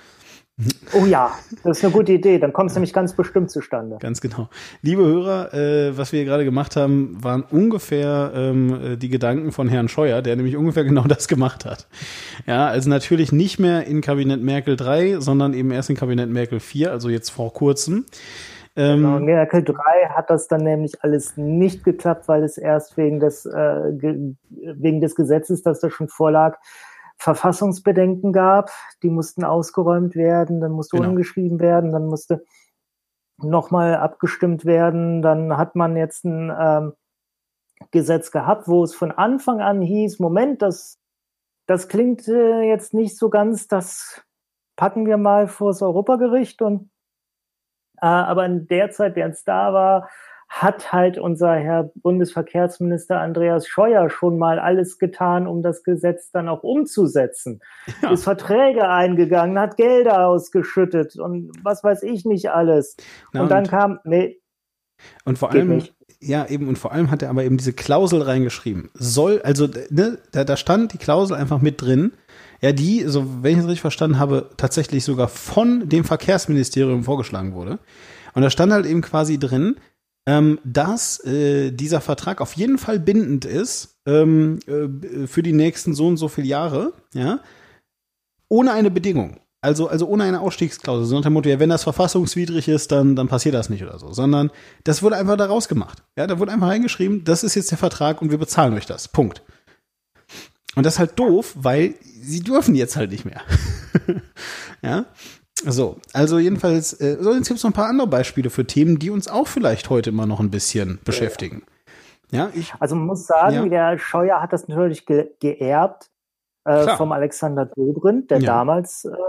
Oh ja, das ist eine gute Idee. Dann kommt es nämlich ganz bestimmt zustande. Ganz genau. Liebe Hörer, was wir hier gerade gemacht haben, waren ungefähr die Gedanken von Herrn Scheuer, der nämlich ungefähr genau das gemacht hat. Ja, also natürlich nicht mehr in Kabinett Merkel 3, sondern eben erst in Kabinett Merkel 4, also jetzt vor kurzem. Genau, Merkel 3 hat das dann nämlich alles nicht geklappt, weil es erst wegen des Gesetzes, das da schon vorlag, Verfassungsbedenken gab. Die mussten ausgeräumt werden, dann musste umgeschrieben werden, dann musste nochmal abgestimmt werden. Dann hat man jetzt ein Gesetz gehabt, wo es von Anfang an hieß, Moment, das klingt jetzt nicht so ganz, das packen wir mal vors Europagericht und aber in der Zeit, während es da war, hat halt unser Herr Bundesverkehrsminister Andreas Scheuer schon mal alles getan, um das Gesetz dann auch umzusetzen. Ja. Ist Verträge eingegangen, hat Gelder ausgeschüttet und was weiß ich nicht alles. Und dann kam, und vor allem, und vor allem hat er aber eben diese Klausel reingeschrieben. Da stand die Klausel einfach mit drin. Ja, die, so wenn ich es richtig verstanden habe, tatsächlich sogar von dem Verkehrsministerium vorgeschlagen wurde. Und da stand halt eben quasi drin, dass dieser Vertrag auf jeden Fall bindend ist für die nächsten so und so viele Jahre, ja, ohne eine Bedingung. Also ohne eine Ausstiegsklausel, sondern der Motto, ja, wenn das verfassungswidrig ist, dann passiert das nicht oder so. Sondern das wurde einfach da rausgemacht. Ja, da wurde einfach reingeschrieben, das ist jetzt der Vertrag und wir bezahlen euch das. Punkt. Und das ist halt doof, weil sie dürfen jetzt halt nicht mehr. Ja, so. Also jedenfalls, jetzt gibt es noch ein paar andere Beispiele für Themen, die uns auch vielleicht heute immer noch ein bisschen beschäftigen. Ja, also man muss sagen, der Scheuer hat das natürlich geerbt vom Alexander Dobrindt, der damals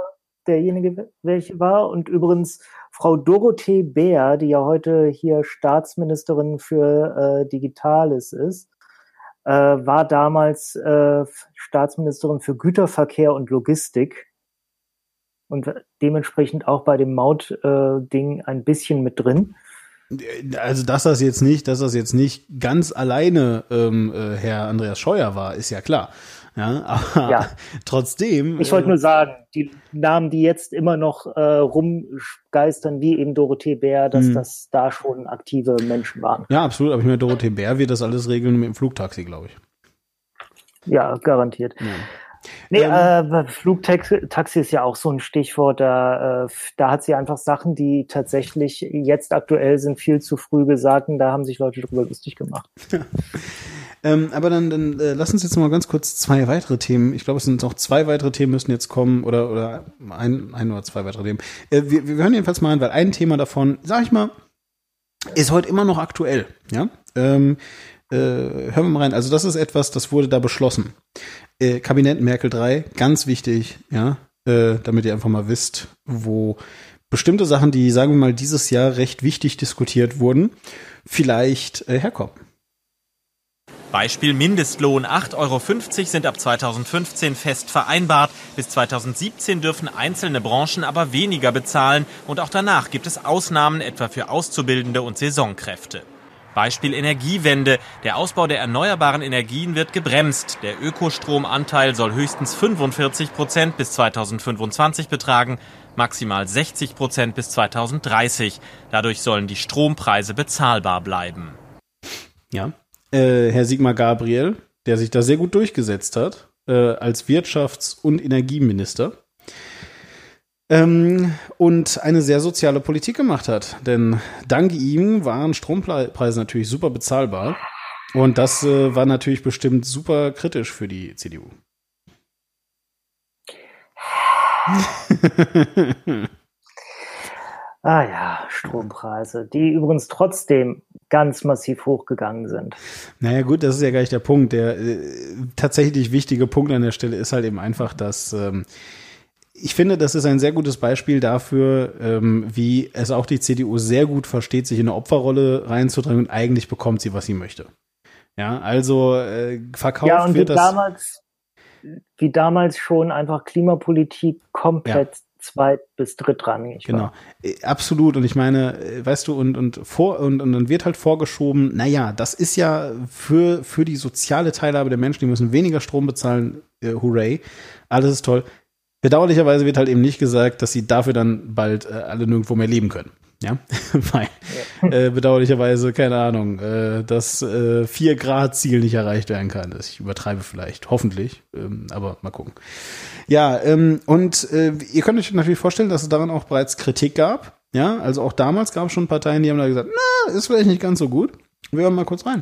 derjenige welche war. Und übrigens Frau Dorothee Bär, die ja heute hier Staatsministerin für Digitales ist, war damals Staatsministerin für Güterverkehr und Logistik und dementsprechend auch bei dem Maut-Ding ein bisschen mit drin. Also, dass das jetzt nicht ganz alleine Herr Andreas Scheuer war, ist ja klar. Ja, aber trotzdem. Ich wollte nur sagen, die Namen, die jetzt immer noch rumgeistern, wie eben Dorothee Bär, dass das da schon aktive Menschen waren. Ja, absolut. Aber ich meine, Dorothee Bär wird das alles regeln mit dem Flugtaxi, glaube ich. Ja, garantiert. Ja. Nee, Flugtaxi ist ja auch so ein Stichwort. Da hat sie einfach Sachen, die tatsächlich jetzt aktuell sind, viel zu früh gesagt. Und da haben sich Leute drüber lustig gemacht. Aber dann lass uns jetzt mal ganz kurz 2 weitere Themen. Ich glaube, es sind noch 2 weitere Themen müssen jetzt kommen oder ein oder 2 weitere Themen. Wir hören jedenfalls mal an, weil ein Thema davon, sag ich mal, ist heute immer noch aktuell. Ja. Hören wir mal rein. Also das ist etwas, das wurde da beschlossen. Kabinett Merkel 3, ganz wichtig, ja, damit ihr einfach mal wisst, wo bestimmte Sachen, die, sagen wir mal, dieses Jahr recht wichtig diskutiert wurden, vielleicht herkommen. Beispiel Mindestlohn 8,50 € sind ab 2015 fest vereinbart. Bis 2017 dürfen einzelne Branchen aber weniger bezahlen. Und auch danach gibt es Ausnahmen, etwa für Auszubildende und Saisonkräfte. Beispiel Energiewende. Der Ausbau der erneuerbaren Energien wird gebremst. Der Ökostromanteil soll höchstens 45% bis 2025 betragen, maximal 60% bis 2030. Dadurch sollen die Strompreise bezahlbar bleiben. Ja. Herr Sigmar Gabriel, der sich da sehr gut durchgesetzt hat, als Wirtschafts- und Energieminister und eine sehr soziale Politik gemacht hat. Denn dank ihm waren Strompreise natürlich super bezahlbar und das war natürlich bestimmt super kritisch für die CDU. Ah ja, Strompreise, die übrigens trotzdem ganz massiv hochgegangen sind. Naja gut, das ist ja gar nicht der Punkt. Der tatsächlich wichtige Punkt an der Stelle ist halt eben einfach, dass ich finde, das ist ein sehr gutes Beispiel dafür, wie es auch die CDU sehr gut versteht, sich in eine Opferrolle reinzudrängen und eigentlich bekommt sie, was sie möchte. Ja, also verkauft wird das. Wie damals schon einfach Klimapolitik komplett zweit- bis drittrangig. Genau, absolut. Und ich meine, weißt du, und dann wird halt vorgeschoben, naja, das ist ja für die soziale Teilhabe der Menschen, die müssen weniger Strom bezahlen, hooray, alles ist toll. Bedauerlicherweise wird halt eben nicht gesagt, dass sie dafür dann bald alle nirgendwo mehr leben können. Ja, weil bedauerlicherweise, keine Ahnung, das 4-Grad-Ziel nicht erreicht werden kann. Ich übertreibe vielleicht, hoffentlich, aber mal gucken. Ja, und ihr könnt euch natürlich vorstellen, dass es daran auch bereits Kritik gab. Ja, also auch damals gab es schon Parteien, die haben da gesagt, na, ist vielleicht nicht ganz so gut. Wir hören mal kurz rein.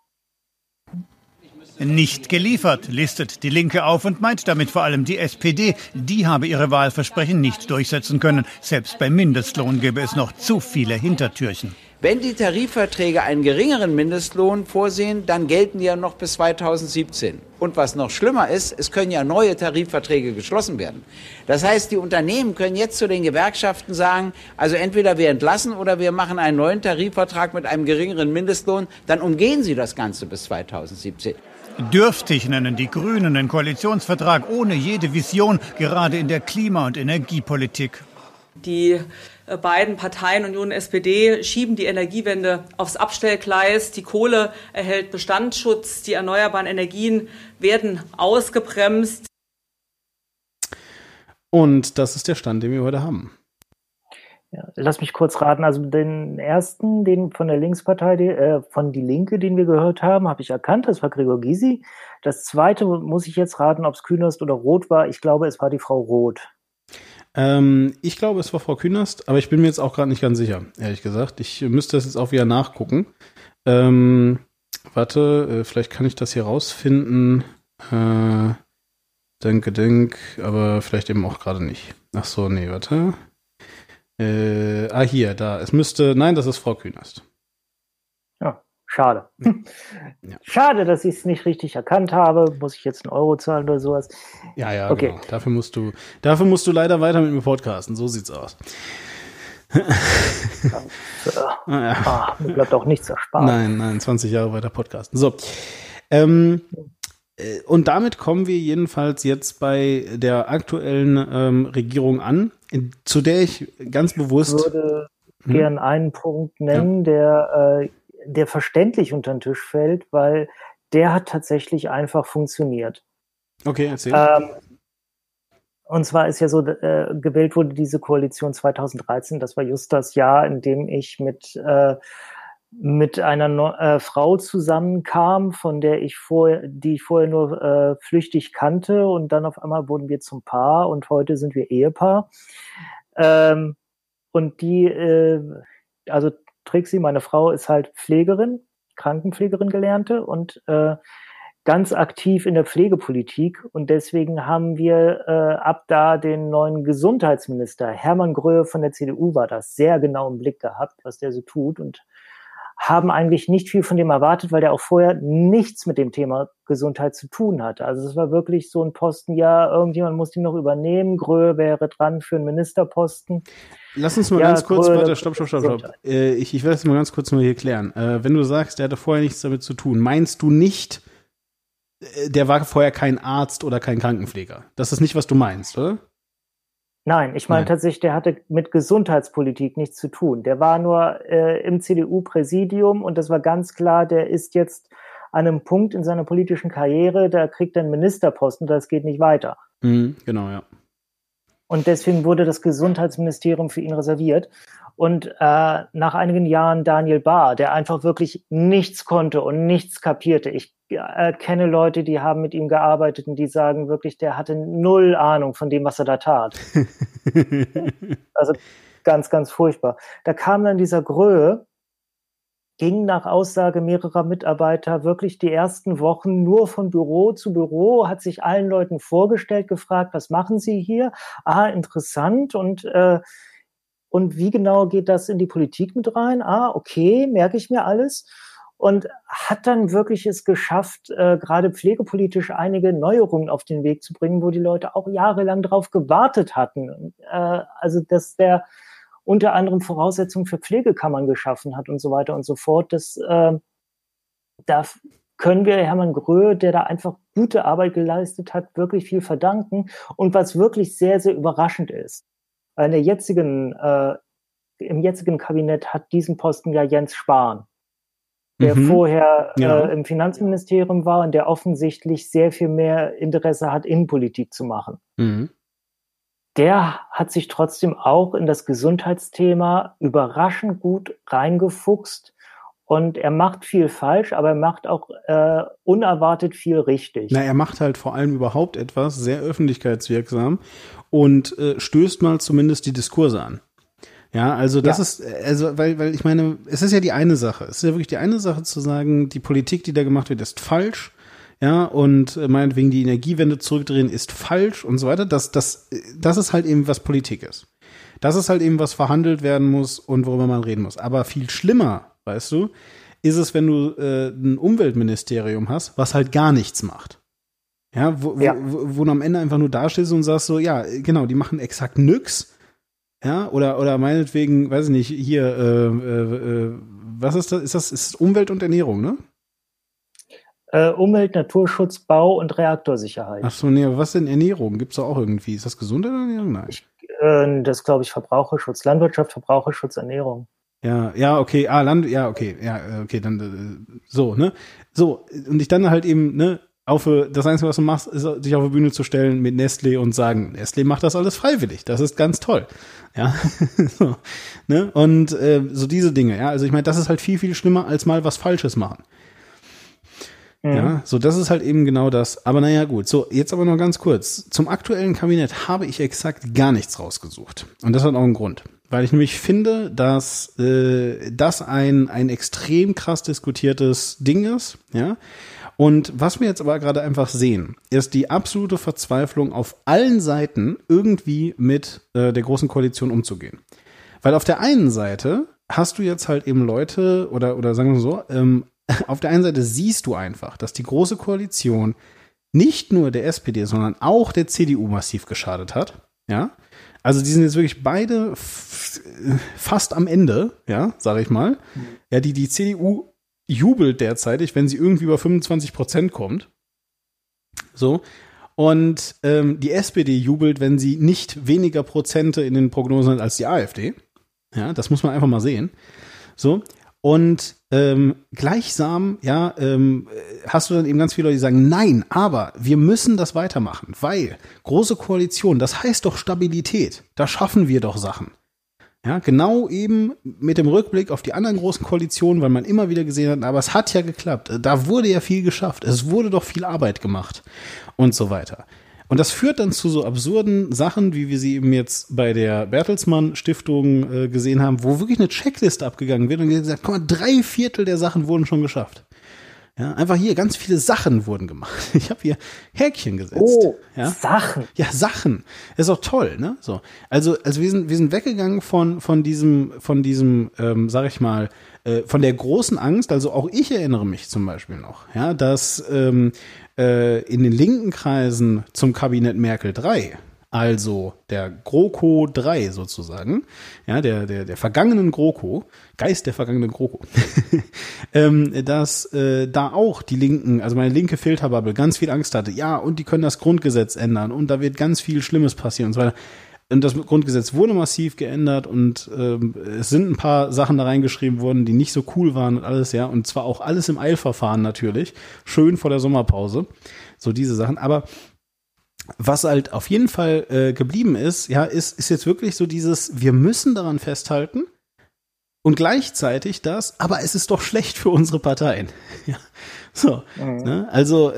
Nicht geliefert, listet die Linke auf und meint damit vor allem die SPD. Die habe ihre Wahlversprechen nicht durchsetzen können. Selbst beim Mindestlohn gäbe es noch zu viele Hintertürchen. Wenn die Tarifverträge einen geringeren Mindestlohn vorsehen, dann gelten die ja noch bis 2017. Und was noch schlimmer ist, es können ja neue Tarifverträge geschlossen werden. Das heißt, die Unternehmen können jetzt zu den Gewerkschaften sagen, also entweder wir entlassen oder wir machen einen neuen Tarifvertrag mit einem geringeren Mindestlohn, dann umgehen sie das Ganze bis 2017. Dürftig nennen die Grünen den Koalitionsvertrag ohne jede Vision, gerade in der Klima- und Energiepolitik. Die beiden Parteien, Union und SPD, schieben die Energiewende aufs Abstellgleis. Die Kohle erhält Bestandsschutz, die erneuerbaren Energien werden ausgebremst. Und das ist der Stand, den wir heute haben. Ja, lass mich kurz raten. Also den ersten, den von der Linkspartei, von Die Linke, den wir gehört haben, habe ich erkannt. Das war Gregor Gysi. Das zweite muss ich jetzt raten, ob es Künast oder Roth war. Ich glaube, es war die Frau Roth. Ich glaube, es war Frau Künast, aber ich bin mir jetzt auch gerade nicht ganz sicher, ehrlich gesagt. Ich müsste das jetzt auch wieder nachgucken. Warte, vielleicht kann ich das hier rausfinden. Denk, aber vielleicht eben auch gerade nicht. Ach so, nee, warte. Hier, da. Es müsste, nein, das ist Frau Künast. Ja, Schade. Ja. Schade, dass ich es nicht richtig erkannt habe. Muss ich jetzt 1 Euro zahlen oder sowas? Ja, okay. Genau. Dafür musst du leider weiter mit mir podcasten. So sieht's aus. Mir bleibt auch nichts erspart. Nein, 20 Jahre weiter podcasten. So. Und damit kommen wir jedenfalls jetzt bei der aktuellen Regierung an, zu der ich ganz bewusst... Ich würde gern einen Punkt nennen, der verständlich unter den Tisch fällt, weil der hat tatsächlich einfach funktioniert. Okay, erzähl. Und zwar ist ja so, gewählt wurde diese Koalition 2013, das war just das Jahr, in dem ich mit einer Frau zusammenkam, von der die ich vorher nur flüchtig kannte, und dann auf einmal wurden wir zum Paar und heute sind wir Ehepaar. Und also Trixie, meine Frau, ist halt Pflegerin, Krankenpflegerin gelernte und ganz aktiv in der Pflegepolitik, und deswegen haben wir ab da den neuen Gesundheitsminister, Hermann Gröhe von der CDU war das, sehr genau im Blick gehabt, was der so tut, und haben eigentlich nicht viel von dem erwartet, weil der auch vorher nichts mit dem Thema Gesundheit zu tun hatte. Also es war wirklich so ein Posten, ja, irgendjemand muss den noch übernehmen, Gröhe wäre dran für einen Ministerposten. Lass uns mal ganz kurz, warte, stopp. Ich will das mal ganz kurz mal hier klären. Wenn du sagst, der hatte vorher nichts damit zu tun, meinst du nicht, der war vorher kein Arzt oder kein Krankenpfleger? Das ist nicht, was du meinst, oder? Nein, ich meine tatsächlich, der hatte mit Gesundheitspolitik nichts zu tun. Der war nur im CDU-Präsidium, und das war ganz klar, der ist jetzt an einem Punkt in seiner politischen Karriere, da kriegt er einen Ministerposten, das geht nicht weiter. Genau, ja. Und deswegen wurde das Gesundheitsministerium für ihn reserviert. Und nach einigen Jahren Daniel Bahr, der einfach wirklich nichts konnte und nichts kapierte. Ich kenne Leute, die haben mit ihm gearbeitet und die sagen wirklich, der hatte 0 Ahnung von dem, was er da tat. Also ganz, ganz furchtbar. Da kam dann dieser Gröhe, ging nach Aussage mehrerer Mitarbeiter wirklich die ersten Wochen nur von Büro zu Büro, hat sich allen Leuten vorgestellt, gefragt, was machen Sie hier? Interessant. Und wie genau geht das in die Politik mit rein? Okay, merke ich mir alles. Und hat dann wirklich es geschafft, gerade pflegepolitisch einige Neuerungen auf den Weg zu bringen, wo die Leute auch jahrelang drauf gewartet hatten. Also, dass der unter anderem Voraussetzungen für Pflegekammern geschaffen hat und so weiter und so fort. Da können wir Hermann Gröhe, der da einfach gute Arbeit geleistet hat, wirklich viel verdanken. Und was wirklich sehr, sehr überraschend ist, im jetzigen Kabinett hat diesen Posten ja Jens Spahn, der vorher im Finanzministerium war und der offensichtlich sehr viel mehr Interesse hat, Innenpolitik zu machen. Der hat sich trotzdem auch in das Gesundheitsthema überraschend gut reingefuchst, und er macht viel falsch, aber er macht auch unerwartet viel richtig. Er macht halt vor allem überhaupt etwas sehr öffentlichkeitswirksam und stößt mal zumindest die Diskurse an. Ja, also das ist, weil ich meine, es ist ja die eine Sache. Es ist ja wirklich die eine Sache zu sagen, die Politik, die da gemacht wird, ist falsch. Ja, und meinetwegen die Energiewende zurückdrehen ist falsch und so weiter. Das ist halt eben, was Politik ist. Das ist halt eben, was verhandelt werden muss und worüber man reden muss. Aber viel schlimmer, weißt du, ist es, wenn du ein Umweltministerium hast, was halt gar nichts macht. Ja, wo du am Ende einfach nur dastehst und sagst so, ja, genau, die machen exakt nix. Ja, oder meinetwegen, weiß ich nicht, hier, was ist das? Ist das Umwelt und Ernährung, ne? Umwelt, Naturschutz, Bau und Reaktorsicherheit. Ach so, nee, aber was denn Ernährung? Gibt's da auch irgendwie? Ist das Gesundheit oder Ernährung? Nein. Das glaube ich Verbraucherschutz, Landwirtschaft, Verbraucherschutz, Ernährung. Ja, okay, okay, dann so, ne? So, und ich dann halt eben, ne, das Einzige, was du machst, ist, dich auf die Bühne zu stellen mit Nestlé und sagen, Nestlé macht das alles freiwillig. Das ist ganz toll. Ja, so, ne? Und so diese Dinge, ja. Also ich meine, das ist halt viel, viel schlimmer, als mal was Falsches machen. Ja, so das ist halt eben genau das. Aber naja, gut. So, jetzt aber noch ganz kurz. Zum aktuellen Kabinett habe ich exakt gar nichts rausgesucht. Und das hat auch einen Grund. Weil ich nämlich finde, dass das ein extrem krass diskutiertes Ding ist, ja. Und was wir jetzt aber gerade einfach sehen, ist die absolute Verzweiflung auf allen Seiten, irgendwie mit der Großen Koalition umzugehen. Weil auf der einen Seite hast du jetzt halt eben Leute, oder sagen wir so, auf der einen Seite siehst du einfach, dass die Große Koalition nicht nur der SPD, sondern auch der CDU massiv geschadet hat. Ja, also die sind jetzt wirklich beide fast am Ende, ja, sage ich mal. Ja, die CDU jubelt derzeitig, wenn sie irgendwie über 25% kommt. So. Und die SPD jubelt, wenn sie nicht weniger Prozente in den Prognosen hat als die AfD. Ja, das muss man einfach mal sehen. So. Und gleichsam, ja, hast du dann eben ganz viele Leute, die sagen, nein, aber wir müssen das weitermachen, weil Große Koalition, das heißt doch Stabilität, da schaffen wir doch Sachen. Ja, genau eben mit dem Rückblick auf die anderen großen Koalitionen, weil man immer wieder gesehen hat, aber es hat ja geklappt, da wurde ja viel geschafft, es wurde doch viel Arbeit gemacht und so weiter. Und das führt dann zu so absurden Sachen, wie wir sie eben jetzt bei der Bertelsmann Stiftung gesehen haben, wo wirklich eine Checkliste abgegangen wird und gesagt, guck mal, 3/4 der Sachen wurden schon geschafft. Ja, einfach hier, ganz viele Sachen wurden gemacht. Ich habe hier Häkchen gesetzt. Oh, ja? Sachen. Ja, Sachen. Das ist auch toll, ne? So. Also wir sind weggegangen von diesem, sag ich mal, von der großen Angst. Also auch ich erinnere mich zum Beispiel noch, ja, dass in den linken Kreisen zum Kabinett Merkel 3, also der GroKo 3 sozusagen, ja, der vergangenen GroKo, Geist der vergangenen GroKo, dass da auch die Linken, also meine linke Filterbubble, ganz viel Angst hatte, ja, und die können das Grundgesetz ändern und da wird ganz viel Schlimmes passieren und so weiter. Und das Grundgesetz wurde massiv geändert und es sind ein paar Sachen da reingeschrieben worden, die nicht so cool waren und alles, ja. Und zwar auch alles im Eilverfahren natürlich. Schön vor der Sommerpause. So diese Sachen. Aber was halt auf jeden Fall geblieben ist, ja, ist jetzt wirklich so dieses, wir müssen daran festhalten und gleichzeitig das, aber es ist doch schlecht für unsere Parteien. Ja. So. Ne? Also,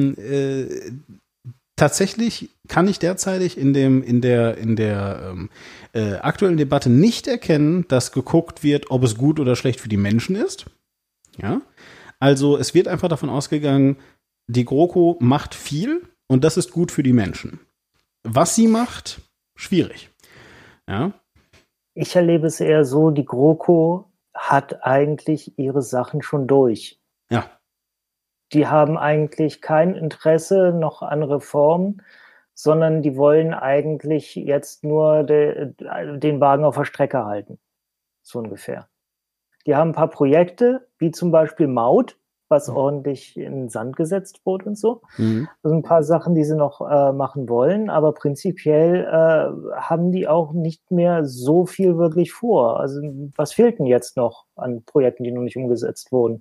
tatsächlich kann ich derzeitig in der aktuellen Debatte nicht erkennen, dass geguckt wird, ob es gut oder schlecht für die Menschen ist. Ja, also es wird einfach davon ausgegangen, die GroKo macht viel und das ist gut für die Menschen. Was sie macht, schwierig. Ja. Ich erlebe es eher so, die GroKo hat eigentlich ihre Sachen schon durch. Ja. Die haben eigentlich kein Interesse noch an Reformen, sondern die wollen eigentlich jetzt nur den Wagen auf der Strecke halten. So ungefähr. Die haben ein paar Projekte, wie zum Beispiel Maut, was ordentlich in den Sand gesetzt wurde und so. Mhm. Also ein paar Sachen, die sie noch machen wollen, aber prinzipiell haben die auch nicht mehr so viel wirklich vor. Also was fehlt denn jetzt noch an Projekten, die noch nicht umgesetzt wurden?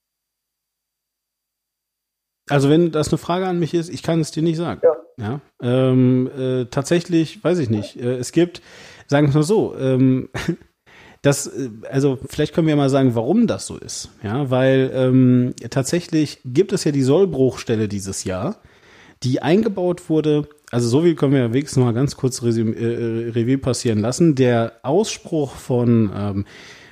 Also wenn das eine Frage an mich ist, ich kann es dir nicht sagen. Ja. Tatsächlich, weiß ich nicht. Es gibt, sagen wir es mal so, also vielleicht können wir mal sagen, warum das so ist. Ja, weil tatsächlich gibt es ja die Sollbruchstelle dieses Jahr, die eingebaut wurde. Also so viel können wir ja wenigstens noch mal ganz kurz Revue passieren lassen. Der Ausspruch von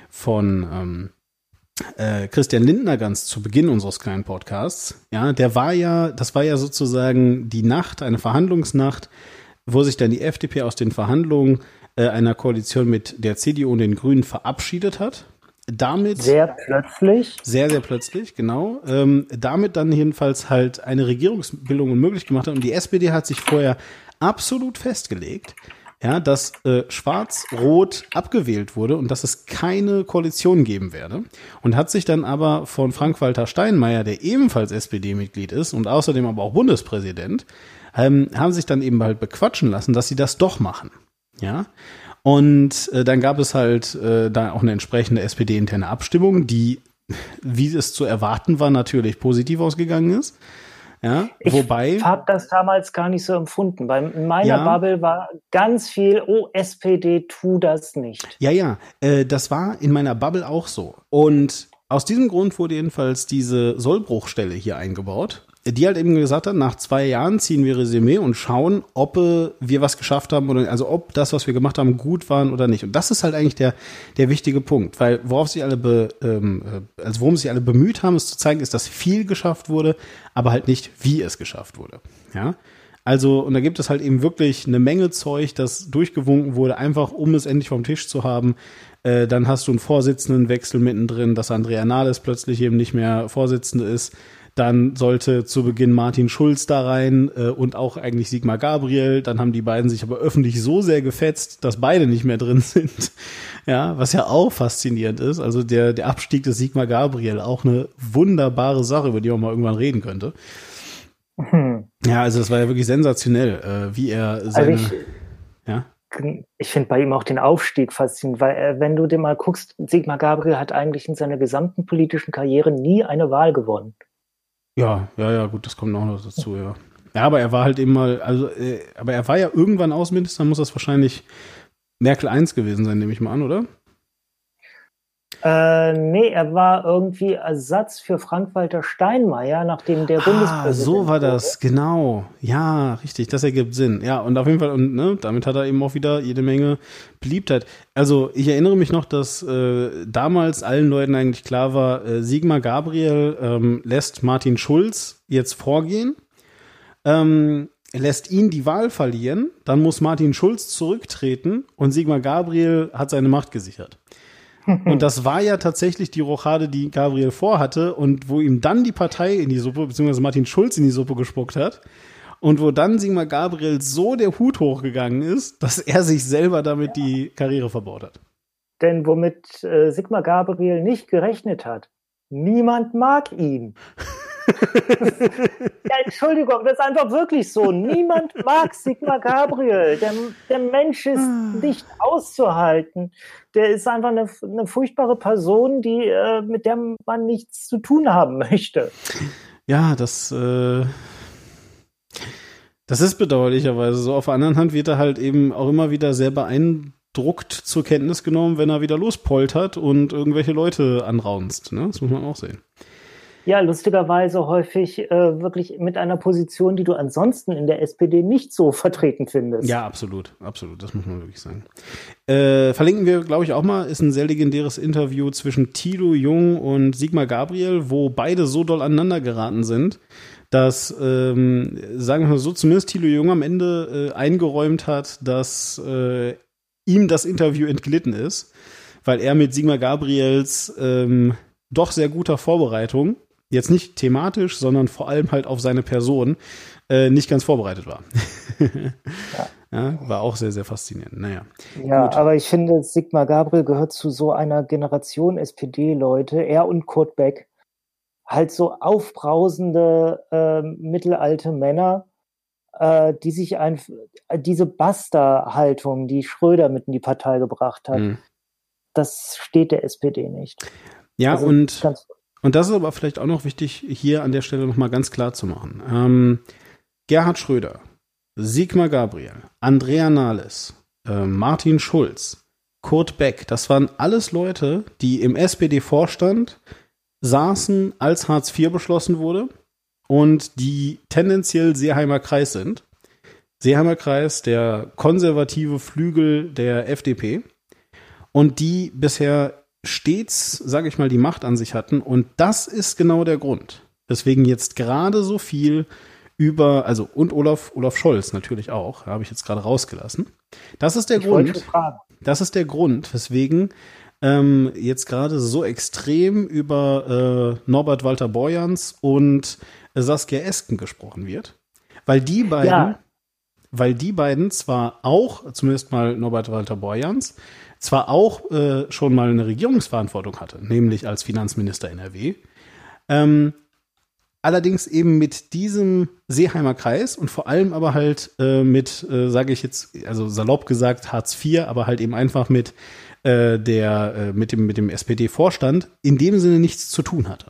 Christian Lindner ganz zu Beginn unseres kleinen Podcasts, ja, das war ja sozusagen die Nacht, eine Verhandlungsnacht, wo sich dann die FDP aus den Verhandlungen einer Koalition mit der CDU und den Grünen verabschiedet hat. Damit sehr plötzlich. Sehr, sehr plötzlich, genau. Damit dann jedenfalls halt eine Regierungsbildung unmöglich gemacht hat. Und die SPD hat sich vorher absolut festgelegt, ja, dass Schwarz-Rot abgewählt wurde und dass es keine Koalition geben werde. Und hat sich dann aber von Frank-Walter Steinmeier, der ebenfalls SPD-Mitglied ist und außerdem aber auch Bundespräsident, haben sich dann eben halt bequatschen lassen, dass sie das doch machen. Ja. Und dann gab es halt da auch eine entsprechende SPD-interne Abstimmung, die, wie es zu erwarten war, natürlich positiv ausgegangen ist. Ja, ich habe das damals gar nicht so empfunden, weil in meiner Bubble war ganz viel, oh, SPD, tu das nicht. Ja, das war in meiner Bubble auch so. Und aus diesem Grund wurde jedenfalls diese Sollbruchstelle hier eingebaut, die halt eben gesagt hat, nach 2 Jahren ziehen wir Resümee und schauen, ob wir was geschafft haben oder also ob das, was wir gemacht haben, gut waren oder nicht. Und das ist halt eigentlich der wichtige Punkt, weil worum sich alle bemüht haben, es zu zeigen, ist, dass viel geschafft wurde, aber halt nicht, wie es geschafft wurde. Ja, Also, und da gibt es halt eben wirklich eine Menge Zeug, das durchgewunken wurde, einfach um es endlich vom Tisch zu haben. Dann hast du einen Vorsitzendenwechsel mittendrin, dass Andrea Nahles plötzlich eben nicht mehr Vorsitzende ist. Dann sollte zu Beginn Martin Schulz da rein und auch eigentlich Sigmar Gabriel. Dann haben die beiden sich aber öffentlich so sehr gefetzt, dass beide nicht mehr drin sind. Ja, was ja auch faszinierend ist. Also der Abstieg des Sigmar Gabriel, auch eine wunderbare Sache, über die man mal irgendwann reden könnte. Ja, also das war ja wirklich sensationell, wie er seine... Ich finde bei ihm auch den Aufstieg faszinierend, weil wenn du dir mal guckst, Sigmar Gabriel hat eigentlich in seiner gesamten politischen Karriere nie eine Wahl gewonnen. Ja, gut, das kommt auch noch dazu, ja. Ja, aber er war halt eben mal, aber er war ja irgendwann Außenminister, muss das wahrscheinlich Merkel I gewesen sein, nehme ich mal an, oder? Nee, er war irgendwie Ersatz für Frank-Walter Steinmeier, nachdem der Bundespräsident so war das, genau. Ja, richtig, das ergibt Sinn. Ja, und auf jeden Fall, und ne, damit hat er eben auch wieder jede Menge Beliebtheit. Also ich erinnere mich noch, dass damals allen Leuten eigentlich klar war, Sigmar Gabriel lässt Martin Schulz jetzt vorgehen, lässt ihn die Wahl verlieren, dann muss Martin Schulz zurücktreten und Sigmar Gabriel hat seine Macht gesichert. Und das war ja tatsächlich die Rochade, die Gabriel vorhatte und wo ihm dann die Partei in die Suppe, beziehungsweise Martin Schulz in die Suppe gespuckt hat und wo dann Sigmar Gabriel so der Hut hochgegangen ist, dass er sich selber damit die Karriere verbaut hat. Denn womit Sigmar Gabriel nicht gerechnet hat, niemand mag ihn. Ja, Entschuldigung, das ist einfach wirklich so. Niemand mag Sigmar Gabriel. Der Mensch ist nicht auszuhalten. Der ist einfach eine furchtbare Person, mit der man nichts zu tun haben möchte. Ja, das ist bedauerlicherweise so. Auf der anderen Hand wird er halt eben auch immer wieder sehr beeindruckt zur Kenntnis genommen, wenn er wieder lospoltert und irgendwelche Leute anraunzt. Ne? Das muss man auch sehen. Ja, lustigerweise häufig wirklich mit einer Position, die du ansonsten in der SPD nicht so vertreten findest. Ja, absolut, das muss man wirklich sagen. Verlinken wir, glaube ich, auch mal, ist ein sehr legendäres Interview zwischen Thilo Jung und Sigmar Gabriel, wo beide so doll aneinander geraten sind, dass, sagen wir mal so, zumindest Thilo Jung am Ende eingeräumt hat, dass ihm das Interview entglitten ist, weil er mit Sigmar Gabriels doch sehr guter Vorbereitung, jetzt nicht thematisch, sondern vor allem halt auf seine Person, nicht ganz vorbereitet war. Ja, war auch sehr, sehr faszinierend. Naja. Ja, gut. Aber ich finde, Sigmar Gabriel gehört zu so einer Generation SPD-Leute, er und Kurt Beck, halt so aufbrausende mittelalte Männer, die sich diese Basta-Haltung, die Schröder mit in die Partei gebracht hat, das steht der SPD nicht. Ja, also und das ist aber vielleicht auch noch wichtig, hier an der Stelle nochmal ganz klar zu machen. Gerhard Schröder, Sigmar Gabriel, Andrea Nahles, Martin Schulz, Kurt Beck, das waren alles Leute, die im SPD-Vorstand saßen, als Hartz IV beschlossen wurde und die tendenziell Seeheimer Kreis sind. Seeheimer Kreis, der konservative Flügel der FDP und die bisher stets, sage ich mal, die Macht an sich hatten. Und das ist genau der Grund, weswegen jetzt gerade so viel und Olaf Scholz natürlich auch, habe ich jetzt gerade rausgelassen. Das ist der Grund, weswegen jetzt gerade so extrem über Norbert Walter Borjans und Saskia Esken gesprochen wird. Weil die beiden zwar auch, zumindest mal Norbert Walter Borjans, zwar auch schon mal eine Regierungsverantwortung hatte, nämlich als Finanzminister NRW, allerdings eben mit diesem Seeheimer Kreis und vor allem aber halt mit, sage ich jetzt, also salopp gesagt Hartz IV, aber halt eben einfach mit dem SPD-Vorstand in dem Sinne nichts zu tun hatte.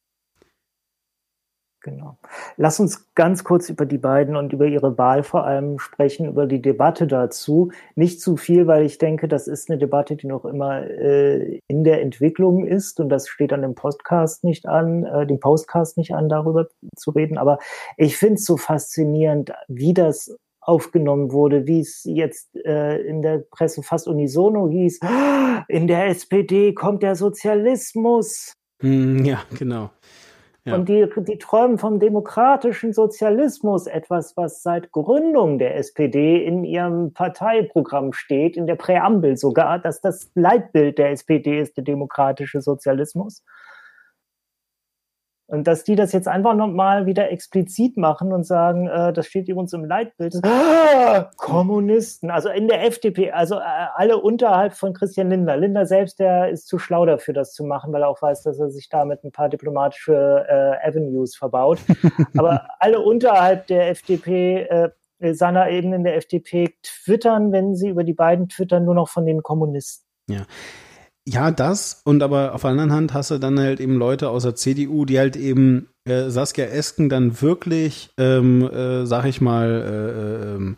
Genau. Lass uns ganz kurz über die beiden und über ihre Wahl vor allem sprechen, über die Debatte dazu. Nicht zu viel, weil ich denke, das ist eine Debatte, die noch immer in der Entwicklung ist und das steht an dem Postcast nicht an, darüber zu reden. Aber ich finde es so faszinierend, wie das aufgenommen wurde, wie es jetzt in der Presse fast unisono hieß, in der SPD kommt der Sozialismus. Ja, genau. Ja. Und die träumen vom demokratischen Sozialismus, etwas, was seit Gründung der SPD in ihrem Parteiprogramm steht, in der Präambel sogar, dass das Leitbild der SPD ist, der demokratische Sozialismus. Und dass die das jetzt einfach nochmal wieder explizit machen und sagen, das steht übrigens im Leitbild, Kommunisten, also in der FDP, also alle unterhalb von Christian Lindner. Lindner selbst, der ist zu schlau dafür, das zu machen, weil er auch weiß, dass er sich damit ein paar diplomatische Avenues verbaut. Aber alle unterhalb der FDP, seiner Ebene in der FDP, twittern, wenn sie über die beiden twittern, nur noch von den Kommunisten. Ja. Ja, das, und aber auf der anderen Hand hast du dann halt eben Leute aus der CDU, die halt eben Saskia Esken dann wirklich, sag ich mal,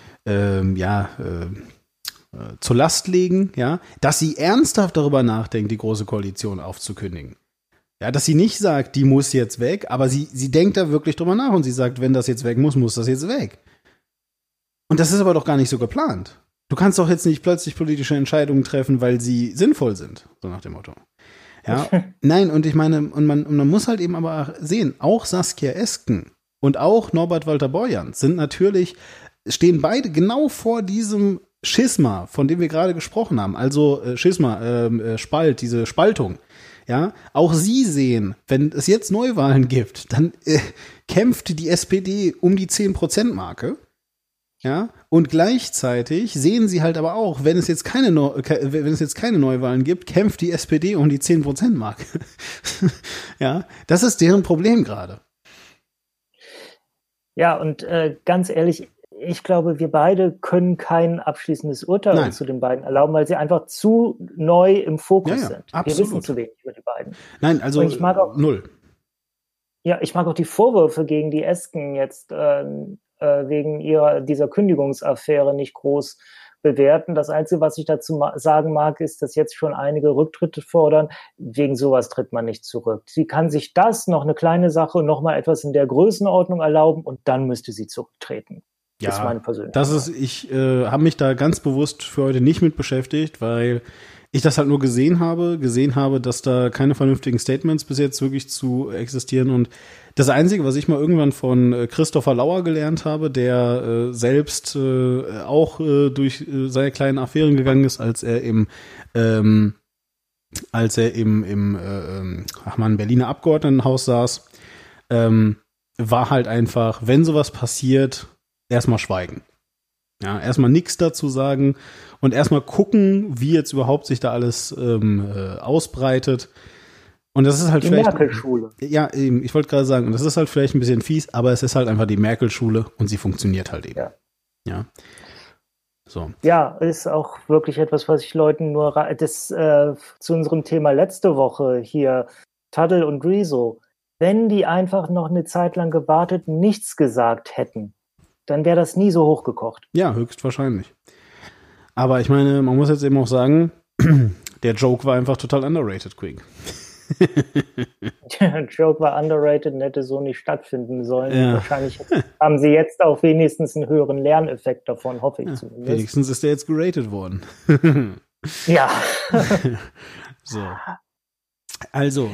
zur Last legen, ja, dass sie ernsthaft darüber nachdenkt, die Große Koalition aufzukündigen. Ja, dass sie nicht sagt, die muss jetzt weg, aber sie denkt da wirklich drüber nach und sie sagt, wenn das jetzt weg muss, muss das jetzt weg. Und das ist aber doch gar nicht so geplant. Du kannst doch jetzt nicht plötzlich politische Entscheidungen treffen, weil sie sinnvoll sind, so nach dem Motto. Ja, nein, und ich meine, und man muss halt eben aber sehen, auch Saskia Esken und auch Norbert Walter-Borjans stehen beide genau vor diesem Schisma, von dem wir gerade gesprochen haben. Also Schisma, Spalt, diese Spaltung. Ja, auch sie sehen, wenn es jetzt Neuwahlen gibt, dann kämpft die SPD um die 10%-Marke. Ja, und gleichzeitig sehen sie halt aber auch, wenn es jetzt keine Neuwahlen gibt, kämpft die SPD um die 10%-Marke. Ja, das ist deren Problem gerade. Ja, und ganz ehrlich, ich glaube, wir beide können kein abschließendes Urteil zu den beiden erlauben, weil sie einfach zu neu im Fokus sind. Absolut. Wir wissen zu wenig über die beiden. Nein, also und ich mag auch, null. Ja, ich mag auch die Vorwürfe gegen die Esken jetzt wegen dieser Kündigungsaffäre nicht groß bewerten. Das Einzige, was ich dazu sagen mag, ist, dass jetzt schon einige Rücktritte fordern. Wegen sowas tritt man nicht zurück. Sie kann sich das, noch eine kleine Sache, noch mal etwas in der Größenordnung erlauben und dann müsste sie zurücktreten. Ja, das ist meine persönliche ich habe mich da ganz bewusst für heute nicht mit beschäftigt, weil ich das halt nur gesehen habe, dass da keine vernünftigen Statements bis jetzt wirklich zu existieren. Und das Einzige, was ich mal irgendwann von Christopher Lauer gelernt habe, der selbst auch durch seine kleinen Affären gegangen ist, als er im Berliner Abgeordnetenhaus saß, war halt einfach, wenn sowas passiert, erstmal schweigen. Ja, erstmal nichts dazu sagen und erstmal gucken, wie jetzt überhaupt sich da alles ausbreitet. Und das ist halt die vielleicht. Die Merkel-Schule. Ja, eben, ich wollte gerade sagen, das ist halt vielleicht ein bisschen fies, aber es ist halt einfach die Merkel-Schule und sie funktioniert halt eben. Ja. So. Ja, ist auch wirklich etwas, was ich Leuten nur zu unserem Thema letzte Woche hier, Taddel und Rezo, wenn die einfach noch eine Zeit lang gewartet, nichts gesagt hätten, dann wäre das nie so hochgekocht. Ja, höchstwahrscheinlich. Aber ich meine, man muss jetzt eben auch sagen, der Joke war einfach total underrated, Quick. Der Joke war underrated und hätte so nicht stattfinden sollen. Ja. Wahrscheinlich haben sie jetzt auch wenigstens einen höheren Lerneffekt davon, hoffe ich zumindest. Wenigstens ist der jetzt geratet worden. Ja. So. Also.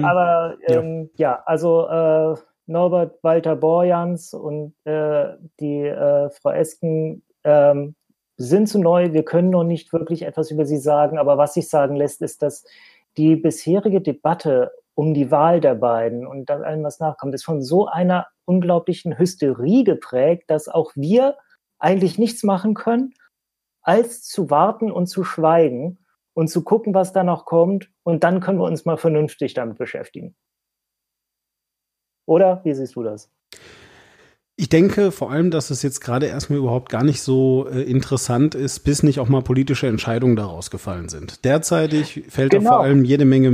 Norbert Walter-Borjans und die Frau Esken sind zu neu. Wir können noch nicht wirklich etwas über sie sagen, aber was sich sagen lässt, ist, dass die bisherige Debatte um die Wahl der beiden und dann allem, was nachkommt, ist von so einer unglaublichen Hysterie geprägt, dass auch wir eigentlich nichts machen können, als zu warten und zu schweigen und zu gucken, was da noch kommt, und dann können wir uns mal vernünftig damit beschäftigen. Oder? Wie siehst du das? Ich denke vor allem, dass es jetzt gerade erstmal überhaupt gar nicht so interessant ist, bis nicht auch mal politische Entscheidungen daraus gefallen sind. Derzeitig fällt da vor allem jede Menge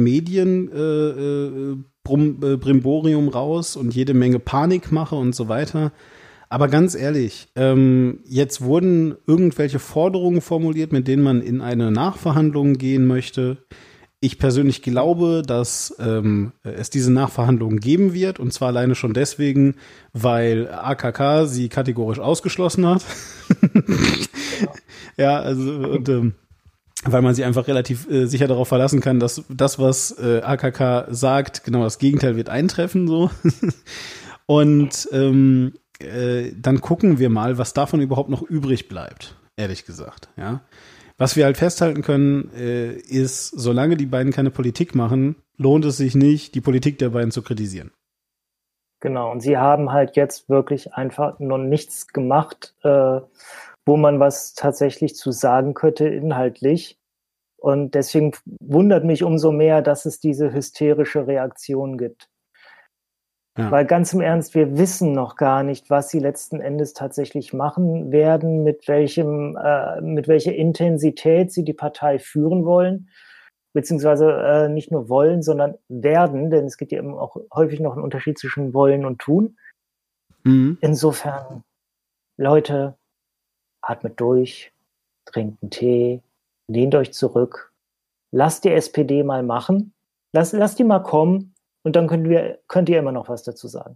Brimborium raus und jede Menge Panikmache und so weiter. Aber ganz ehrlich, jetzt wurden irgendwelche Forderungen formuliert, mit denen man in eine Nachverhandlung gehen möchte. Ich persönlich glaube, dass es diese Nachverhandlungen geben wird, und zwar alleine schon deswegen, weil AKK sie kategorisch ausgeschlossen hat. Ja, also und weil man sich einfach relativ sicher darauf verlassen kann, dass das, was AKK sagt, genau das Gegenteil wird eintreffen, so. Und dann gucken wir mal, was davon überhaupt noch übrig bleibt, ehrlich gesagt, ja. Was wir halt festhalten können, ist, solange die beiden keine Politik machen, lohnt es sich nicht, die Politik der beiden zu kritisieren. Genau, und sie haben halt jetzt wirklich einfach noch nichts gemacht, wo man was tatsächlich zu sagen könnte inhaltlich. Und deswegen wundert mich umso mehr, dass es diese hysterische Reaktion gibt. Ja. Weil ganz im Ernst, wir wissen noch gar nicht, was sie letzten Endes tatsächlich machen werden, mit welcher Intensität sie die Partei führen wollen, beziehungsweise nicht nur wollen, sondern werden, denn es gibt ja eben auch häufig noch einen Unterschied zwischen wollen und tun. Mhm. Insofern, Leute, atmet durch, trinkt einen Tee, lehnt euch zurück, lasst die SPD mal machen, lasst die mal kommen. Und dann könnt ihr immer noch was dazu sagen.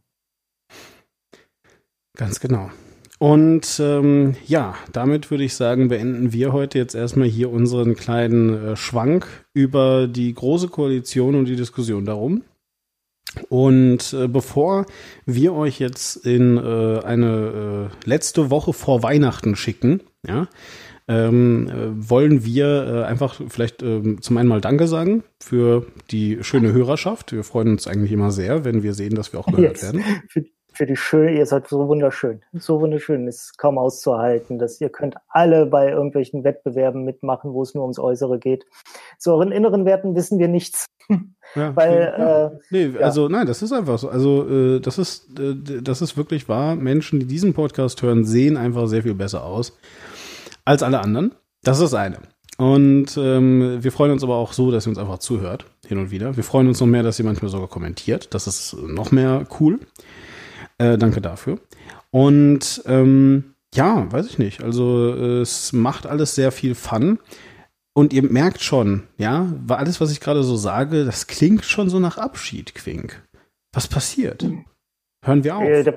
Ganz genau. Und damit würde ich sagen, beenden wir heute jetzt erstmal hier unseren kleinen Schwank über die Große Koalition und die Diskussion darum. Und bevor wir euch jetzt in eine letzte Woche vor Weihnachten schicken, ja, wollen wir einfach vielleicht zum einen mal Danke sagen für die schöne Hörerschaft. Wir freuen uns eigentlich immer sehr, wenn wir sehen, dass wir auch gehört werden. Für die schöne, ihr seid so wunderschön. So wunderschön, ist kaum auszuhalten. Dass ihr könnt alle bei irgendwelchen Wettbewerben mitmachen, wo es nur ums Äußere geht. Zu euren inneren Werten wissen wir nichts. Ja, weil, also nein, das ist einfach so. Also das ist wirklich wahr. Menschen, die diesen Podcast hören, sehen einfach sehr viel besser aus als alle anderen. Das ist das eine. Und wir freuen uns aber auch so, dass ihr uns einfach zuhört, hin und wieder. Wir freuen uns noch mehr, dass ihr manchmal sogar kommentiert. Das ist noch mehr cool. Danke dafür. Und weiß ich nicht. Also es macht alles sehr viel Fun. Und ihr merkt schon, ja, alles, was ich gerade so sage, das klingt schon so nach Abschied, Quink. Was passiert? Hören wir auf?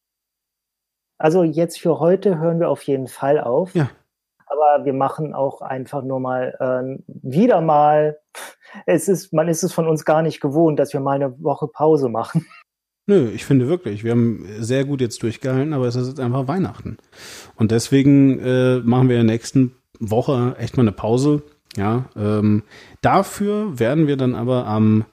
Also jetzt für heute hören wir auf jeden Fall auf. Ja. Aber wir machen auch einfach nur mal wieder mal. Man ist es von uns gar nicht gewohnt, dass wir mal eine Woche Pause machen. Nö, ich finde wirklich, wir haben sehr gut jetzt durchgehalten, aber es ist jetzt einfach Weihnachten. Und deswegen machen wir in der nächsten Woche echt mal eine Pause. Ja, dafür werden wir dann aber am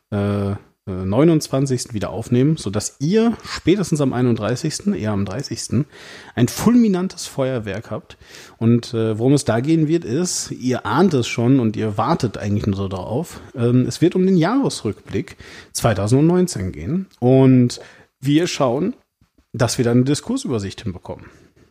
29. wieder aufnehmen, sodass ihr spätestens am 31., eher am 30. ein fulminantes Feuerwerk habt. Und worum es da gehen wird, ist, ihr ahnt es schon und ihr wartet eigentlich nur so darauf, es wird um den Jahresrückblick 2019 gehen. Und wir schauen, dass wir dann eine Diskursübersicht hinbekommen.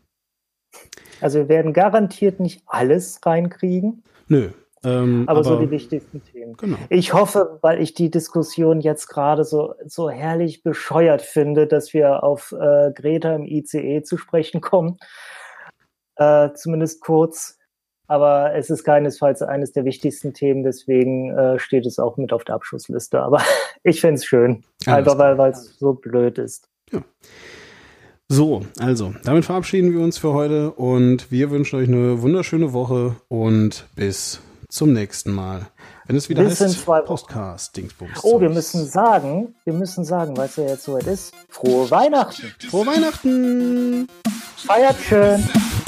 Also wir werden garantiert nicht alles reinkriegen. Nö. Aber so die wichtigsten Themen. Genau. Ich hoffe, weil ich die Diskussion jetzt gerade so herrlich bescheuert finde, dass wir auf Greta im ICE zu sprechen kommen. Zumindest kurz. Aber es ist keinesfalls eines der wichtigsten Themen, deswegen steht es auch mit auf der Abschlussliste. Aber ich finde es schön. Einfach weil es so blöd ist. Ja. So, also, damit verabschieden wir uns für heute und wir wünschen euch eine wunderschöne Woche und bis zum nächsten Mal. Wenn es wieder heißt Postcast, Dingsbums. Oh, wir müssen sagen, weil es ja jetzt soweit ist, frohe Weihnachten. Frohe Weihnachten. Feiert schön.